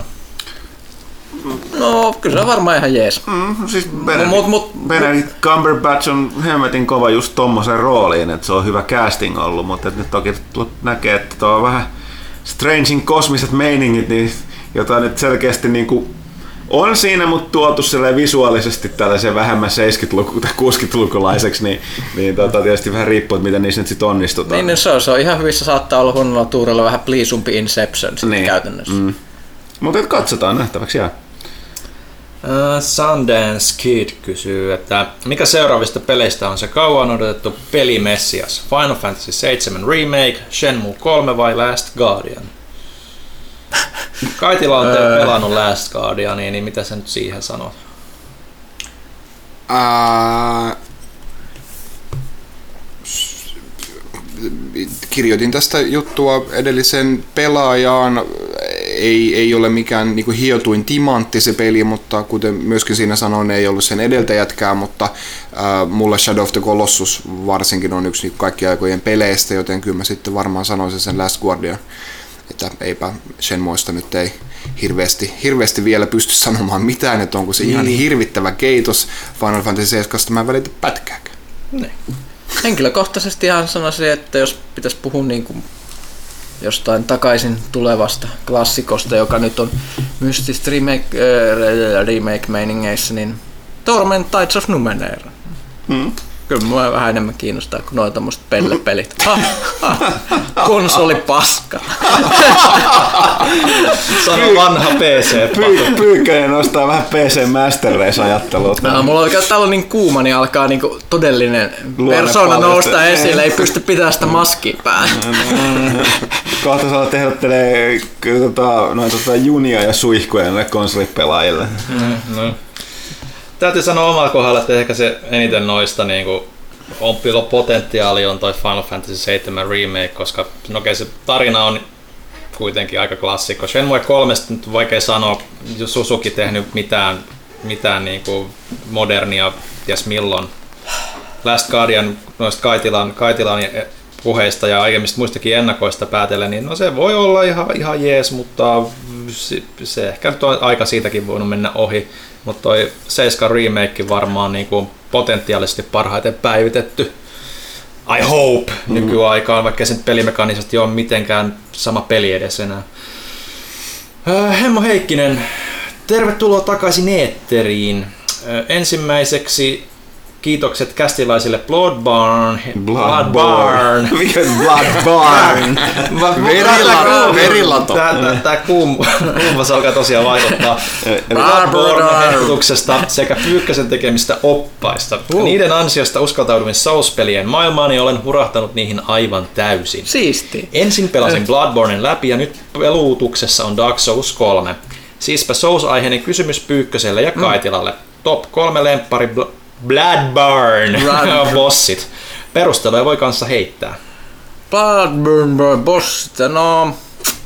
No, kyllä se on varmaan ihan jees. Siis Benedict Cumberbatch on hemmetin kova just tommosen rooliin, että se on hyvä casting ollut, mutta nyt toki näkee, että tuo on vähän Strangein kosmiset meiningit, niin, jota nyt selkeästi niinku on siinä, mutta tuotu visuaalisesti tällaisen vähemmän 70-luku- tai 60-lukulaiseksi, niin tietysti vähän riippuu, että miten niissä nyt sitten onnistutaan. Niin, se on ihan hyvissä, saattaa olla huonolla tuurella vähän pliisumpi Inception sitten käytännössä. Mutta katsotaan, nähtäväksi jää. Sundance Kid kysyy, että mikä seuraavista peleistä on se kauan odotettu pelimessias? Final Fantasy 7 Remake, Shenmue 3 vai Last Guardian? Kaitila on pelannut Last Guardiania, niin mitä sä nyt siihen sanot? Kirjoitin tästä juttua edellisen pelaajaan. Ei ole mikään niin kuin hiotuin timantti se peli, mutta kuten myöskin siinä sanoin, ei ollut sen edeltäjätkään, mutta mulle Shadow of the Colossus varsinkin on yksi kaikkien aikojen peleistä, joten kyllä mä sitten varmaan sanoisin sen Last Guardian, että eipä Shenmuesta nyt ei hirveästi vielä pysty sanomaan mitään, että onko se ihan hirvittävä keitos Final Fantasy 7, mä en välitä pätkääkään. Ne. Henkilökohtaisesti ihan sanoisin, että jos pitäisi puhua niin kuin jostain takaisin tulevasta klassikosta, joka nyt on mystistä remake-meiningeissä, niin Torment Tides of Numenera. Kyllä mua vähän enemmän kiinnostaa kuin noita tommoset pellepelit. Konsoli paska. Sano vanha PC. Pyykkönen nostaa vähän PC Master Race-ajattelua. Täällä on niin kuuma, niin alkaa niinku todellinen persona nousta esille, ei pysty pitämään sitä maskia päällä. Kohta saa tehdottelee junia ja suihkuja näille konsolipelaajille. Täytyy sanoa omalla kohdalla, että ehkä se eniten noista niinku potentiaali on toi Final Fantasy 7 Remake, koska se tarina on kuitenkin aika klassikko. Shenmue 3 nyt vaikea sanoa, jos Suzuki tehnyt mitään niinku modernia, ties milloin. Last Guardian noista Kaitilan puheista ja aiemmista muistakin ennakoista päätellen, niin no se voi olla ihan jees, mutta se ehkä nyt on aika siitäkin voinut mennä ohi. Mutta toi 7 remake varmaan niinku potentiaalisesti parhaiten päivitetty. I hope nykyaikaan, vaikka sen pelimekaanisesti ole mitenkään sama peli edes enää. Hemmo Heikkinen, tervetuloa takaisin eetteriin. Ensimmäiseksi kiitokset kästiläisille Bloodborne. Verilato. Tää kuumas alkaa tosiaan vaikuttaa. Bloodborne-ehdotuksesta sekä Pyykkäsen tekemistä oppaista. Niiden ansiosta uskaltauduin Souls-pelien maailmaan ja olen hurahtanut niihin aivan täysin. Siisti. Ensin pelasin Bloodbornen läpi ja nyt peluutuksessa on Dark Souls 3. Siispä Souls-aiheinen kysymys Pyykköselle ja Kaitilalle. Top 3 lemppari Bloodborne bossit. Perusteluja voi kanssa heittää. Bloodborne bossit, no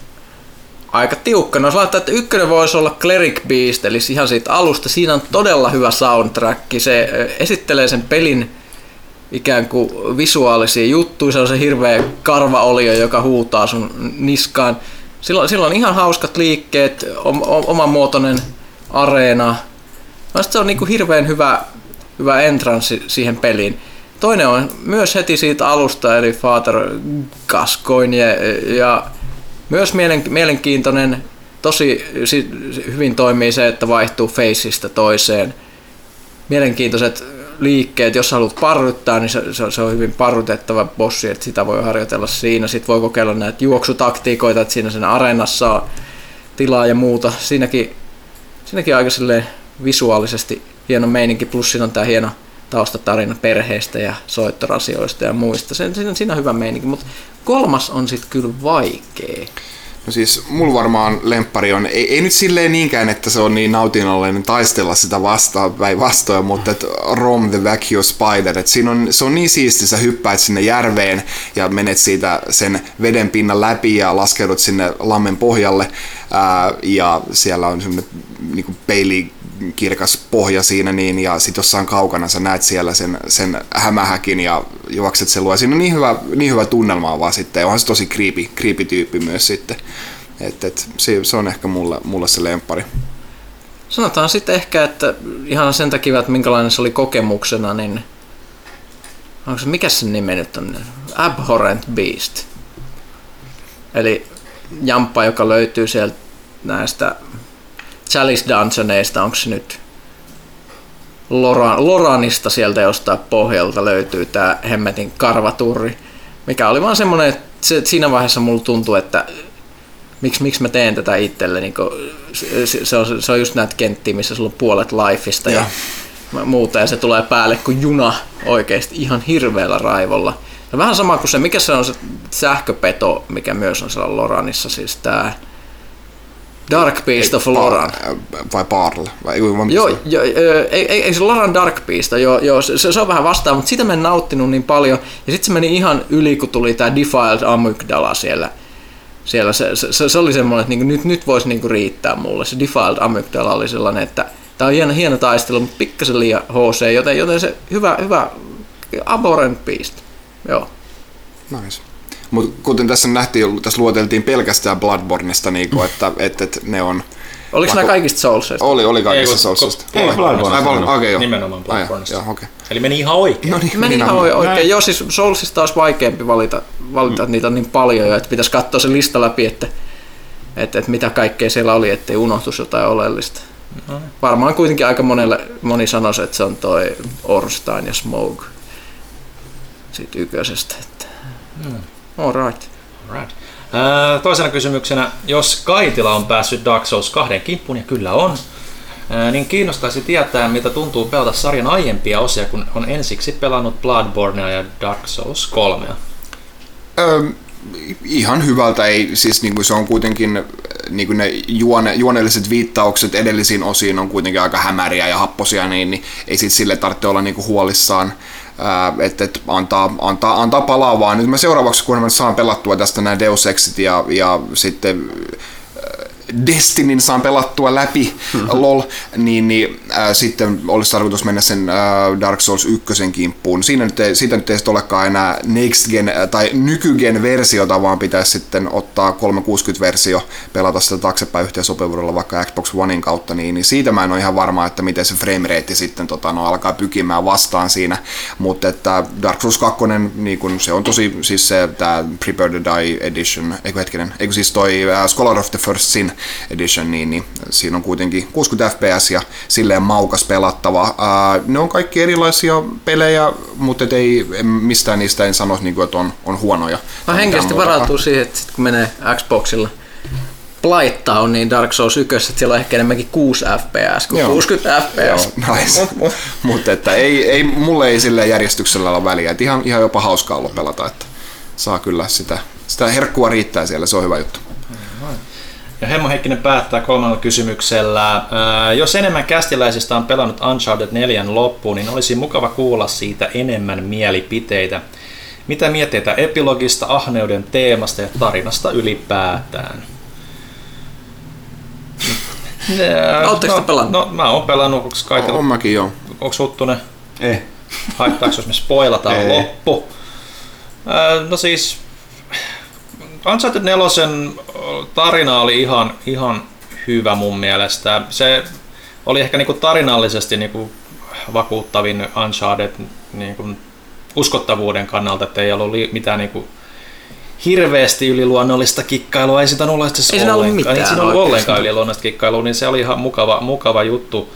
aika tiukka. No laittaa, että ykkönen voisi olla Cleric Beast, eli ihan siitä alusta. Siinä on todella hyvä soundtrack. Se esittelee sen pelin ikään kuin visuaalisia juttuja. Se on se hirveä karvaolio, joka huutaa sun niskaan. Sillä on ihan hauskat liikkeet, omanmuotoinen areena. No, se on niinku hirveän hyvä entranssi siihen peliin. Toinen on myös heti siitä alusta, eli Father Gascoigne, ja myös mielenkiintoinen, tosi hyvin toimii se, että vaihtuu faceista toiseen. Mielenkiintoiset liikkeet, jos haluat parryttää, niin se on hyvin parrutettava bossi, että sitä voi harjoitella siinä. Sitten voi kokeilla näitä juoksutaktiikoita, että siinä sen areenassa on tilaa ja muuta. Siinäkin aika silleen visuaalisesti hieno meininki, plus siinä on tää hieno taustatarina perheestä ja soittorasioista ja muista. Siinä on hyvä meininki, mutta kolmas on sitten kyllä vaikea. No siis mulla varmaan lemppari on, ei nyt silleen niinkään, että se on niin nautinnollinen taistella sitä vastaan, päinvastoin, mutta Rom the Vacuum Spider, että se on niin siisti, sä hyppäät sinne järveen ja menet siitä sen veden pinnan läpi ja laskeudut sinne lammen pohjalle ja siellä on semmoinen niinku peilikirkas pohja siinä niin, ja sit jossain kaukana sä näet siellä sen hämähäkin ja juokset sen luo. Siinä on niin hyvä tunnelma vaan sitten, ja onhan se tosi creepy tyyppi myös sitten. Se on ehkä mulle se lemppari. Sanotaan sitten ehkä, että ihan sen takia, että minkälainen se oli kokemuksena, niin onko se, mikä sen nimi nyt on? Abhorrent Beast. Eli jamppa, joka löytyy sieltä näistä Chalice Dungeoneista, onko se nyt Loranista sieltä jostain pohjalta löytyy tää hemmetin karvaturri, mikä oli vaan semmonen, että siinä vaiheessa mulla tuntui, että miksi mä teen tätä itselleni, se on just näitä kenttiä, missä sulla on puolet lifeista ja muuta, ja se tulee päälle kuin juna oikeasti ihan hirveällä raivolla. Ja vähän sama kuin se, mikä se on se sähköpeto, mikä myös on siellä Loranissa, siis tää Dark Beast of Loran. Vai Parl? Ei se Loran Dark Beast, se on vähän vastaan, mutta sitä mä en nauttinut niin paljon. Ja sitten se meni ihan yli, kun tuli tää Defiled Amygdala siellä se oli semmoinen, että nyt voisi riittää mulle. Se Defiled Amygdala oli sellainen, että tää on hieno taistelu, mutta pikkasen liian HC, joten se hyvä Abhorrent Beast. Joo. Nice. Mutta kuten tässä nähtiin, tässä luoteltiin pelkästään Bloodborneista, niinku, että ne on... Oliko nämä kaikista Soulsista? Oli kaikista Soulsista. Ei, Bloodborneista. Okay, nimenomaan Bloodborneista. Okay. Eli meni ihan oikein. No niin, meni ihan oikein. Joo, siis Soulsista olisi vaikeampi valita että niitä on niin paljon jo, että pitäisi katsoa se lista läpi, että mitä kaikkea siellä oli, ettei unohtuisi jotain oleellista. No. Varmaan kuitenkin aika moni sanoisi, että se on toi Ornstein ja Smoke siitä ykkösestä. All right. Toisena kysymyksenä, jos Kaitila on päässyt Dark Souls 2 kimppuun, ja kyllä on, niin kiinnostaisi tietää, mitä tuntuu pelata sarjan aiempia osia, kun on ensiksi pelannut Bloodbornea ja Dark Souls 3. Ihan hyvältä, ei, siis niin kuin se on kuitenkin niin ne juonelliset viittaukset edellisiin osiin on kuitenkin aika hämäriä ja happosia, niin ei sit sille tarvitse olla niin kuin huolissaan. Että antaa palaa vaan. Nyt mä seuraavaksi, kun mä saan pelattua tästä nämä Deus Exit ja sitten Destinyn saan pelattua läpi, lol, niin sitten olisi tarkoitus mennä sen Dark Souls 1 kimppuun. Siitä nyt ei olekaan enää next gen tai nykygen versiota, vaan pitäisi sitten ottaa 360-versio, pelata sitä taaksepäin yhteensopivuudella vaikka Xbox Onein kautta, niin siitä mä en ole ihan varma, että miten se framerate sitten alkaa pykimään vastaan siinä, mutta että Dark Souls 2, niin kun se on tosi, siis se tää Prepare to Die Edition, eikö siis toi Scholar of the First Sin Edition, niin siinä on kuitenkin 60 fps ja silleen maukas pelattava. Ne on kaikki erilaisia pelejä, mutta ei mistään niistä en sano, että on huonoja. Mä henkisesti varautuu siihen, että sit kun menee Xboxilla plaittaa on niin Dark Souls 1, että siellä on ehkä enemmänkin 6 fps kuin 60 fps. Nice. Mutta että mulle ei silleen järjestyksellä ole väliä. Et ihan jopa hauskaa ollut pelata, että saa kyllä sitä herkkua riittää siellä, se on hyvä juttu. Ja Hemmo Heikkinen päättää 3. kysymyksellä. Jos enemmän kästiläisistä on pelannut Uncharted 4 loppuun, niin olisi mukava kuulla siitä enemmän mielipiteitä. Mitä mietteitä epilogista, ahneuden teemasta ja tarinasta ylipäätään? Oletteko te pelannut? No, mä oon pelannut. Onko Kaitila? On mäkin, joo. Onko Huttunen? Ei. Haittaako, jos me spoilataan loppu? No siis... Uncharted 4 tarina oli ihan hyvä mun mielestä. Se oli ehkä niinku tarinallisesti niinku vakuuttavin Uncharted niinku uskottavuuden kannalta, että ei ollut mitään niinku hirveästi yliluonnollista kikkailua, ei sitä ollut ollenkaan. Ei siinä ollut ollenkaan yliluonnollista kikkailua, niin se oli ihan mukava juttu.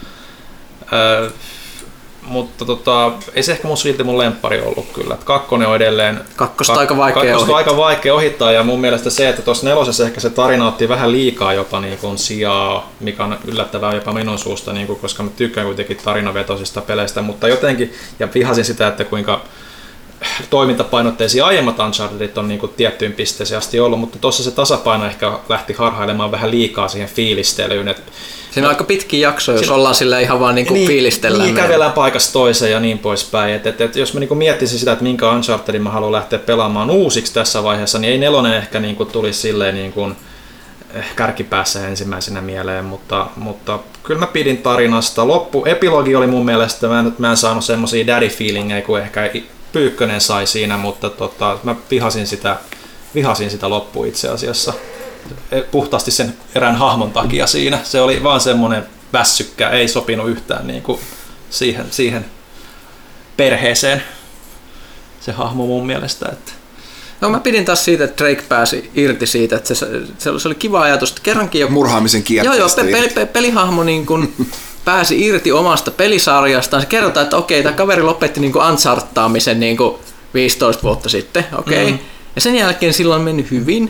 Mutta ei se ehkä silti mun lemppari ollut kyllä. Kakkonen on edelleen... Kakkosta aika vaikea ohittaa ja mun mielestä se, että tuossa 4 ehkä se tarina otti vähän liikaa jopa niin kuin sijaa, mikä on yllättävää jopa minun suusta, niin kuin, koska mä tykkään kuitenkin tarinavetoisista peleistä, mutta jotenkin, ja vihasin sitä, että kuinka toimintapainotteisia aiemmat Unchartedit on niin kuin tiettyyn pisteeseen asti ollut, mutta tuossa se tasapaino ehkä lähti harhailemaan vähän liikaa siihen fiilistelyyn. Siinä on aika pitkiä jaksoja, jos ollaan sillä ihan vaan niin fiilistellään. Niin, kävellään paikasta toiseen ja niin poispäin. Jos mä niin miettisin sitä, että minkä Unchartedin mä haluan lähteä pelaamaan uusiksi tässä vaiheessa, niin ei 4 ehkä niin kuin tulisi silleen niin kuin kärkipäässä ensimmäisenä mieleen, mutta kyllä mä pidin tarinasta. Epilogi oli mun mielestä, mä en saanut semmosia daddy-feelingejä kuin ehkä Pyykkönen sai siinä, mutta mä vihasin sitä loppua itse asiassa. Puhtaasti sen erään hahmon takia siinä. Se oli vaan semmoinen väsykkä, ei sopinut yhtään niin kuin siihen perheeseen se hahmo mun mielestä. Että. No mä pidin taas siitä, että Drake pääsi irti siitä, että se oli kiva ajatus, että kerrankin joku... Murhaamisen kierteestä. Joo, pelihahmo niin kuin pääsi irti omasta pelisarjastaan. Se kerrotaan, että okei, tämä kaveri lopetti niin kuin uncharttaamisen niin kuin 15 vuotta sitten, okei. Ja sen jälkeen silloin on mennyt hyvin.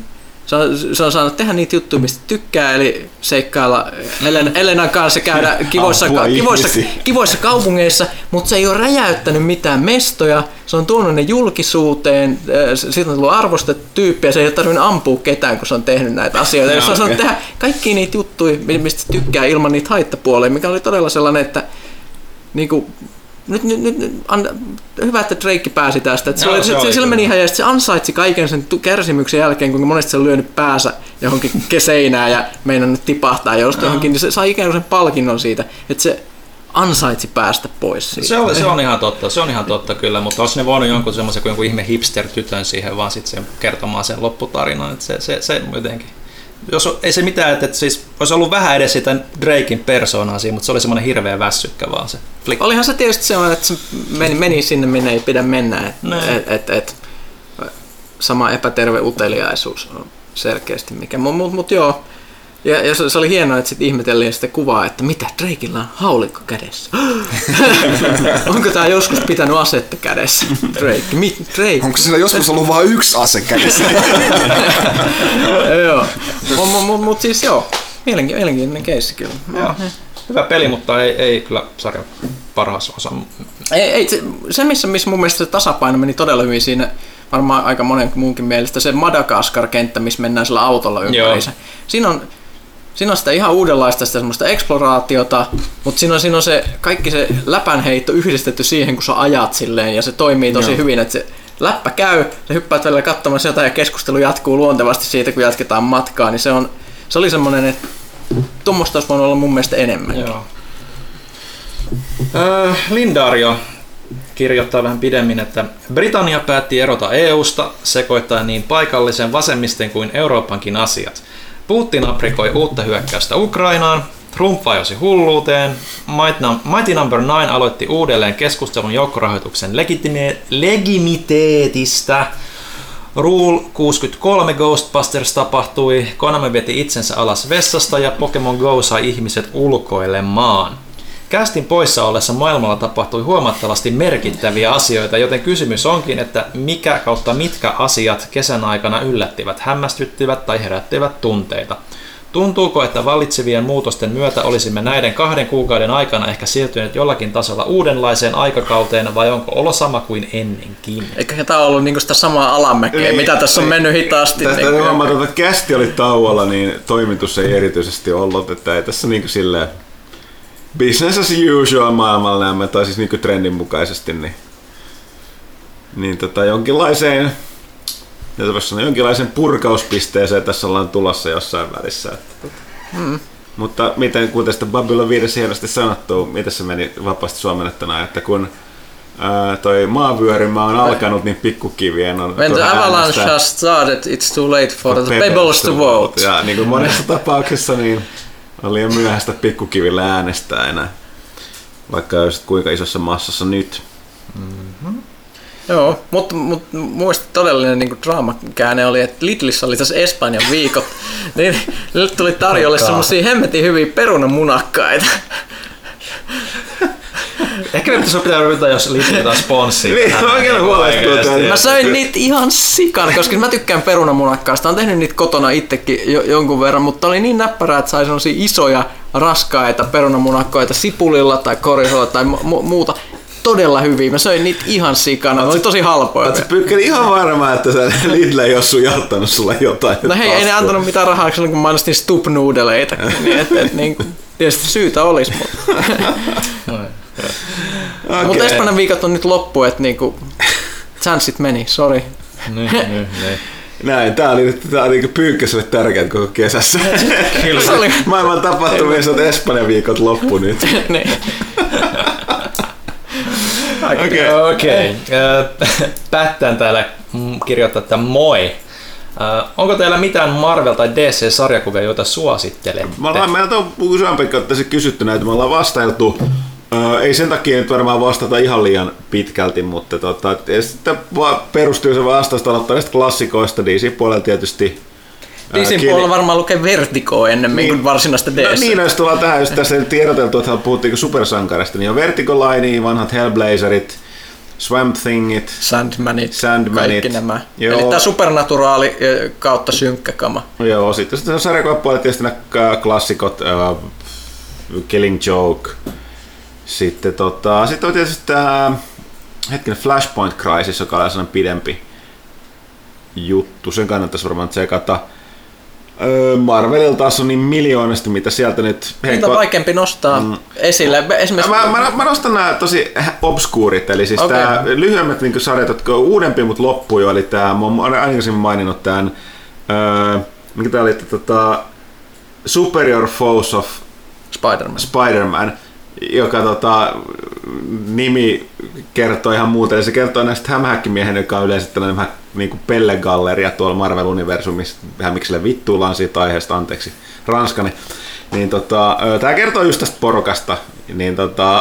Se on saanut tehdä niitä juttuja, mistä tykkää, eli seikkailla Elenan kanssa, käydä kivoissa kaupungeissa, mutta se ei ole räjäyttänyt mitään mestoja, se on tuonut ne julkisuuteen, siitä on tullut arvostettu tyyppi, ja se ei ole tarvinnut ampua ketään, kun se on tehnyt näitä asioita. Se on saanut tehdä kaikkia niitä juttuja, mistä se tykkää ilman niitä haittapuolia, mikä oli todella sellainen, että niinku, nyt hyvä, että Drake pääsi tästä. Sillä meni ihan, ja se ansaitsi kaiken sen kärsimyksen jälkeen, kuinka monesti se on lyönyt päänsä johonkin seinään ja meinannut tipahtaa johonkin, niin se sai ikään kuin sen palkinnon siitä, että se ansaitsi päästä pois siitä. Se on ihan totta kyllä, mutta olisi ne voinut jonkun semmoisen kuin jonkun ihme hipster-tytön siihen vaan sitten sen kertomaan sen lopputarinan, että se jotenkin. Ei se mitään, että siis olisi ollut vähän edes sitä Draken persoonaa siinä, mutta se oli semmoinen hirveä väsykkä vaan se flick. Olihan se tietysti semmoinen, että se meni sinne, minne ei pidä mennä. Sama epäterve uteliaisuus on selkeästi mikä. Mutta joo. Ja se oli hienoa, että sitten ihmetellään sitä kuvaa, että mitä, Drakella on haulikko kädessä. Onko tää joskus pitänyt asetta kädessä, Drake? Onko sillä joskus ollut vain yksi ase kädessä? Joo. Mutta siis joo, mielenkiintoinen keissi kyllä. Joo. Hyvä peli, mutta ei kyllä sarjan parhaassa osa. Se missä mun mielestä se tasapaino meni todella hyvin siinä, varmaan aika monen muunkin mielestä, se Madagaskar-kenttä, missä mennään sillä autolla ympäriinsä. Siinä on sitä ihan uudenlaista sitä semmoista eksploraatiota, mutta siinä on se kaikki se läpänheitto yhdistetty siihen, kun sä ajat silleen, ja se toimii tosi hyvin, että se läppä käy, sä hyppäät välillä katsomassa jotain ja keskustelu jatkuu luontevasti siitä, kun jatketaan matkaa, niin se oli semmoinen, että tuommoista olisi voinut olla mun mielestä enemmän. Lindario kirjoittaa vähän pidemmin, että Britannia päätti erota EUsta, sekoittaen niin paikallisen vasemmisten kuin Euroopankin asiat. Putin aprikoi uutta hyökkäystä Ukrainaan, Trump vajosi hulluuteen, Mighty No. 9 aloitti uudelleen keskustelun joukkorahoituksen legimiteetistä, Rule 63 Ghostbusters tapahtui, Konami veti itsensä alas vessasta ja Pokemon Go sai ihmiset ulkoilemaan. Castin poissa ollessa maailmalla tapahtui huomattavasti merkittäviä asioita, joten kysymys onkin, että mitkä asiat kesän aikana yllättivät, hämmästyttivät tai herättivät tunteita. Tuntuuko, että vallitsevien muutosten myötä olisimme näiden 2 kuukauden aikana ehkä siirtyneet jollakin tasolla uudenlaiseen aikakauteen, vai onko olo sama kuin ennenkin? Eikä tämä ollut niinku sitä samaa alamäkeä, mitä tässä on mennyt hitaasti. Tästä huomata, että kästi oli tauolla, niin toimitus ei erityisesti ollut, että ei tässä niinku silleen business as usual maailmalla näemme, tai siis niinku trendin mukaisesti, niin jonkinlaiseen purkauspisteeseen tässä ollaan tulossa jossain välissä. Mutta miten, kuten sitä Babylon 5 hienosti sanottu, miten se meni vapaasti suomennettuna, että kun toi maavyörymä on alkanut, niin pikkukivien on when the avalanche has started, it's too late for the pebbles to vote. Ja niin kuin monessa tapauksessa niin on liian myöhäistä pikkukivillä äänestää enää, vaikka olisi kuinka isossa massassa nyt. Joo, mutta muista todellinen niin draamakäänne oli, että Lidlissä oli tässä Espanjan viikot, niin niille tuli tarjolle semmosia hemmetin hyviä perunamunakkaita. Ehkä me pitää ruveta, jos liittyy sponssiin. Niin, oikein huolestunut. Mä söin niitä ihan sikana, koska mä tykkään perunamunakkaista. Olen tehnyt niitä kotona itsekin jonkun verran, mutta oli niin näppärää, että sai sellaisia isoja, raskaita perunamunakkoita sipulilla tai korisolla tai muuta. Todella hyviä. Mä söin niitä ihan sikana. Ne oli tosi halpoja. Oletko Pyykkäri ihan varma, että se Lidl ei ole sujaltanut sulle jotain? No hei, ei ne antanut mitään rahaa, kun mä mainostin Stup-nuudeleita. Niin, tietysti syytä olisi, mutta Okay. Mutta Espanjan viikot on nyt loppu, että niinku chanssit meni, sori. Näin, tää oli Pyykkäselle tärkeät koko kesässä. Kyllä. Maailman tapahtumissa on Espanjan viikot loppu nyt. Okei. Päättään täällä kirjoittaa, että moi. Onko teillä mitään Marvel- tai DC-sarjakuvia, joita suosittelette? Meiltä on useampi kautta kysytty näitä, me ollaan vastailtu. Ei sen takia nyt varmaan vastata ihan liian pitkälti, mutta sitten perustuu se vastausta aloittaa näistä klassikoista, DC-puolella tietysti. DC-puolella varmaan lukee Vertigoa ennemmin kuin varsinaista DC. Niin, jos tullaan tähän, jos tässä tiedoteltu, että puhuttiin supersankarista, niin on Vertigo-laini, vanhat Hellblazerit, Swamp Thingit, Sandmanit, Sandmanit. kaikki nämä. Joo. Eli tää supernaturaali kautta synkkä kama. Joo, sitten sarjakuvapuolella tietysti nämä klassikot, Killing Joke. Sitten on tietysti tämä Flashpoint Crisis, joka on sellainen pidempi juttu. Sen kannattaisi varmaan tsekata. Marvelilla taas on niin miljoonasti, mitä sieltä nyt... Niitä on vaikeampi nostaa esille. Esimerkiksi... Mä nostan nämä tosi obskuurit, eli siis tää lyhyemmät niin sarjat, jotka on uudempia, mutta loppui jo, eli tää, mä oon aikaisemmin maininnut tämän, mikä tää oli, Superior Foes of Spider-Man, joka nimi kertoo ihan muuta, eli se kertoo näistä hämähäkkimiehen, joka on yleensä tällainen vähän niin kuin pellegalleria tuolla Marvel-universumissa, hämikselle vittuillaan siitä aiheesta, anteeksi, ranskani. Niin tää kertoo just tästä porukasta, niin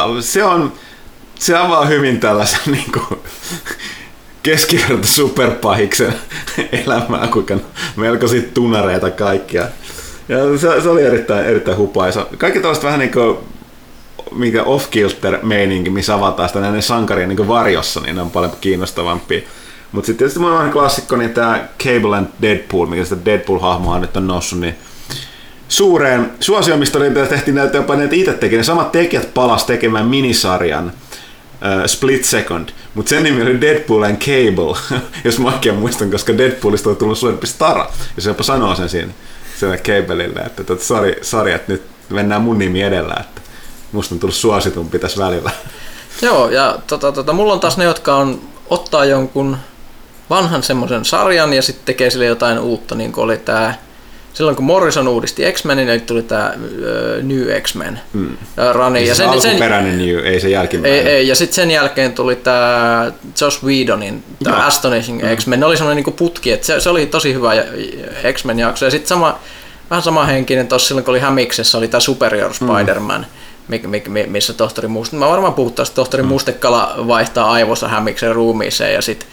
se avaa hyvin tällaisen niinku keskiverto superpahiksen elämää, kuinka melkoisia tunareita kaikkia. Ja se oli erittäin hupaisa. Kaikki tällaista vähän niinku mikä off-kilter-meininki, missä avataan sitä näiden sankarien niin varjossa, niin ne on paljon kiinnostavampia. Mutta sitten tietysti mun klassikko, niin tämä Cable and Deadpool, mikä sitä Deadpool-hahmoa nyt on noussut niin suureen suosioon, mistä tehtiin näitä jopa ne itse teki. Ne samat tekijät palas tekemään minisarjan Split Second, mutta sen nimi oli Deadpool and Cable, jos mä oikein muistan, koska Deadpoolista on tullut suurempi stara, ja se jopa sanoo sen siinä Cableille, että sori, että nyt mennään mun nimi edellä, että musta on tullut suositumpi tässä välillä. Joo, ja mulla on taas ne, jotka ottaa jonkun vanhan semmoisen sarjan ja sitten tekee sille jotain uutta, niin kuin oli tää, silloin kun Morrison uudisti X-Menin, niin tuli tää New X-Men rani. Ja se alkuperäinen New, ei se jälkimmäinen. Ei, ja sitten sen jälkeen tuli tää Joss Whedonin tää Astonishing X-Men. Ne oli semmoinen niinku putki, että se oli tosi hyvä X-Men jakso. Ja sitten vähän samanhenkinen tossa silloin, kun oli Hämiksessä, oli tää Superior Spider-Man. Missä tohtori Mustekala, mä varmaan puhutaan, että tohtori Mustekala vaihtaa aivossa Hämiksen ruumiiseen ja sitten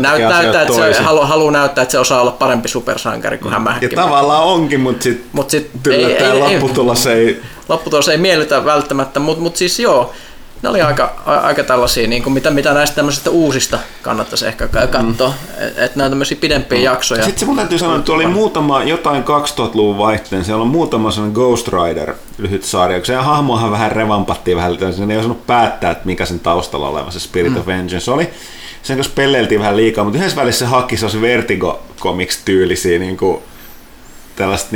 haluaa näyttää, että se osaa olla parempi supersankari kuin Hämähäkki. Ja tavallaan onkin, mutta sitten lopputulos ei miellytä välttämättä, mutta siis joo, ne oli aika tällaisia, niin kuin mitä näistä tämmöisistä uusista kannattaisi ehkä katsoa, että nämä on tämmöisiä pidempiä jaksoja. Sitten se mun täytyy sanoa, että oli muutama jotain 2000-luvun vaihteen, siellä on muutama sellainen Ghost Rider lyhyt sarja, kun se hahmohan vähän revampattiin vähän, ne ei osannut päättää, että mikä sen taustalla oleva se Spirit of Vengeance oli. Sen kanssa pelleiltiin vähän liikaa, mutta yhdessä välissä se haki sellaisia Vertigo Comics-tyylisiä, niinku tällaista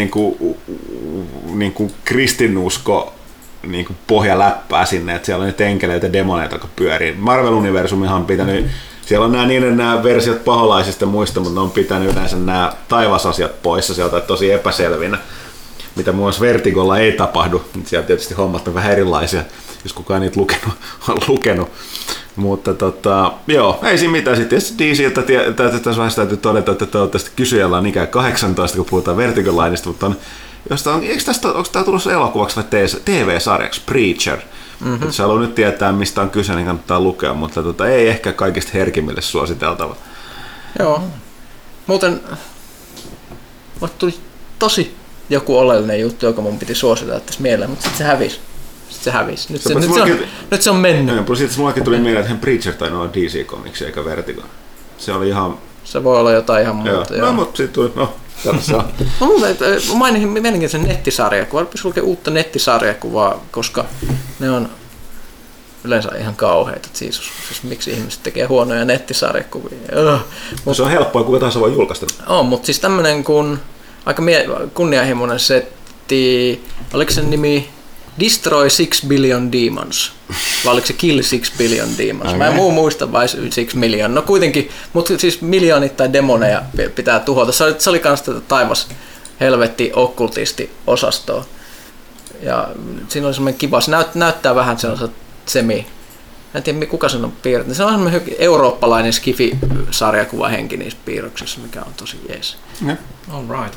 niinku kristinusko niinku pohjaläppää sinne, että siellä on niitä enkeleitä ja demoneita, jotka pyörii. Marvel-universumihan on pitänyt, siellä on nämä versiot paholaisista muista, mutta ne on pitänyt yleensä nämä taivasasiat poissa sieltä tosi epäselvinä, mitä muun muassa Vertigolla ei tapahdu. Siellä tietysti hommat on vähän erilaisia, jos kukaan niitä lukenut. Mutta joo, ei siinä mitään. Sitten DC:ltä tässä vaiheessa täytyy todeta, että toivottavasti kysyjällä on ikään 18, kun puhutaan Vertigo-lainista, mutta onko tämä tulossa elokuvaksi vai TV-sarjaksi, Preacher? Jos haluaa nyt tietää, mistä on kyse, niin kannattaa lukea, mutta ei ehkä kaikista herkimmille suositeltava. Joo. Muuten tuli tosi joku oleellinen juttu, joka mun piti suositella tässä mieleen, mutta sitten se hävisi. Nyt se on mennyt. Sitten mullakin tuli mieleen, että Preacher tai olla DC Comics eikä Vertigo. Se oli ihan... Se voi olla jotain ihan muuta. No, mutta sitten tuli... Tällaista on. Mä mainin sen nettisarjakuvaa. Pitäisi lukea uutta nettisarjakuvaa, koska ne on yleensä ihan kauheita. Siis miksi ihmiset tekee huonoja nettisarjakuvia? Se on helppoa, kuka tahansa voi julkaista. On, mutta siis tämmönen kun aika kunnianhimoinen setti, oliko sen nimi Destroy 6 Billion Demons, vai oliko se Kill 6 Billion Demons? Mä en muista vai 6 million, no kuitenkin, mutta siis miljoonittain demoneja pitää tuhota. Se oli kans tätä taivas helvetti okkultisti osastoa. Ja siinä oli semmoinen kiva, se näyttää vähän sellaiset en tiedä kuka sen on piirretty. Se on semmoinen eurooppalainen skifi-sarjakuvahenki niissä piirroksissa, mikä on tosi jees. All right.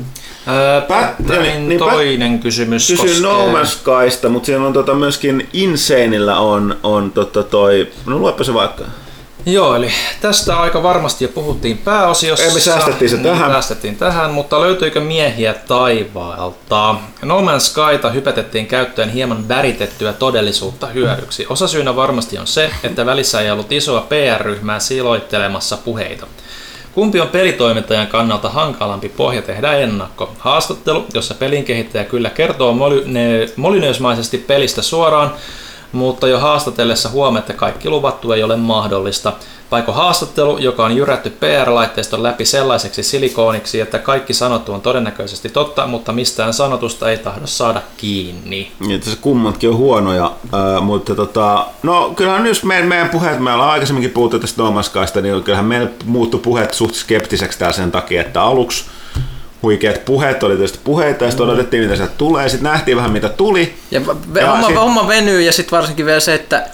Toinen kysymys kysyn No Man's Skysta, mutta siellä on myöskin Insaneillä on toi, no luepa se vaikka. Joo, eli tästä aika varmasti jo puhuttiin pääosiossa. Me säästettiin se tähän. Säästettiin tähän, mutta löytyykö miehiä taivaalta? No Man's Skyta hypätettiin käyttöön hieman väritettyä todellisuutta hyödyksi. Osasyynä varmasti on se, että välissä ei ollut isoa PR-ryhmää siloittelemassa puheita. Kumpi on pelitoimittajan kannalta hankalampi pohja tehdä ennakko? Haastattelu, jossa pelin kehittäjä kyllä kertoo molynöysmaisesti pelistä suoraan, mutta jo haastatellessa huomaa, että kaikki luvattu ei ole mahdollista. Vaiko haastattelu, joka on jyrätty PR-laitteiston läpi sellaiseksi silikooniksi, että kaikki sanottu on todennäköisesti totta, mutta mistään sanotusta ei tahdo saada kiinni. Että se kummatkin on huonoja, mutta no kyllähän nyt meidän puheet, me ollaan aikaisemminkin puhuttu tästä No Man's Skysta, niin kyllähän meidän muuttui puheet suht skeptiseksi täällä sen takia, että aluksi huikeat puheet oli tietysti puheita ja sitten odotettiin mitä sieltä tulee ja sitten nähtiin vähän mitä tuli. Ja homma venyy ja sitten varsinkin vielä se, että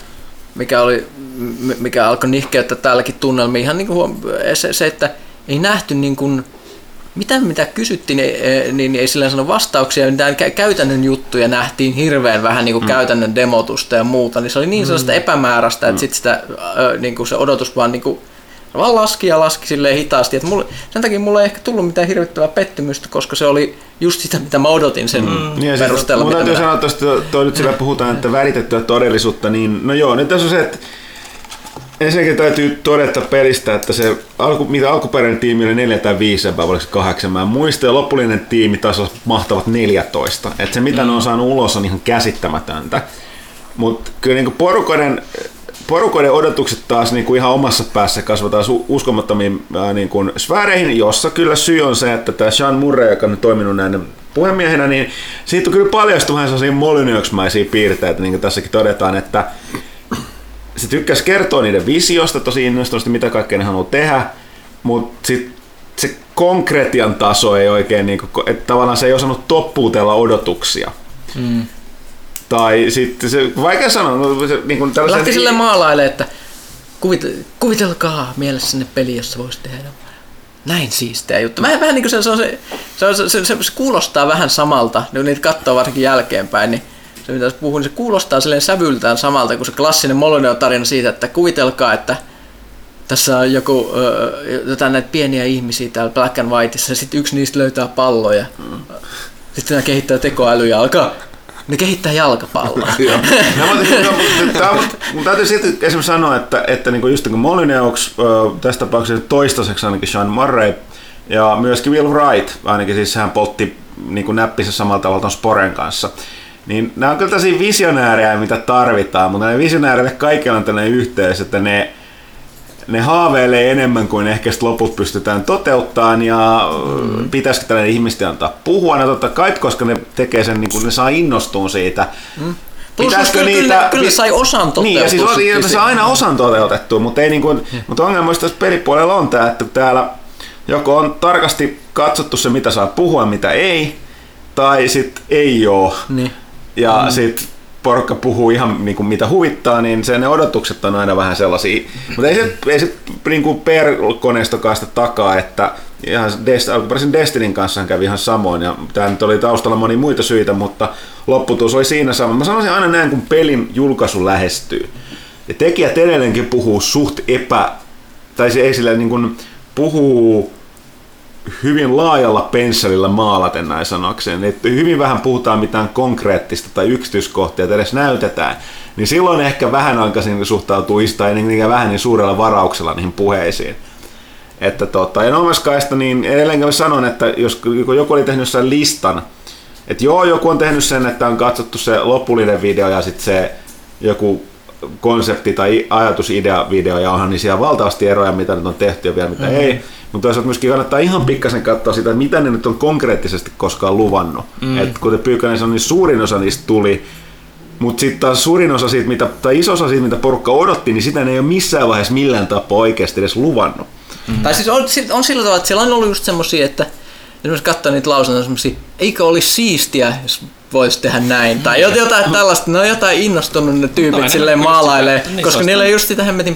mikä alkoi nihkeyttää täälläkin tunnelmiin, ihan niin kuin se, että ei nähty niin kuin, mitä kysyttiin, niin ei sillä sano vastauksia, mitään käytännön juttuja nähtiin hirveän vähän niin kuin käytännön demotusta ja muuta, niin se oli niin sellaista epämääräistä, että sitten sitä niin kuin se odotus vaan niin kuin vaan laski silleen hitaasti. Että sen takia mulla ei ehkä tullut mitään hirvittävää pettymystä, koska se oli just sitä, mitä mä odotin sen perusteella. Mun täytyy sanoa, että toi nyt sillä puhutaan, että väritettyä todellisuutta, niin no joo, nyt tässä on se, että ensinnäkin täytyy todeta pelistä, että se mitä alkuperäinen tiimi oli 4 tai 5, vai oliko se 8, mä en muista, ja lopullinen tiimi taas mahtavat 14. Että se mitä ne on saanut ulos on ihan käsittämätöntä. Mutta kyllä niin porukoiden odotukset taas niin kuin ihan omassa päässä kasvataan uskomattomiin niin kuin sfääreihin, jossa kyllä syy on se, että tämä Sean Murray, joka on toiminut näiden puhemiehenä, niin siitä on kyllä paljastunut vähän sellaisia molyneuksmaisia piirteitä, niin kuin tässäkin todetaan, että se tykkäsi kertoa niiden visiosta, tosi innostuneesti, mitä kaikkea ne haluaa tehdä, mutta sitten se konkretian taso ei oikein, niin kuin, että tavallaan se ei osannut toppuutella odotuksia. Tai sitten se, vaikea sanoa, se, niin kuin lähti sille maalaille, että kuvitelkaa mielessänne peli, jossa voisi tehdä näin siistiä juttu. Vähän niin kuin se kuulostaa vähän samalta, kun niitä katsoo varsinkin jälkeenpäin, niin se mitä puhun, niin se kuulostaa silleen sävyltään samalta kuin se klassinen Molyneux-tarina siitä, että kuvitelkaa, että tässä on jotain näitä pieniä ihmisiä täällä Black and Whiteissa ja sitten yksi niistä löytää palloja. Sitten nämä kehittää tekoälyä ja ne kehittää jalkapalloa. Mun täytyy silti esimerkiksi sanoa, että niin just niin Molyneux, tässä tapauksessa toistaiseksi ainakin Sean Murray ja myöskin Will Wright, ainakin siis hän poltti niin näppinsä samalla tavalla ton Sporen kanssa. Niin nämä on kyllä tällaisia visionäärejä, mitä tarvitaan, mutta ne visionäärille kaikilla on tällainen yhteys, että ne haaveilee enemmän kuin ehkä loput pystytään toteuttamaan ja pitäisikö tällainen ihmisten antaa puhua. No totta kai, koska ne tekee sen, niin kuin ne saa innostua siitä. Pitäisikö niitä... Kyllä sai osan toteutettua. Niin, ja siis saa aina osan toteutettua, mutta, ei niin kuin, mutta ongelma tässä pelipuolella on tämä, että täällä joko on tarkasti katsottu se, mitä saa puhua, mitä ei, tai sitten ei ole. Niin. Ja sitten porukka puhuu ihan niin kuin mitä huvittaa, niin ne odotukset on aina vähän sellaisia. Mutta ei se niin kuin PR-koneistokaan sitä takaa, että ihan alkuperäisen Destinyn kanssa kävi ihan samoin. Ja tämä nyt oli taustalla monia muita syitä, mutta lopputulos oli siinä sama. Mä sanoisin aina näin, kun pelin julkaisu lähestyy. Ja tekijät edelleenkin puhuu suht tai se ei sillä niin kuin puhuu hyvin laajalla pensselillä maalaten näin sanokseen, että hyvin vähän puhutaan mitään konkreettista tai yksityiskohtia, että edes näytetään, niin silloin ehkä vähän aikaisin suhtautuu tai vähän niin suurella varauksella niihin puheisiin. Että ja No Man's Skysta, niin edelleenkin sanon, että jos joku oli tehnyt sen listan, että joo, joku on tehnyt sen, että on katsottu se lopullinen video ja sitten se joku konsepti- tai ajatusidea-video, ja onhan niin siellä valtavasti eroja, mitä nyt on tehty ja vielä mitä ei. Mutta toisaalta myöskin kannattaa ihan pikkasen katsoa sitä, mitä ne nyt on konkreettisesti koskaan luvannut. Et kuten Pyykkönen sanoi, niin suurin osa niistä tuli, mutta sitten taas suurin osa siitä, tai iso osa siitä, mitä porukka odotti, niin sitä ne ei ole missään vaiheessa millään tapaa oikeasti edes luvannut. Tai siis on sillä tavalla, että siellä on ollut just semmosia, että esimerkiksi katsoa niitä lausuntoja semmosia, eikö olisi siistiä, jos voisi tehdä näin, tai jotain tällaista, ne on jotain innostunut ne tyypit silleen maalailee, koska niillä on just sitä hemmetin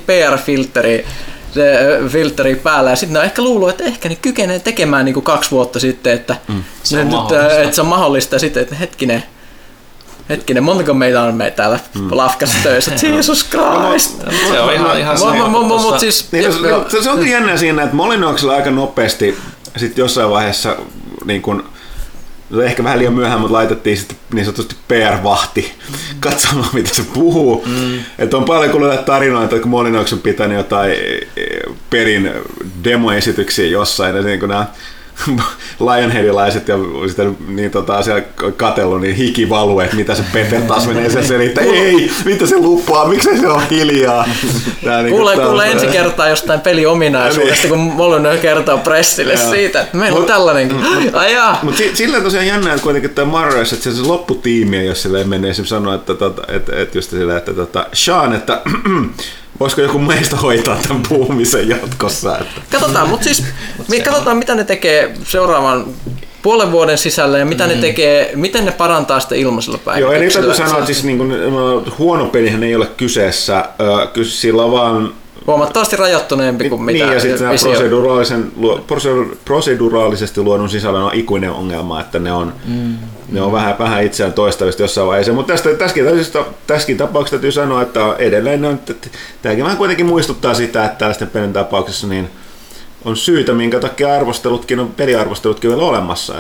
PR-filtteri päällä, ja sitten ne on ehkä luullut, että ehkä ne kykenee tekemään niin kuin 2 vuotta sitten, että se on mahdollista, ja sitten, että hetkinen, Hetkinen, montako meitä on täällä lafkassa töissä? Jesus Christ! Se on ihan se on jännä siinä, että Molinoxilla aika nopeasti sitten jossain vaiheessa niin kun, ehkä vähän liian myöhään, mutta laitettiin sitten niin sanotusti PR-vahti katsomaan, mitä se puhuu. Että on paljon kuulee tarinoita, että kun Molinox on pitänyt jotain perin demoesityksiä jossain, ja niin kun nämä Lionheadilaiset ja sitten niin siellä katsellut niin hikivalue, että mitä se Peter taas menee sen selittää. Ei, mitä se lupaa, miksei se on hiljaa. Kuulee ensi kertaa jostain peliominaisuudesta, kun Molyneux kertoo pressille siitä, että meillä on tällainenkin. Mutta sillä tosiaan jännä, että kuitenkin tämä Marres, että se lopputiimi, jos sille menee esimerkiksi sanoa, että just sillä, että Sean, että voisiko joku meistä hoitaa tämän puhumisen jatkossa? Että. Katsotaan, mutta siis katsotaan, mitä ne tekee seuraavan puolen vuoden sisällä ja mitä ne tekee, miten ne parantaa sitä ilmaisella päivityksellä. Joo, eli täytyy sanoa, että siis, niin kuin, huono pelihän ei ole kyseessä, sillä vaan huomattavasti rajoittuneempi kuin mitä niin, ja sitten proseduraalisesti luodun sisällön on ikuinen ongelma, että ne on vähän itseään toistavista jossain vaiheessa. Mutta tässäkin tapauksessa täytyy sanoa, että edelleen tämäkin vähän kuitenkin muistuttaa sitä, että tällaisten pelin tapauksessa niin on syytä, minkä takia peliarvostelutkin on vielä olemassa.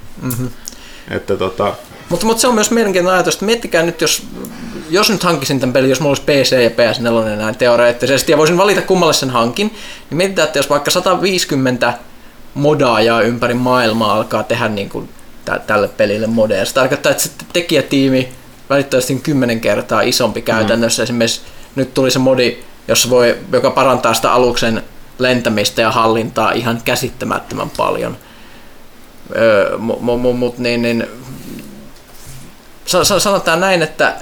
Mutta se on myös mielenkiintoinen ajatus, että miettikää nyt, jos nyt hankisin tämän pelin, jos mulla olisi PC ja PS4 näin teoreettisesti, ja voisin valita kummalle sen hankin, niin mietitään, että jos vaikka 150 modaajaa ympäri maailmaa alkaa tehdä niin kuin tälle pelille modeja, se tarkoittaa, että sitten tekijätiimi välittömästi 10 kertaa isompi käytännössä. Esimerkiksi nyt tuli se modi, joka parantaa sitä aluksen lentämistä ja hallintaa ihan käsittämättömän paljon. Sanotaan näin, että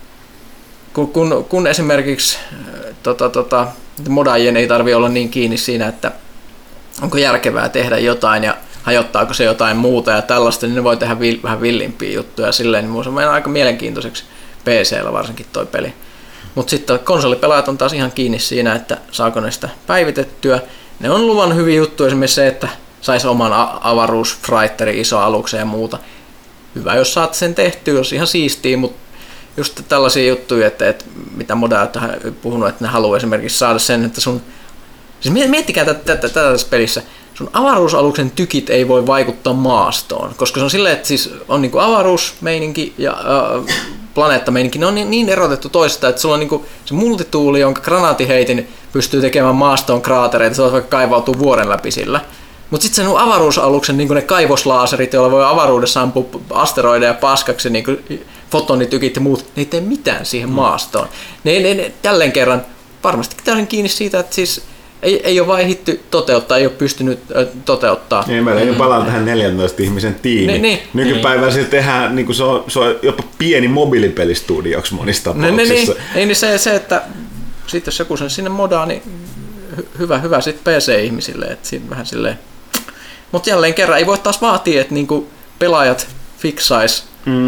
kun esimerkiksi modaajien ei tarvitse olla niin kiinni siinä, että onko järkevää tehdä jotain ja hajottaako se jotain muuta ja tällaista, niin ne voi tehdä vähän villimpiä juttuja silleen, niin se on aika mielenkiintoiseksi PC:llä varsinkin toi peli. Mutta sitten konsolipelaajat on taas ihan kiinni siinä, että saako ne sitä päivitettyä. Ne on luvan hyviä juttuja, esimerkiksi se, että saisi oman avaruusfreighterin, iso aluksen ja muuta. Hyvä, jos saat sen tehtyä, jos ihan siistiä, mutta just tällaisia juttuja, että mitä modaajat on puhunut, että ne haluaa esimerkiksi saada sen, että sun... Siis miettikää tätä tässä pelissä. Sun avaruusaluksen tykit ei voi vaikuttaa maastoon, koska se on silleen, että siis on niinku avaruusmeininki ja planeettameininki, ne on niin erotettu toisesta, että sulla on niinku se multituuli, jonka granaatiheitin pystyy tekemään maastoon kraatereita, se vaikka kaivautuu vuoren läpi sillä. Mutta sitten sen avaruusaluksen niin ne kaivoslaaserit, joilla voi avaruudessa ampua asteroideja paskaksi, niin fotonitykit ja muut, ne ei tee mitään siihen maastoon. Ne jälleen kerran varmasti täysin kiinni siitä, että siis ei ole vain hitty toteuttaa, ei ole pystynyt toteuttaa. Niin, meillä ei palaa tähän 14 ihmisen tiimi. Nykypäivänä se tehdään, niin se on jopa pieni mobiilipelistudioksi monissa tapauksissa. Niin se, että sit jos joku sen sinne modaa, niin hyvä sit PC-ihmisille, että siinä vähän silleen. Mutta jälleen kerran ei voi taas vaatia, että niinku pelaajat fiksais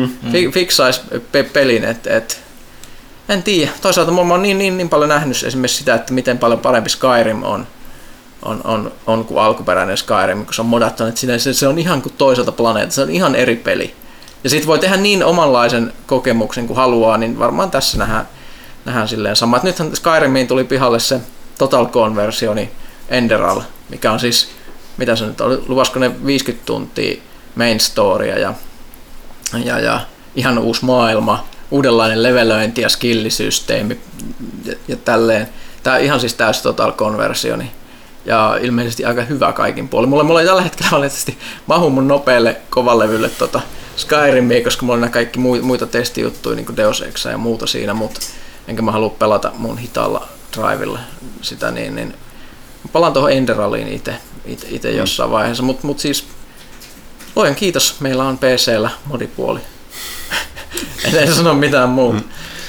pelin, et en tiedä. Toisaalta mä oon niin paljon nähnyt esimerkiksi sitä, että miten paljon parempi Skyrim on kuin alkuperäinen Skyrim, kun se on modattu, että se on ihan kuin toiselta planeetalta, se on ihan eri peli. Ja sit voi tehdä niin omanlaisen kokemuksen kuin haluaa, niin varmaan tässä nähdään silleen sama. Et nythän Skyrimiin tuli pihalle se Total Conversioni Enderal, mikä on siis, mitä se nyt oli, luvasko ne 50 tuntia main storya ja ihan uusi maailma, uudenlainen levelöinti ja skillisysteemi ja tälleen. Tää on ihan siis täysin Total Conversioni ja ilmeisesti aika hyvä kaikin puolin. Mulla ei tällä hetkellä valitettavasti mahu mun nopealle kovalevylle Skyrimia, koska mulla on kaikki muita testijuttuja, niin kuin Deus Ex ja muuta siinä, mutta enkä mä halua pelata mun hitaalla drivella sitä, niin palaan tuohon Enderaliin itse jossain vaiheessa, mutta siis luojan kiitos, meillä on PC:llä modipuoli. En sano mitään muuta.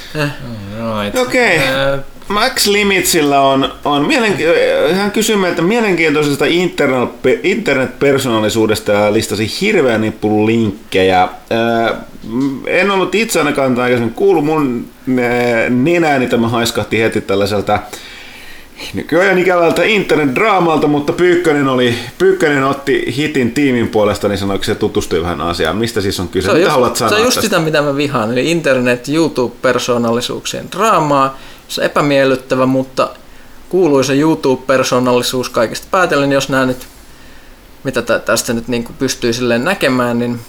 Okei. Max Limitsillä on hän kysyi meiltä mielenkiintoisesta internet-persoonallisuudesta ja listasi hirveän nippulun linkkejä. En ollut itse ainakaan aikaisemmin kuullut, mun nenääni tämä haiskahti heti tällaiselta nykyajan ikävältä internetdraamalta, mutta Pyykkönen otti hitin tiimin puolesta, niin sanoiko se tutustui vähän asiaan. Mistä siis on kyse? Mitä haluat sanoa se on just tästä? sitä, mitä mä vihaan, eli internet YouTube-persoonallisuuksien draamaa. Se on epämiellyttävä, mutta kuuluisa YouTube-persoonallisuus kaikesta päätellen, jos nämä nyt, mitä tästä nyt niin pystyy silleen näkemään, niin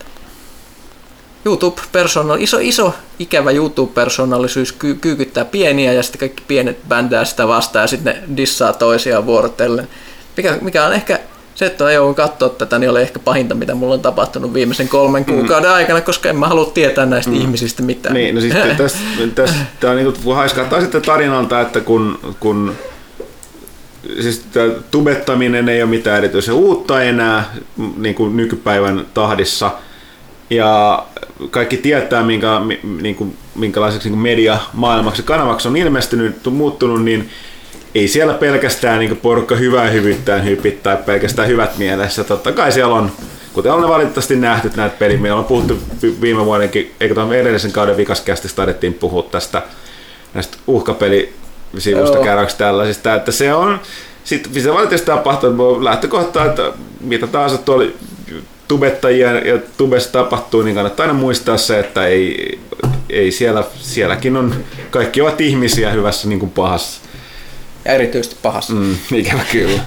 iso ikävä YouTube-persoonallisuus kyykyttää pieniä ja sitten kaikki pienet bändää sitä vastaan ja sitten ne dissaa toisiaan vuorotellen. Mikä on ehkä se, että joudun katsoa tätä, niin oli ehkä pahinta, mitä mulla on tapahtunut viimeisen 3 kuukauden aikana, koska en mä halua tietää näistä ihmisistä mitään. Niin, no siis tämä on niin kuin haiskahtaa sitten tarinalta, että kun siis tubettaminen ei ole mitään erityisen uutta enää niin kuin nykypäivän tahdissa. Ja kaikki tietää, minkälaiseksi niin media-maailmaksi kanavaksi on ilmestynyt, muuttunut, niin ei siellä pelkästään niin porukka hyvää hyvyyttään hypit tai pelkästään hyvät mielessä. Totta kai siellä on, kuten on valitettavasti nähty näitä peliä, meillä on puhuttu viime vuodenkin, eikö tuon edellisen kauden vikaskästissä taidettiin puhua näistä uhkapelisivuista käydäksi tällaisista, että se on, sitten se valitettavasti tapahtuu, lähtökohtaa, että mitä taas tuolla tubettajia ja tubessa tapahtuu, niin kannattaa aina muistaa se, että ei sielläkin on, kaikki ovat ihmisiä hyvässä niin kuin pahassa. Ja erityisesti pahassa. Ikävä kyllä.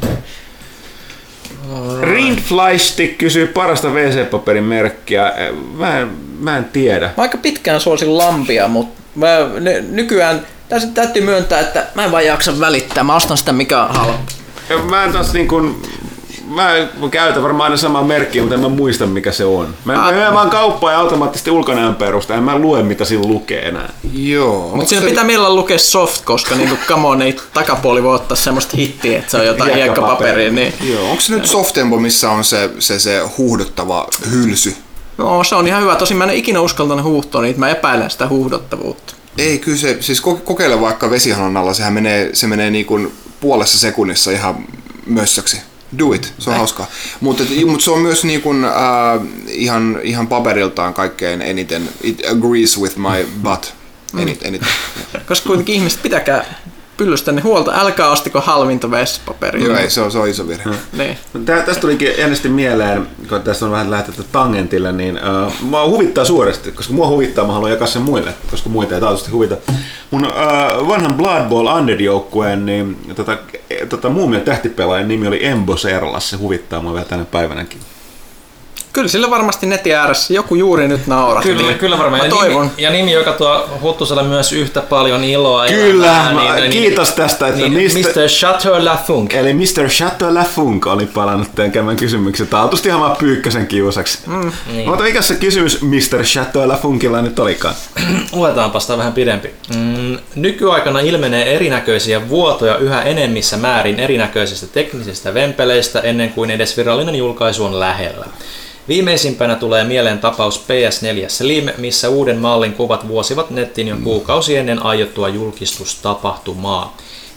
Rindfleischstick kysyy parasta WC-paperin merkkiä. Mä en tiedä. Mä aika pitkään suosin lampia, mutta nykyään täytyy myöntää, että mä en vaan jaksa välittää. Mä ostan sitä mikä on halpa. Mä en taas niin kuin mä käytän varmaan aina samaa merkkiä, mutta en mä muista mikä se on. Mä menen vaan kauppaan ja automaattisesti ulkonäön perusta, en mä lue mitä siinä lukee enää. Joo. Mutta siinä pitää millään lukea soft, koska niinku come on, ei takapuoli voi ottaa semmoista hittiä, että se on jotain hiekkapaperia. Niin. Joo, onko se nyt Softempo, missä on se huuhdottava hylsy? No se on ihan hyvä, tosin mä en ikinä uskaltanut huuhtoa, niin mä epäilen sitä huuhdottavuutta. Ei, kyllä se, siis kokeile vaikka vesihanan alla, se menee niin kuin puolessa sekunnissa ihan mössöksi. Do it, se on hauskaa. Mutta se on myös niin kuin, ihan paperiltaan kaikkein eniten, it agrees with my butt. Eniten. Koska kuitenkin ihmiset pitäkää pyllystä huolta, älkää ostiko halvinta vessapaperia. Joo, ei, se on iso virhe. Niin. Tästä tulikin ennesti mieleen, kun tässä on vähän lähetetty tangentille, niin mua huvittaa suuresti, koska mua huvittaa, mä haluan jakaa sen muille, koska muita ei taatusti huvita. Mun vanhan Blood Bowl Undead-joukkueen, niin Muumien tähtipelaajan nimi oli Embo Serlas, se huvittaa mua vielä tänä päivänäkin. Kyllä sillä varmasti netin ääressä joku juuri nyt nauraa. Kyllä varmaan. Ja nimi, joka tuo Huttuselle myös yhtä paljon iloa. Kyllä, kiitos tästä. Että Mr. Chateau Lafunk. Eli Mr. Chateau Lafunk oli palannut tekemään kysymyksen. Taatusti ihan vaan Pyykkösen kiusaksi. Niin. Mutta mikä se kysymys Mr. Chateau Lafunkilla nyt olikaan? Luetaanpa sitä vähän pidempi. Nykyaikana ilmenee erinäköisiä vuotoja yhä enemmissä määrin erinäköisistä teknisistä vempeleistä ennen kuin edes virallinen julkaisu on lähellä. Viimeisimpänä tulee mieleen tapaus PS4 Slim, missä uuden mallin kuvat vuosivat nettiin jo kuukausi ennen aiottua julkistustapahtumaa.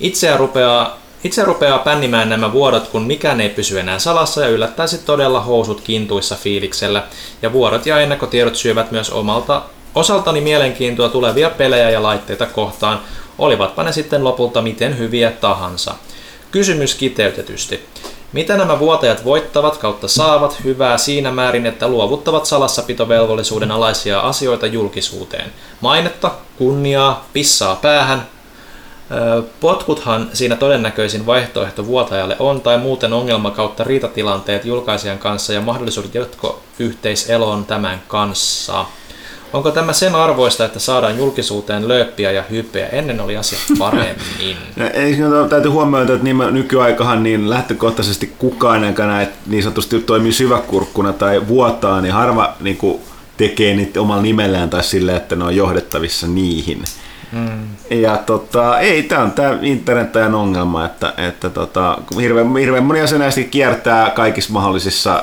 Itse rupeaa pännimään nämä vuodot, kun mikään ei pysy enää salassa ja yllättäisi todella housut kintuissa fiiliksellä. Ja vuodot ja ennakkotiedot syövät myös osaltani mielenkiintoa tulevia pelejä ja laitteita kohtaan, olivatpa ne sitten lopulta miten hyviä tahansa. Kysymys kiteytetysti. Mitä nämä vuotajat voittavat kautta saavat hyvää siinä määrin, että luovuttavat salassapitovelvollisuuden alaisia asioita julkisuuteen? Mainetta, kunniaa, pissaa päähän. Potkuthan siinä todennäköisin vaihtoehto vuotajalle on, tai muuten ongelma kautta riitatilanteet julkaisijan kanssa ja mahdollisuudet jatkoyhteiseloon tämän kanssa. Onko tämä sen arvoista, että saadaan julkisuuteen lööppiä ja hypeä? Ennen oli asiat paremmin. Täytyy huomioida, että nykyaikahan niin lähtökohtaisesti kukaan, joka näet niin sanotusti toimii syväkurkkuna tai vuotaa, niin harva niin kuin tekee niitä omalla nimellään tai silleen, että ne on johdettavissa niihin. Ja ei, tämä on tämä internettajan ongelma, että hirveän moni asia näistä kiertää kaikissa mahdollisissa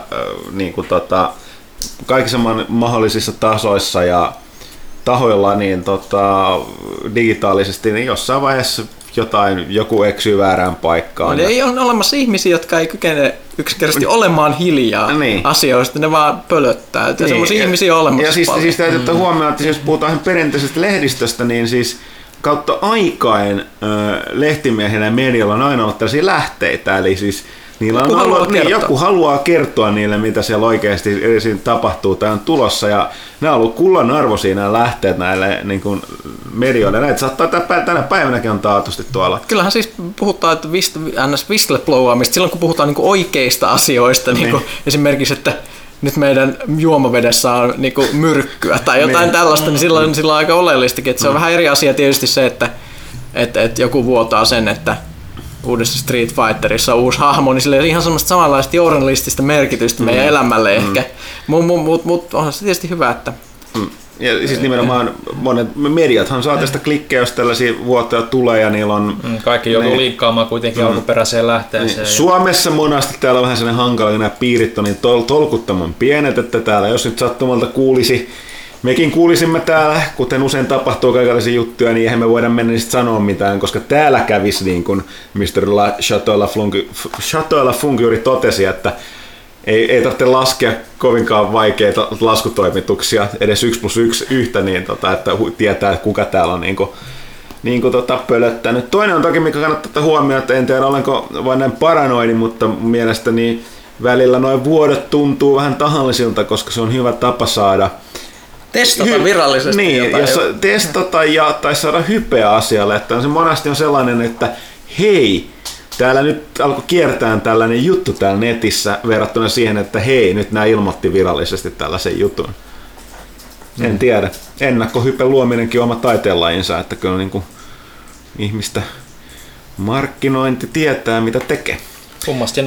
kaikissa mahdollisissa tasoissa ja tahoilla niin digitaalisesti, niin jossain vaiheessa joku eksyy väärään paikkaan. Eli ei ole olemassa ihmisiä, jotka ei kykene yksinkertaisesti olemaan hiljaa asioista, ne vaan pölöttää. Sellaisia ihmisiä on olemassa ja siis täytyy ottaa huomioon, että jos puhutaan perinteisestä lehdistöstä, niin siis kautta aikain lehtimiehenä ja medialla on aina ollut tällaisia lähteitä, eli siis niillä on joku haluaa kertoa niille, mitä siellä oikeasti tapahtuu tai on tulossa, ja ne on ollut kullanarvoisia nämä lähteet näille niin kuin medioille. Näitä saattaa tänä päivänäkin on taatusti tuolla. Kyllähän siis puhutaan, että whistleblowamista silloin, kun puhutaan niin kuin oikeista asioista, niin kuin esimerkiksi, että nyt meidän juomavedessä on niin kuin myrkkyä tai jotain tällaista, niin silloin on aika oleellistakin. Että se on vähän eri asia tietysti se, että joku vuotaa sen, että uudessa Street Fighterissa on uusi hahmo, niin sillä on ihan semmoista samanlaista journalistista merkitystä meidän elämälle ehkä. Mutta onhan se tietysti hyvä, että... Ja siis nimenomaan monet mediathan saa tästä klikkejä, jos tällaisia vuotoja tulee ja niillä on... Kaikki joutuu linkkaamaan kuitenkin alkuperäiseen lähteeseen. Niin. Suomessa monasti täällä on vähän sellainen hankala, kun nämä piirit on niin tolkuttoman pienet, että täällä jos nyt sattumalta kuulisi, mekin kuulisimme täällä, kuten usein tapahtuu kaikenlaisia juttuja, niin eihän me voida mennä niistä sanoa mitään, koska täällä kävisi niin kuin Mr. Chateau Lafunk juuri totesi, että ei tarvitse laskea kovinkaan vaikeita laskutoimituksia, edes 1+1 yhtä, niin että tietää, että kuka täällä on pölöttänyt. Toinen on toki, mikä kannattaa ottaa huomioon, että en tiedä olenko vain näin paranoidi, mutta mielestäni välillä noin vuodot tuntuu vähän tahallisilta, koska se on hyvä tapa saada testata virallisesti niin, jotain. Jos testata tai saada hypeä asialle, että se monesti on sellainen, että hei, täällä nyt alkoi kiertää tällainen juttu täällä netissä verrattuna siihen, että hei, nyt nämä ilmoitti virallisesti tällaisen jutun. En tiedä. Ennakkohypen luominenkin on oma taiteenlajinsa, että kyllä niin kuin ihmistä markkinointi tietää, mitä tekee. Kummasti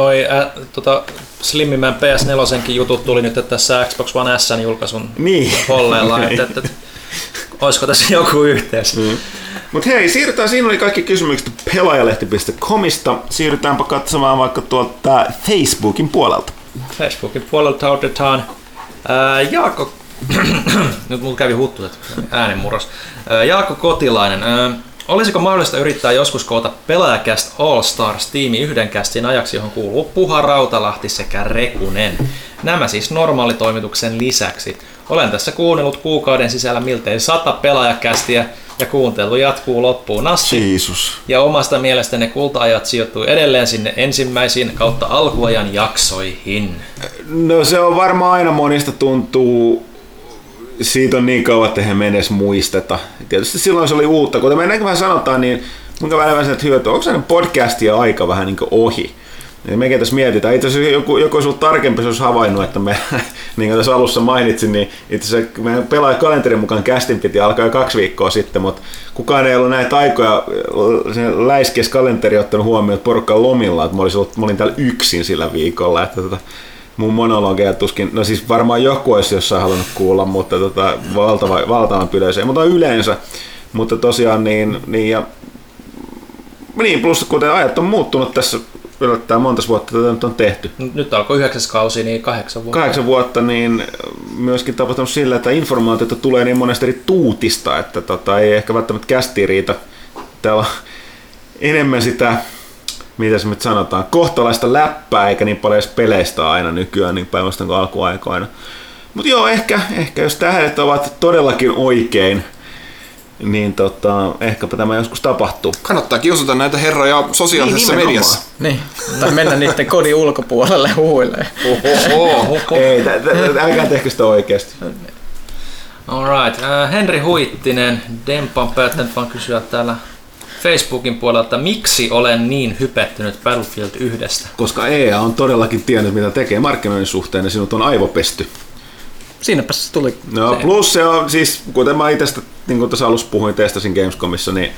slimmimmän PS4-senkin jutut tuli nyt tässä Xbox One S:n julkaisun holleilla, että olisiko tässä joku yhteys. Mutta hei, siirrytään, siinä oli kaikki kysymykset pelaajalehti.comista. Siirrytäänpä katsomaan vaikka tuolta Facebookin puolelta. Facebookin puolelta otetaan Jaakko, nyt mulla kävi huttuset, äänenmurros. Jaakko Kotilainen. Olisiko mahdollista yrittää joskus koota Pelaajakäst All Stars-tiimi yhden kästin ajaksi, johon kuuluu Puha, Rautalahti sekä Rekunen? Nämä siis normaalitoimituksen lisäksi. Olen tässä kuunnellut kuukauden sisällä miltei 100 pelaajakästiä ja kuuntelu jatkuu loppuun asti. Jeesus. Ja omasta mielestäni kulta-ajat sijoittuu edelleen sinne ensimmäisiin kautta alkuajan jaksoihin. No se on varmaan aina monista tuntuu, siitä on niin kauan, että eihän me edes muisteta. Tietysti silloin se oli uutta, kuten me ennenkin vähän sanotaan, niin kuinka vähän sen hyötyä, onko se podcastia aika vähän niin ohi? Ja mekin tässä mietitään. Itse asiassa joku olisi ollut tarkempi, se olisi havainnut, että me, niin kuin tässä alussa mainitsin, niin itse asiassa meidän Pelaaja-kalenterin mukaan kästin piti alkaa jo 2 viikkoa sitten, mutta kukaan ei ollut näitä aikoja, se läiskeis kalenteri ottanut huomioon, että porukka on lomilla, että mä olin täällä yksin sillä viikolla, että mun monologeja tuskin, no siis varmaan joku olisi jossain halunnut kuulla, mutta valtavan yleisöä, mutta yleensä, mutta tosiaan niin plus kuten ajat on muuttunut tässä, yllättää monta vuotta tätä nyt on tehty. Nyt alkoi 9. kausi, niin 8 vuotta. 8 vuotta, niin myöskin tapahtunut sillä, että informaatiota tulee niin monesta eri tuutista, että ei ehkä välttämättä kästiin riitä. Täällä on enemmän sitä, mitä se nyt sanotaan, kohtalaista läppää, eikä niin paljon edes peleistä aina nykyään niin päivästä kuin alkuaikoina. Mutta joo, ehkä jos tähdet ovat todellakin oikein, niin ehkäpä tämä joskus tapahtuu. Kannattaa kiusata näitä herroja sosiaalisessa mediassa. Niin, tai mennä niiden kodin ulkopuolelle huuille. Ei, älkää tehkö sitä oikeasti. Alright, Henri Huittinen, Dempa on päättänyt vaan kysyä täällä Facebookin puolelta, miksi olen niin hypettynyt Battlefield 1? Koska EA on todellakin tiennyt, mitä tekee markkinoinnin suhteen, ja sinut on aivopesty. Siinäpä se tuli. No, plus se on siis, kuten mä itse, niin kuin tässä alussa puhuin, testasin Gamescomissa, niin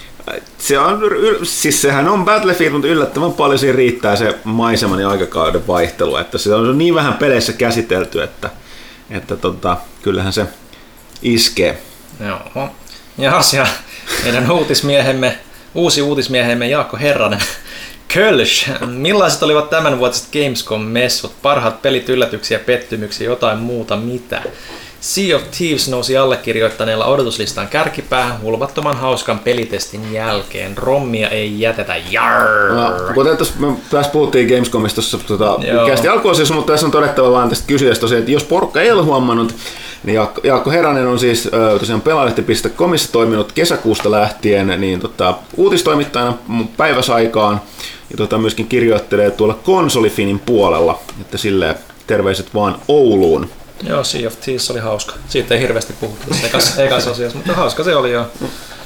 sehän on Battlefield, mutta yllättävän paljon siinä riittää se maiseman ja aikakauden vaihtelu, että se on niin vähän peleissä käsitelty, että kyllähän se iskee. Joo. Ja asia, meidän uusi uutismiehemme Jaakko Herranen. Kölsch, millaiset olivat tämänvuotiset Gamescom-messut? Parhaat pelit, yllätyksiä, pettymyksiä, jotain muuta, mitä? Sea of Thieves nousi allekirjoittaneella odotuslistan kärkipäähän hulvattoman hauskan pelitestin jälkeen. Rommia ei jätetä, jarrrr! No, kuten tässä puhuttiin Gamescomista tuossa kästi alkuosiossa, mutta tässä on todettava vaan tästä kysyjästä tosiaan, että jos porukka ei ole huomannut, Niin Jaakko Heränen on siis tosiaan pelaalehti.comissa toiminut kesäkuusta lähtien niin uutistoimittajana päiväsaikaan ja myöskin kirjoittelee tuolla konsolifinin puolella, että silleen terveiset vaan Ouluun. Joo, Sea of Thieves oli hauska. Siitä ei hirveästi puhuttu tässä ekassa asiassa, mutta hauska se oli joo.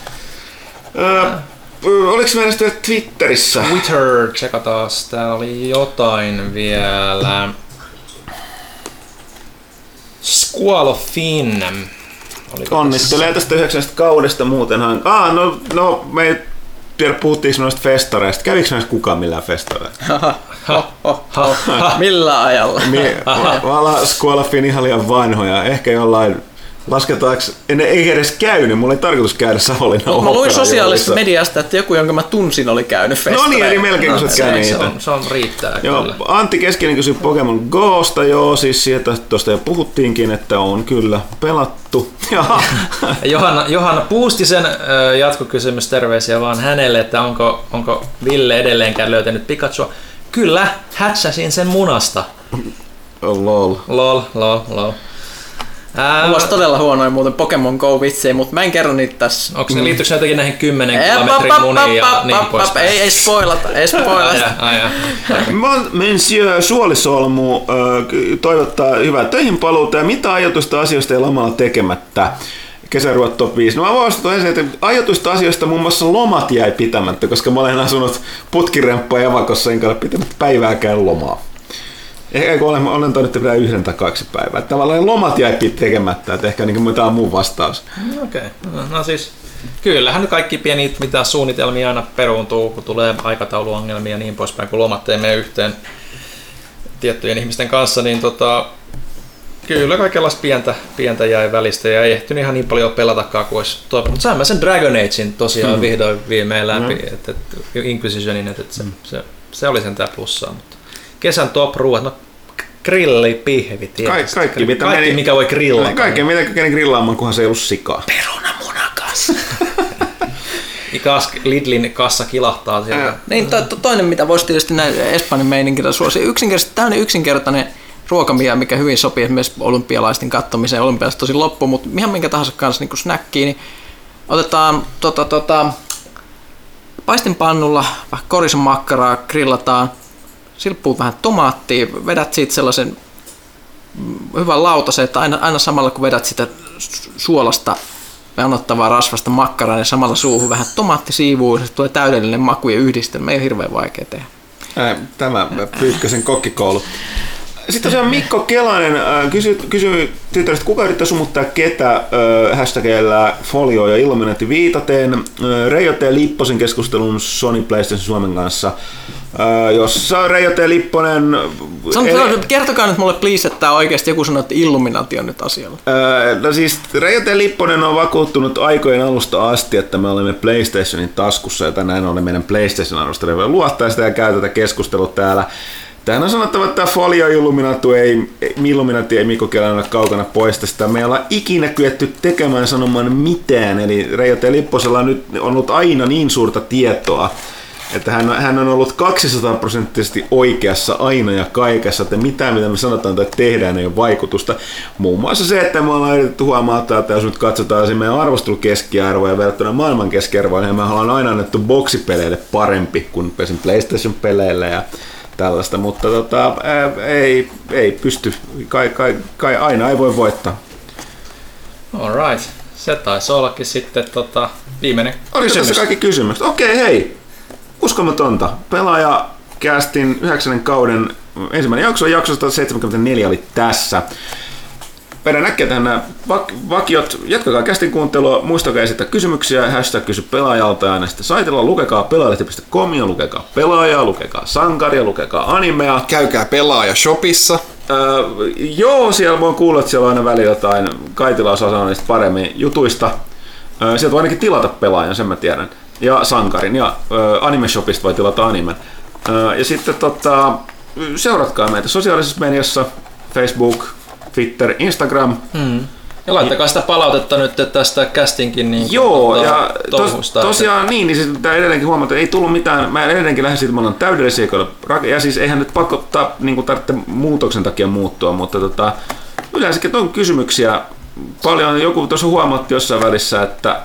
Oliko meillä sitten Twitterissä? Twitter, tsekataan. Täällä oli jotain vielä. Squall of Finn. Onnittelee tästä 9. kaudesta muutenhan. No me ei tiedä, puhuttiinko noista festareista. Kävikö näistä kukaan millään festareista? Millä ajalla? Mä Squall of Finn ihan liian vanhoja. Ehkä jollain. Lasketaanko, ei edes käynyt, mulla ei tarkoitus käydä Savonlinnan Mä luin sosiaalisesta mediasta, että joku, jonka mä tunsin, oli käynyt festareilla. No niin, eli melkein kun sä käynyt niitä. Se on riittää joo, kyllä. Antti Keskinen kysyi Pokemon Gosta, joo, siis siitä tuosta jo puhuttiinkin, että on kyllä pelattu. Johanna Puustisen jatkokysymys, terveisiä vaan hänelle, että onko Ville edelleenkään löytänyt Pikachua. Kyllä, hätsäsin sen munasta. Lol. Mulla olisi todella huonoja muuten Pokemon Go-vitsejä, mutta mä en kerro niitä tässä. Onko ne liittyykö ne jotenkin näihin 10 kilometrin muniin ja niin poispäin? Ei spoilata. Monsieur Suolisolmu toivottaa hyvää töihin paluuta ja mitä ajoitusta asioista ei lomalla tekemättä? Kesäruot top 5. No mä voin vastata ensin, että ajoitusta asioista muun muassa lomat jäi pitämättä, koska mä olen asunut putkiremppua Javakossa enkä ole pitämättä päivääkään lomaa. Ehkä kun olen todennut pitää 1 tai 2 päivää. Tavallaan lomat jäi tekemättä, että ehkä niin tämä on mun vastaus. Okei. No siis, kyllähän kaikki pieni mitä suunnitelmia aina peruuntuu, kun tulee aikatauluongelmia ja niin poispäin, kun lomat ei mene yhteen tiettyjen ihmisten kanssa, niin kyllä kaikenlaista pientä jäi välistä ja ei ehtinyt ihan niin paljon pelatakaan kuin olisi toivonut. Mutta sain mä sen Dragon Agein tosiaan vihdoin viimein läpi, että Inquisitionin, että se oli sen tää plussaa. Mutta kesän top-ruuat, no grillipihvi tietysti. Kaikki mikä voi grillata. Kaikki mitä kykeni grillaamaan, kunhan se ei ollut sikaa. Perunamunakas. Lidlin kassa kilahtaa siellä. Niin, toinen mitä voisi tietysti näin Espanjan meininkillä suosia. Tämmöinen yksinkertainen ruoka, mikä hyvin sopii esimerkiksi olympialaisten kattomiseen. Olympialaiset tosi loppu, mutta ihan minkä tahansa kanssa niin snäkkiä, niin otetaan paistinpannulla vähän korison makkaraa, grillataan, silppuut vähän tomaattia, vedät siitä sellaisen hyvän lautasen, että aina samalla kun vedät sitä suolasta annottavaa rasvasta makkaraa, niin samalla suuhun vähän tomaattisiivua, se tulee täydellinen maku ja yhdistelmä, ei ole hirveän vaikea tehdä. Tämä Pyykkösen kokkikoulu. Sitten tosiaan Mikko Kelanen kysyi Twitteristä, kuka yrittää sumuttaa ketä hashtagillä Folio ja Illuminati viitaten Reijo T. Lipposen keskustelun Sony PlayStation Suomen kanssa, jossa Reijo T. Lipponen... Kertokaa nyt mulle please, että tämä oikeasti joku sanoo, että Illuminati on nyt asialla. No siis Reijo T. Lipponen on vakuuttunut aikojen alusta asti, että me olemme PlayStationin taskussa ja tänään olemme meidän PlayStation-arvostelua. Voi luottaa sitä ja käy tätä keskustelua täällä. Tähän on sanottava, että Folio Illuminati ei Mikko Kelanen ole kaukana pois tästä. Me ei olla ikinä kyetty tekemään sanomaan mitään. Eli Reijo T. Lipposella on nyt ollut aina niin suurta tietoa, että hän on ollut 200% oikeassa aina ja kaikessa, että mitään mitä me sanotaan tai tehdään ei ole vaikutusta. Muun muassa se, että me ollaan yritetty huomauttaa, että jos nyt katsotaan se meidän arvostelukeskiarvoja verrattuna maailman keskiarvoihin, niin me ollaan aina annettu boksipeleille parempi kuin PlayStation-peleille ja tällaista, mutta ei pysty, kai aina ei voi voittaa. Alright, se taisi ollakin sitten viimeinen kysymys. Tässä kaikki kysymykset? Okei, hei, uskomatonta. Pelaajakästin 9. kauden ensimmäinen jaksosta 74 oli tässä. Vedän äkkiä tähän nämä vakiot. Jatkakaa kästin kuuntelua, muistakaa esittää kysymyksiä, hashtag kysy pelaajalta ja näistä saitella. Lukekaa pelaajalehti.comia, lukekaa pelaajaa, lukekaa sankaria, lukekaa animea. Käykää pelaaja shopissa. Joo, siellä voi kuulla, että siellä on aina välillä jotain. Kaitila osaa sanoa niistä paremmin jutuista. Sieltä voi ainakin tilata pelaajan, sen mä tiedän. Ja sankarin. Ja anime-shopista voi tilata animen. Ja sitten seuratkaa meitä sosiaalisessa mediassa, Facebook, Twitter, Instagram. Ja laittakaa sitä palautetta nyt tästä castinkin niin joo, ja tosiaan niin siis edelleenkin huomata, ei tullut mitään, mä edelleenkin lähden siitä, että me ollaan täydellisiä, ja siis eihän nyt pakottaa niin tarvitse muutoksen takia muuttua, mutta yleensäkin on kysymyksiä, paljon, joku tuossa huomautti jossain välissä, että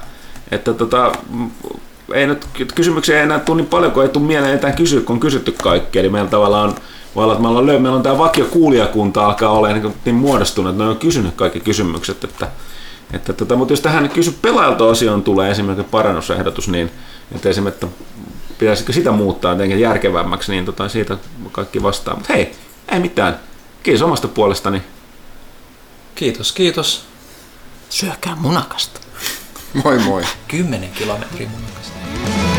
ei nyt, kysymyksiä ei enää tule niin paljon, kun ei tule mieleen enää kysyä, kun on kysytty kaikki. Eli meillä tavallaan voi olla, että meillä on tämä vakio kuulijakunta alkaa olla niin muodostunut, että ne on kysynyt kaikki kysymykset. Mutta jos tähän kysy pelaajalta osioon tulee esimerkiksi parannusehdotus, niin että esimerkiksi pitäisikö sitä muuttaa jotenkin järkevämmäksi, niin siitä kaikki vastaa. Mutta hei, ei mitään. Kiitos omasta puolestani. Kiitos. Syökää munakasta. Moi moi. 10 kilometriä munakasta.